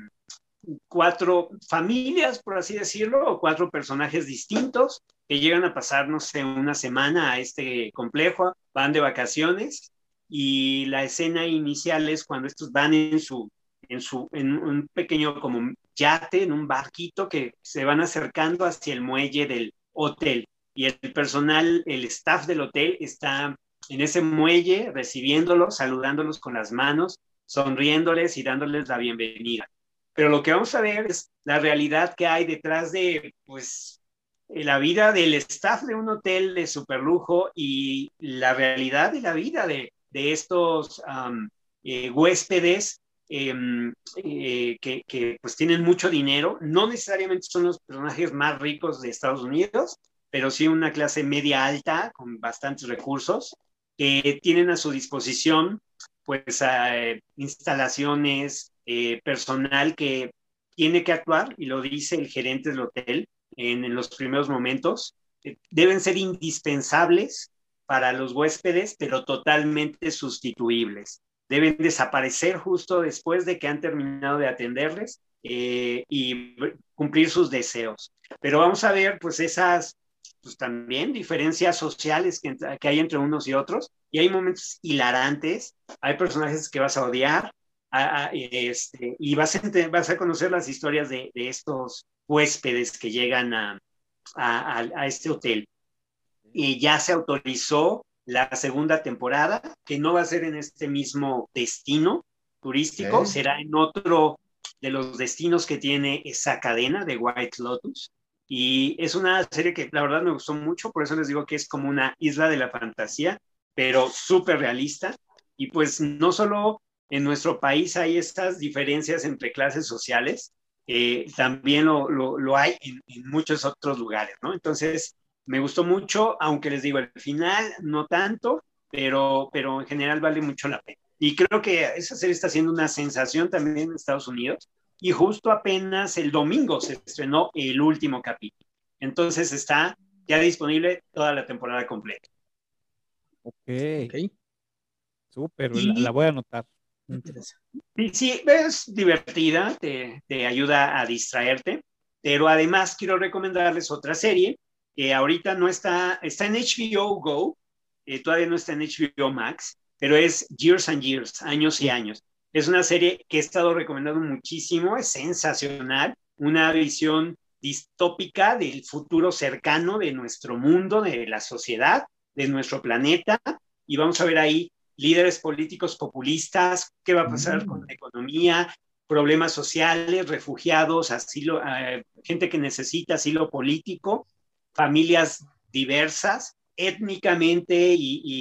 4 familias, por así decirlo, o 4 personajes distintos que llegan a pasar, no sé, una semana a este complejo, van de vacaciones, y la escena inicial es cuando estos van en un pequeño como yate, en un barquito, que se van acercando hacia el muelle del hotel, y el personal, el staff del hotel está en ese muelle recibiéndolos, saludándolos con las manos, sonriéndoles y dándoles la bienvenida. Pero lo que vamos a ver es la realidad que hay detrás de, pues, la vida del staff de un hotel de superlujo y la realidad de la vida de estos huéspedes que pues tienen mucho dinero. No necesariamente son los personajes más ricos de Estados Unidos, pero sí una clase media alta con bastantes recursos, que tienen a su disposición pues instalaciones, personal que tiene que actuar, y lo dice el gerente del hotel en los primeros momentos, deben ser indispensables para los huéspedes, pero totalmente sustituibles. Deben desaparecer justo después de que han terminado de atenderles y cumplir sus deseos. Pero vamos a ver pues esas pues también diferencias sociales que hay entre unos y otros, y hay momentos hilarantes, hay personajes que vas a odiar, y vas a conocer las historias de estos huéspedes que llegan a este hotel. Y ya se autorizó la segunda temporada, que no va a ser en este mismo destino turístico, será en otro de los destinos que tiene esa cadena de White Lotus. Y es una serie que la verdad me gustó mucho, por eso les digo que es como una isla de la fantasía, pero súper realista. Y pues no solo en nuestro país hay estas diferencias entre clases sociales, también lo hay en muchos otros lugares, ¿no? Entonces, me gustó mucho, aunque les digo, el final no tanto, pero en general vale mucho la pena. Y creo que esa serie está siendo una sensación también en Estados Unidos. Y justo apenas el domingo se estrenó el último capítulo. Entonces está ya disponible toda la temporada completa. Ok. Súper, Y la voy a anotar. sí, es divertida, te ayuda a distraerte, pero además quiero recomendarles otra serie que ahorita no está en HBO Go, todavía no está en HBO Max, pero es Years and Years, años y años. Es una serie que he estado recomendando muchísimo, es sensacional, una visión distópica del futuro cercano de nuestro mundo, de la sociedad, de nuestro planeta, y vamos a ver ahí líderes políticos populistas, qué va a pasar con la economía, problemas sociales, refugiados, asilo, gente que necesita asilo político, familias diversas, étnicamente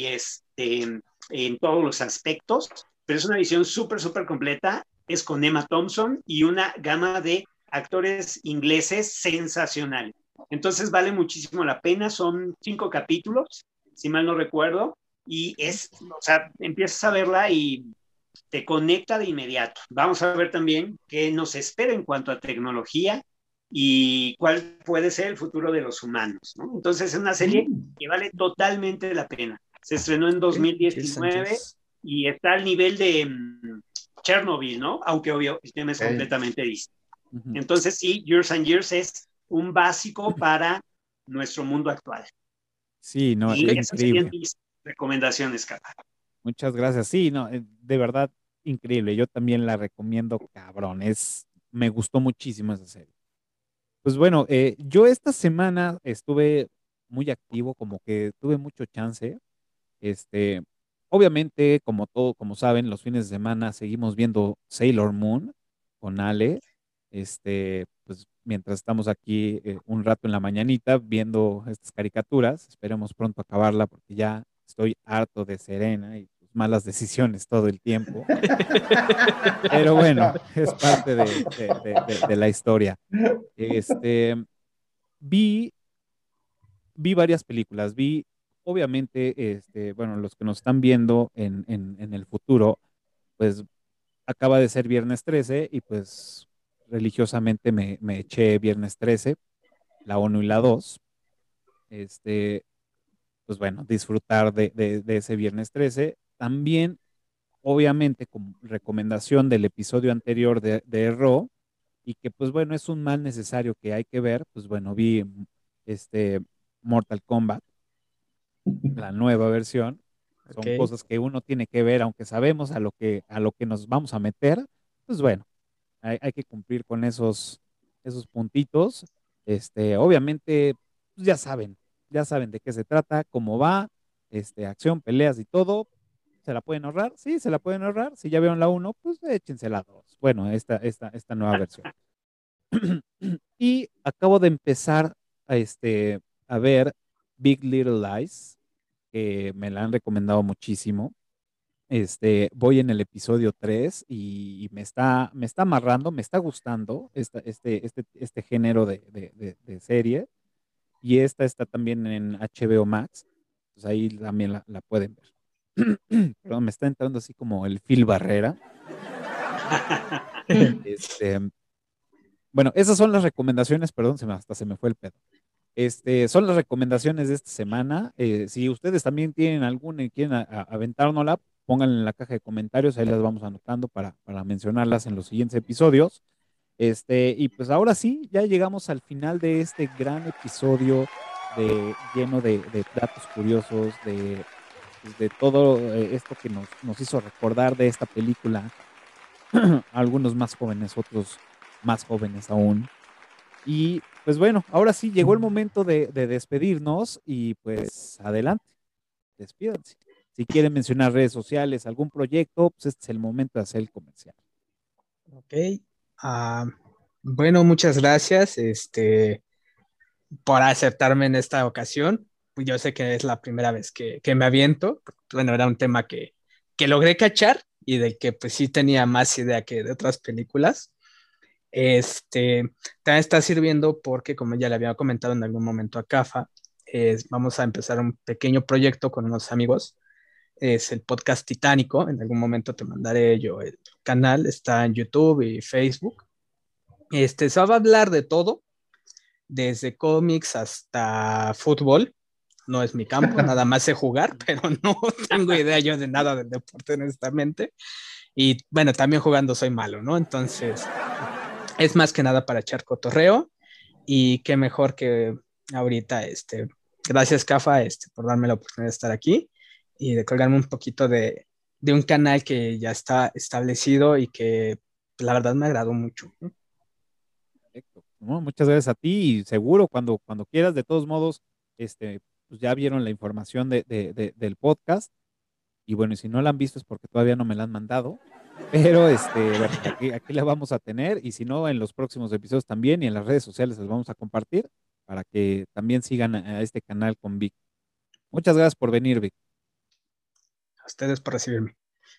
en todos los aspectos, pero es una visión súper completa, es con Emma Thompson y una gama de actores ingleses sensacional. Entonces vale muchísimo la pena, son 5 capítulos, si mal no recuerdo, y empiezas a verla y te conecta de inmediato. Vamos a ver también qué nos espera en cuanto a tecnología y cuál puede ser el futuro de los humanos, ¿no? Entonces es una serie que vale totalmente la pena. Se estrenó en 2019 y está al nivel de Chernobyl, ¿no? Aunque obvio el tema es completamente distinto. Entonces sí, Years and Years es un básico para nuestro mundo actual. Sí, no, y es esas increíble. serían mis recomendaciones, Cata. Muchas gracias. Sí, no, de verdad, increíble. Yo también la recomiendo, cabrón. Me gustó muchísimo esa serie. Pues bueno, yo esta semana estuve muy activo, como que tuve mucho chance. Este, obviamente, como saben, los fines de semana seguimos viendo Sailor Moon con Ale. Pues mientras estamos aquí un rato en la mañanita viendo estas caricaturas, esperemos pronto acabarla porque ya estoy harto de Serena y sus malas decisiones todo el tiempo. Pero bueno, es parte de la historia. Vi, vi varias películas, obviamente, bueno, los que nos están viendo en el futuro, pues acaba de ser Viernes 13 y pues religiosamente me eché Viernes 13, la 1 y la 2. Pues bueno, disfrutar de ese Viernes 13. También, obviamente, como recomendación del episodio anterior de Raw, y que pues bueno, es un mal necesario que hay que ver, pues bueno, vi este Mortal Kombat, la nueva versión. Son cosas que uno tiene que ver, aunque sabemos a lo que nos vamos a meter, pues bueno, hay que cumplir con esos puntitos. Obviamente, pues ya saben de qué se trata, cómo va, acción, peleas y todo. ¿Se la pueden ahorrar? Sí, se la pueden ahorrar. Si ya vieron la uno, pues échense la 2. Bueno, esta nueva versión. Y acabo de empezar a ver Big Little Lies, que me la han recomendado muchísimo. Voy en el episodio 3 y me está amarrando, me está gustando este género de serie. Y esta está también en HBO Max. Pues ahí también la pueden ver. Perdón, me está entrando así como el Phil Barrera. Bueno, esas son las recomendaciones, perdón, hasta se me fue el pedo. Son las recomendaciones de esta semana. Si ustedes también tienen alguna y quieren aventárnosla, pónganla en la caja de comentarios, ahí las vamos anotando para mencionarlas en los siguientes episodios. Y pues ahora sí, ya llegamos al final de este gran episodio lleno de datos curiosos, de todo esto que nos hizo recordar de esta película. Algunos más jóvenes, otros más jóvenes aún. Y pues bueno, ahora sí llegó el momento de despedirnos y pues adelante, despídanse. Si quieren mencionar redes sociales, algún proyecto, pues este es el momento de hacer el comercial. Ok. ah, bueno, muchas gracias por aceptarme en esta ocasión. Yo sé que es la primera vez que me aviento. Bueno, era un tema que logré cachar y del que pues sí tenía más idea que de otras películas. También está sirviendo porque, como ya le había comentado en algún momento a Cafa, vamos a empezar un pequeño proyecto con unos amigos. Es el podcast Titánico. En algún momento te mandaré yo el canal. Está en YouTube y Facebook. Se va a hablar de todo, desde cómics hasta fútbol. No es mi campo, nada más sé jugar, pero no tengo idea yo de nada del deporte, honestamente. Y bueno, también jugando soy malo, ¿no? Entonces, es más que nada para echar cotorreo. Y qué mejor que ahorita, gracias, Cafa, por darme la oportunidad de estar aquí y de colgarme un poquito de un canal que ya está establecido y que la verdad me agradó mucho. Perfecto. No, muchas gracias a ti y seguro cuando quieras, de todos modos, pues ya vieron la información del podcast y bueno, y si no la han visto es porque todavía no me la han mandado, pero bueno, aquí la vamos a tener y si no, en los próximos episodios también y en las redes sociales las vamos a compartir para que también sigan a este canal con Vic. Muchas gracias por venir, Vic. A ustedes por recibirme.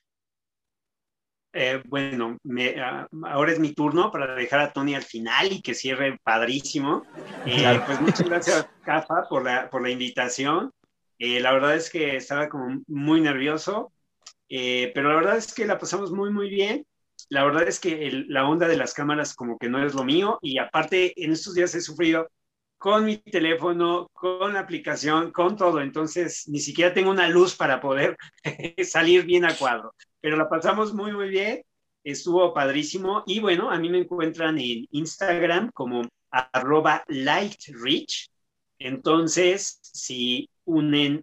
Bueno, ahora es mi turno para dejar a Tony al final y que cierre padrísimo. Claro. Pues muchas gracias, Cafa, por la invitación. La verdad es que estaba como muy nervioso, pero la verdad es que la pasamos muy, muy bien. La verdad es que la onda de las cámaras como que no es lo mío y aparte en estos días he sufrido con mi teléfono, con la aplicación, con todo. Entonces, ni siquiera tengo una luz para poder salir bien a cuadro. Pero la pasamos muy, muy bien. Estuvo padrísimo. Y bueno, a mí me encuentran en Instagram como @lightreach. Entonces, si unen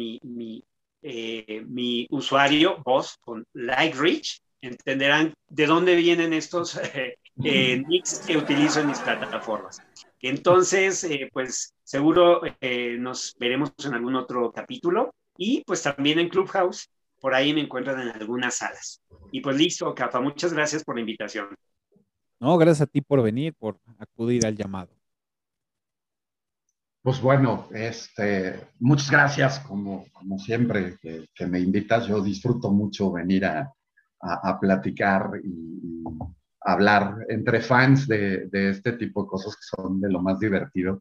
mi usuario, voz, con Lightreach, entenderán de dónde vienen estos nicks que utilizo en mis plataformas. Entonces, pues seguro nos veremos en algún otro capítulo y pues también en Clubhouse, por ahí me encuentran en algunas salas. Y pues listo, Cafa, muchas gracias por la invitación. No, gracias a ti por venir, por acudir al llamado. Pues bueno, muchas gracias como siempre que me invitas. Yo disfruto mucho venir a platicar y hablar entre fans de este tipo de cosas que son de lo más divertido.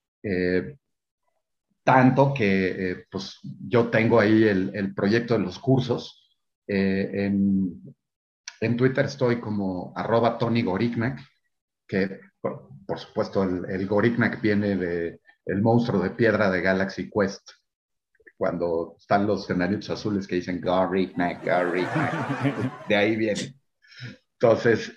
Tanto que pues yo tengo ahí el proyecto de los cursos. En Twitter estoy como @TonyGoriknak, que por supuesto el Goriknak viene de el monstruo de piedra de Galaxy Quest, cuando están los enanitos azules que dicen Goriknak, Goriknak, de ahí viene. Entonces,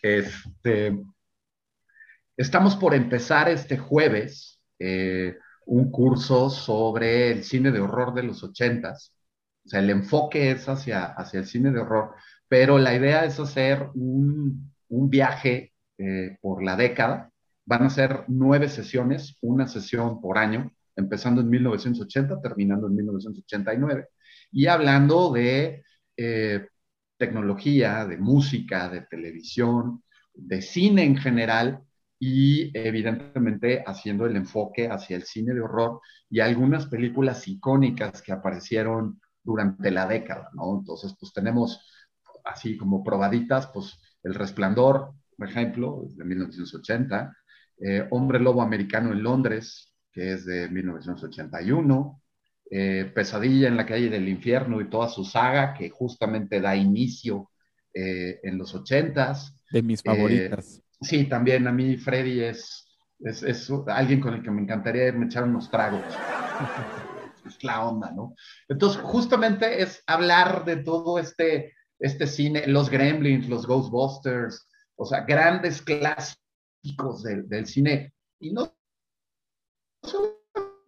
estamos por empezar este jueves un curso sobre el cine de horror de los 80s. O sea, el enfoque es hacia el cine de horror, pero la idea es hacer un viaje por la década. Van a ser 9 sesiones, una sesión por año, empezando en 1980, terminando en 1989, y hablando de tecnología, de música, de televisión, de cine en general, y evidentemente haciendo el enfoque hacia el cine de horror y algunas películas icónicas que aparecieron durante la década, ¿no? Entonces, pues tenemos así como probaditas, pues El Resplandor, por ejemplo, de 1980, Hombre Lobo Americano en Londres, que es de 1981, Pesadilla en la Calle del Infierno y toda su saga, que justamente da inicio en los 80s. De mis favoritas. Sí, también a mí Freddy es alguien con el que me encantaría irme a echar unos tragos. Es la onda, ¿no? Entonces, justamente es hablar de todo este cine, los Gremlins, los Ghostbusters, o sea, grandes clásicos del cine. Y no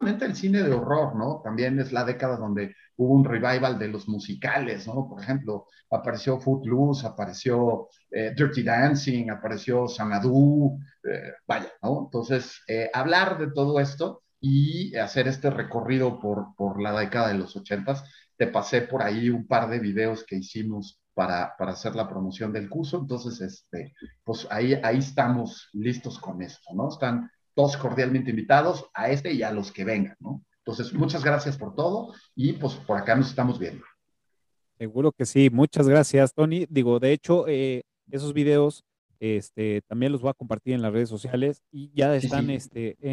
solamente el cine de horror, ¿no? También es la década donde hubo un revival de los musicales, ¿no? Por ejemplo, apareció Footloose, apareció Dirty Dancing, apareció Xanadu, vaya, ¿no? Entonces, hablar de todo esto y hacer este recorrido por la década de los 80s, te pasé por ahí un par de videos que hicimos para hacer la promoción del curso, entonces, pues ahí estamos listos con esto, ¿no? Están todos cordialmente invitados a este y a los que vengan, ¿no? Entonces, muchas gracias por todo y pues por acá nos estamos viendo. Seguro que sí. Muchas gracias, Tony. Digo, de hecho, esos videos también los voy a compartir en las redes sociales y ya Sí, están sí.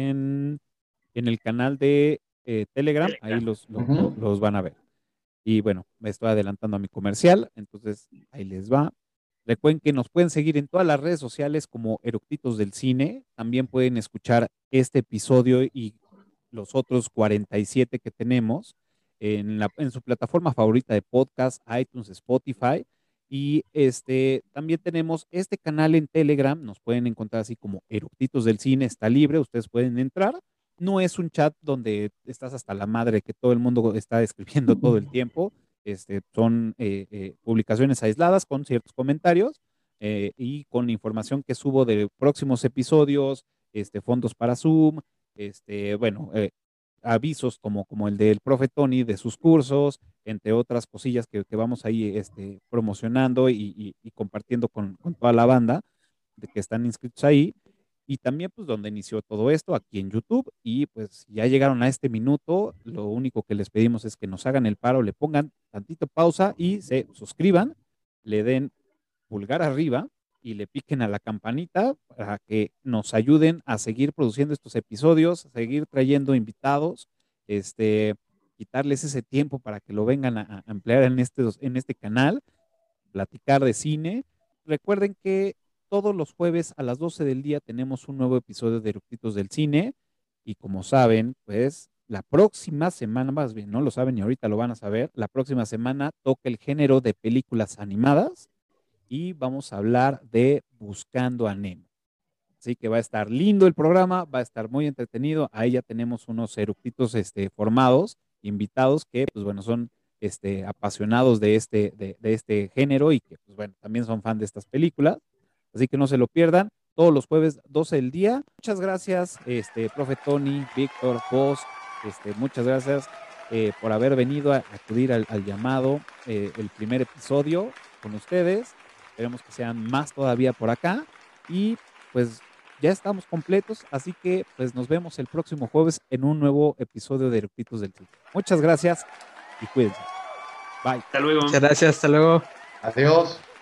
en el canal de Telegram. Ahí Ujú. los van a ver. Y bueno, me estoy adelantando a mi comercial, entonces ahí les va. Recuerden que nos pueden seguir en todas las redes sociales como Eructitos del Cine. También pueden escuchar este episodio y los otros 47 que tenemos en su plataforma favorita de podcast, iTunes, Spotify. Y también tenemos este canal en Telegram, nos pueden encontrar así como Eructitos del Cine, está libre, ustedes pueden entrar. No es un chat donde estás hasta la madre que todo el mundo está escribiendo todo el tiempo. Son publicaciones aisladas con ciertos comentarios y con información que subo de próximos episodios, fondos para Zoom, bueno, avisos como el del profe Tony de sus cursos, entre otras cosillas que vamos ahí promocionando y compartiendo con toda la banda de que están inscritos ahí. Y también pues donde inició todo esto, aquí en YouTube. Y pues ya llegaron a este minuto. Lo único que les pedimos es que nos hagan el paro, le pongan tantito pausa y se suscriban, le den pulgar arriba y le piquen a la campanita para que nos ayuden a seguir produciendo estos episodios, a seguir trayendo invitados, quitarles ese tiempo para que lo vengan a emplear en este canal, platicar de cine. Recuerden que todos los jueves a las 12 del día tenemos un nuevo episodio de Eructitos del Cine y como saben, pues la próxima semana, más bien no lo saben y ahorita lo van a saber, la próxima semana toca el género de películas animadas y vamos a hablar de Buscando a Nemo. Así que va a estar lindo el programa, va a estar muy entretenido. Ahí ya tenemos unos eructitos formados, invitados que, pues bueno, son apasionados de este género y que, pues bueno, también son fan de estas películas. Así que no se lo pierdan. Todos los jueves, 12 del día. Muchas gracias, profe Tony, Víctor, vos, muchas gracias por haber venido a acudir al llamado, el primer episodio con ustedes. Esperemos que sean más todavía por acá. Y pues ya estamos completos, así que pues nos vemos el próximo jueves en un nuevo episodio de Eructitos del Cine. Muchas gracias y cuídense. Bye. Hasta luego. Muchas gracias, hasta luego. Adiós.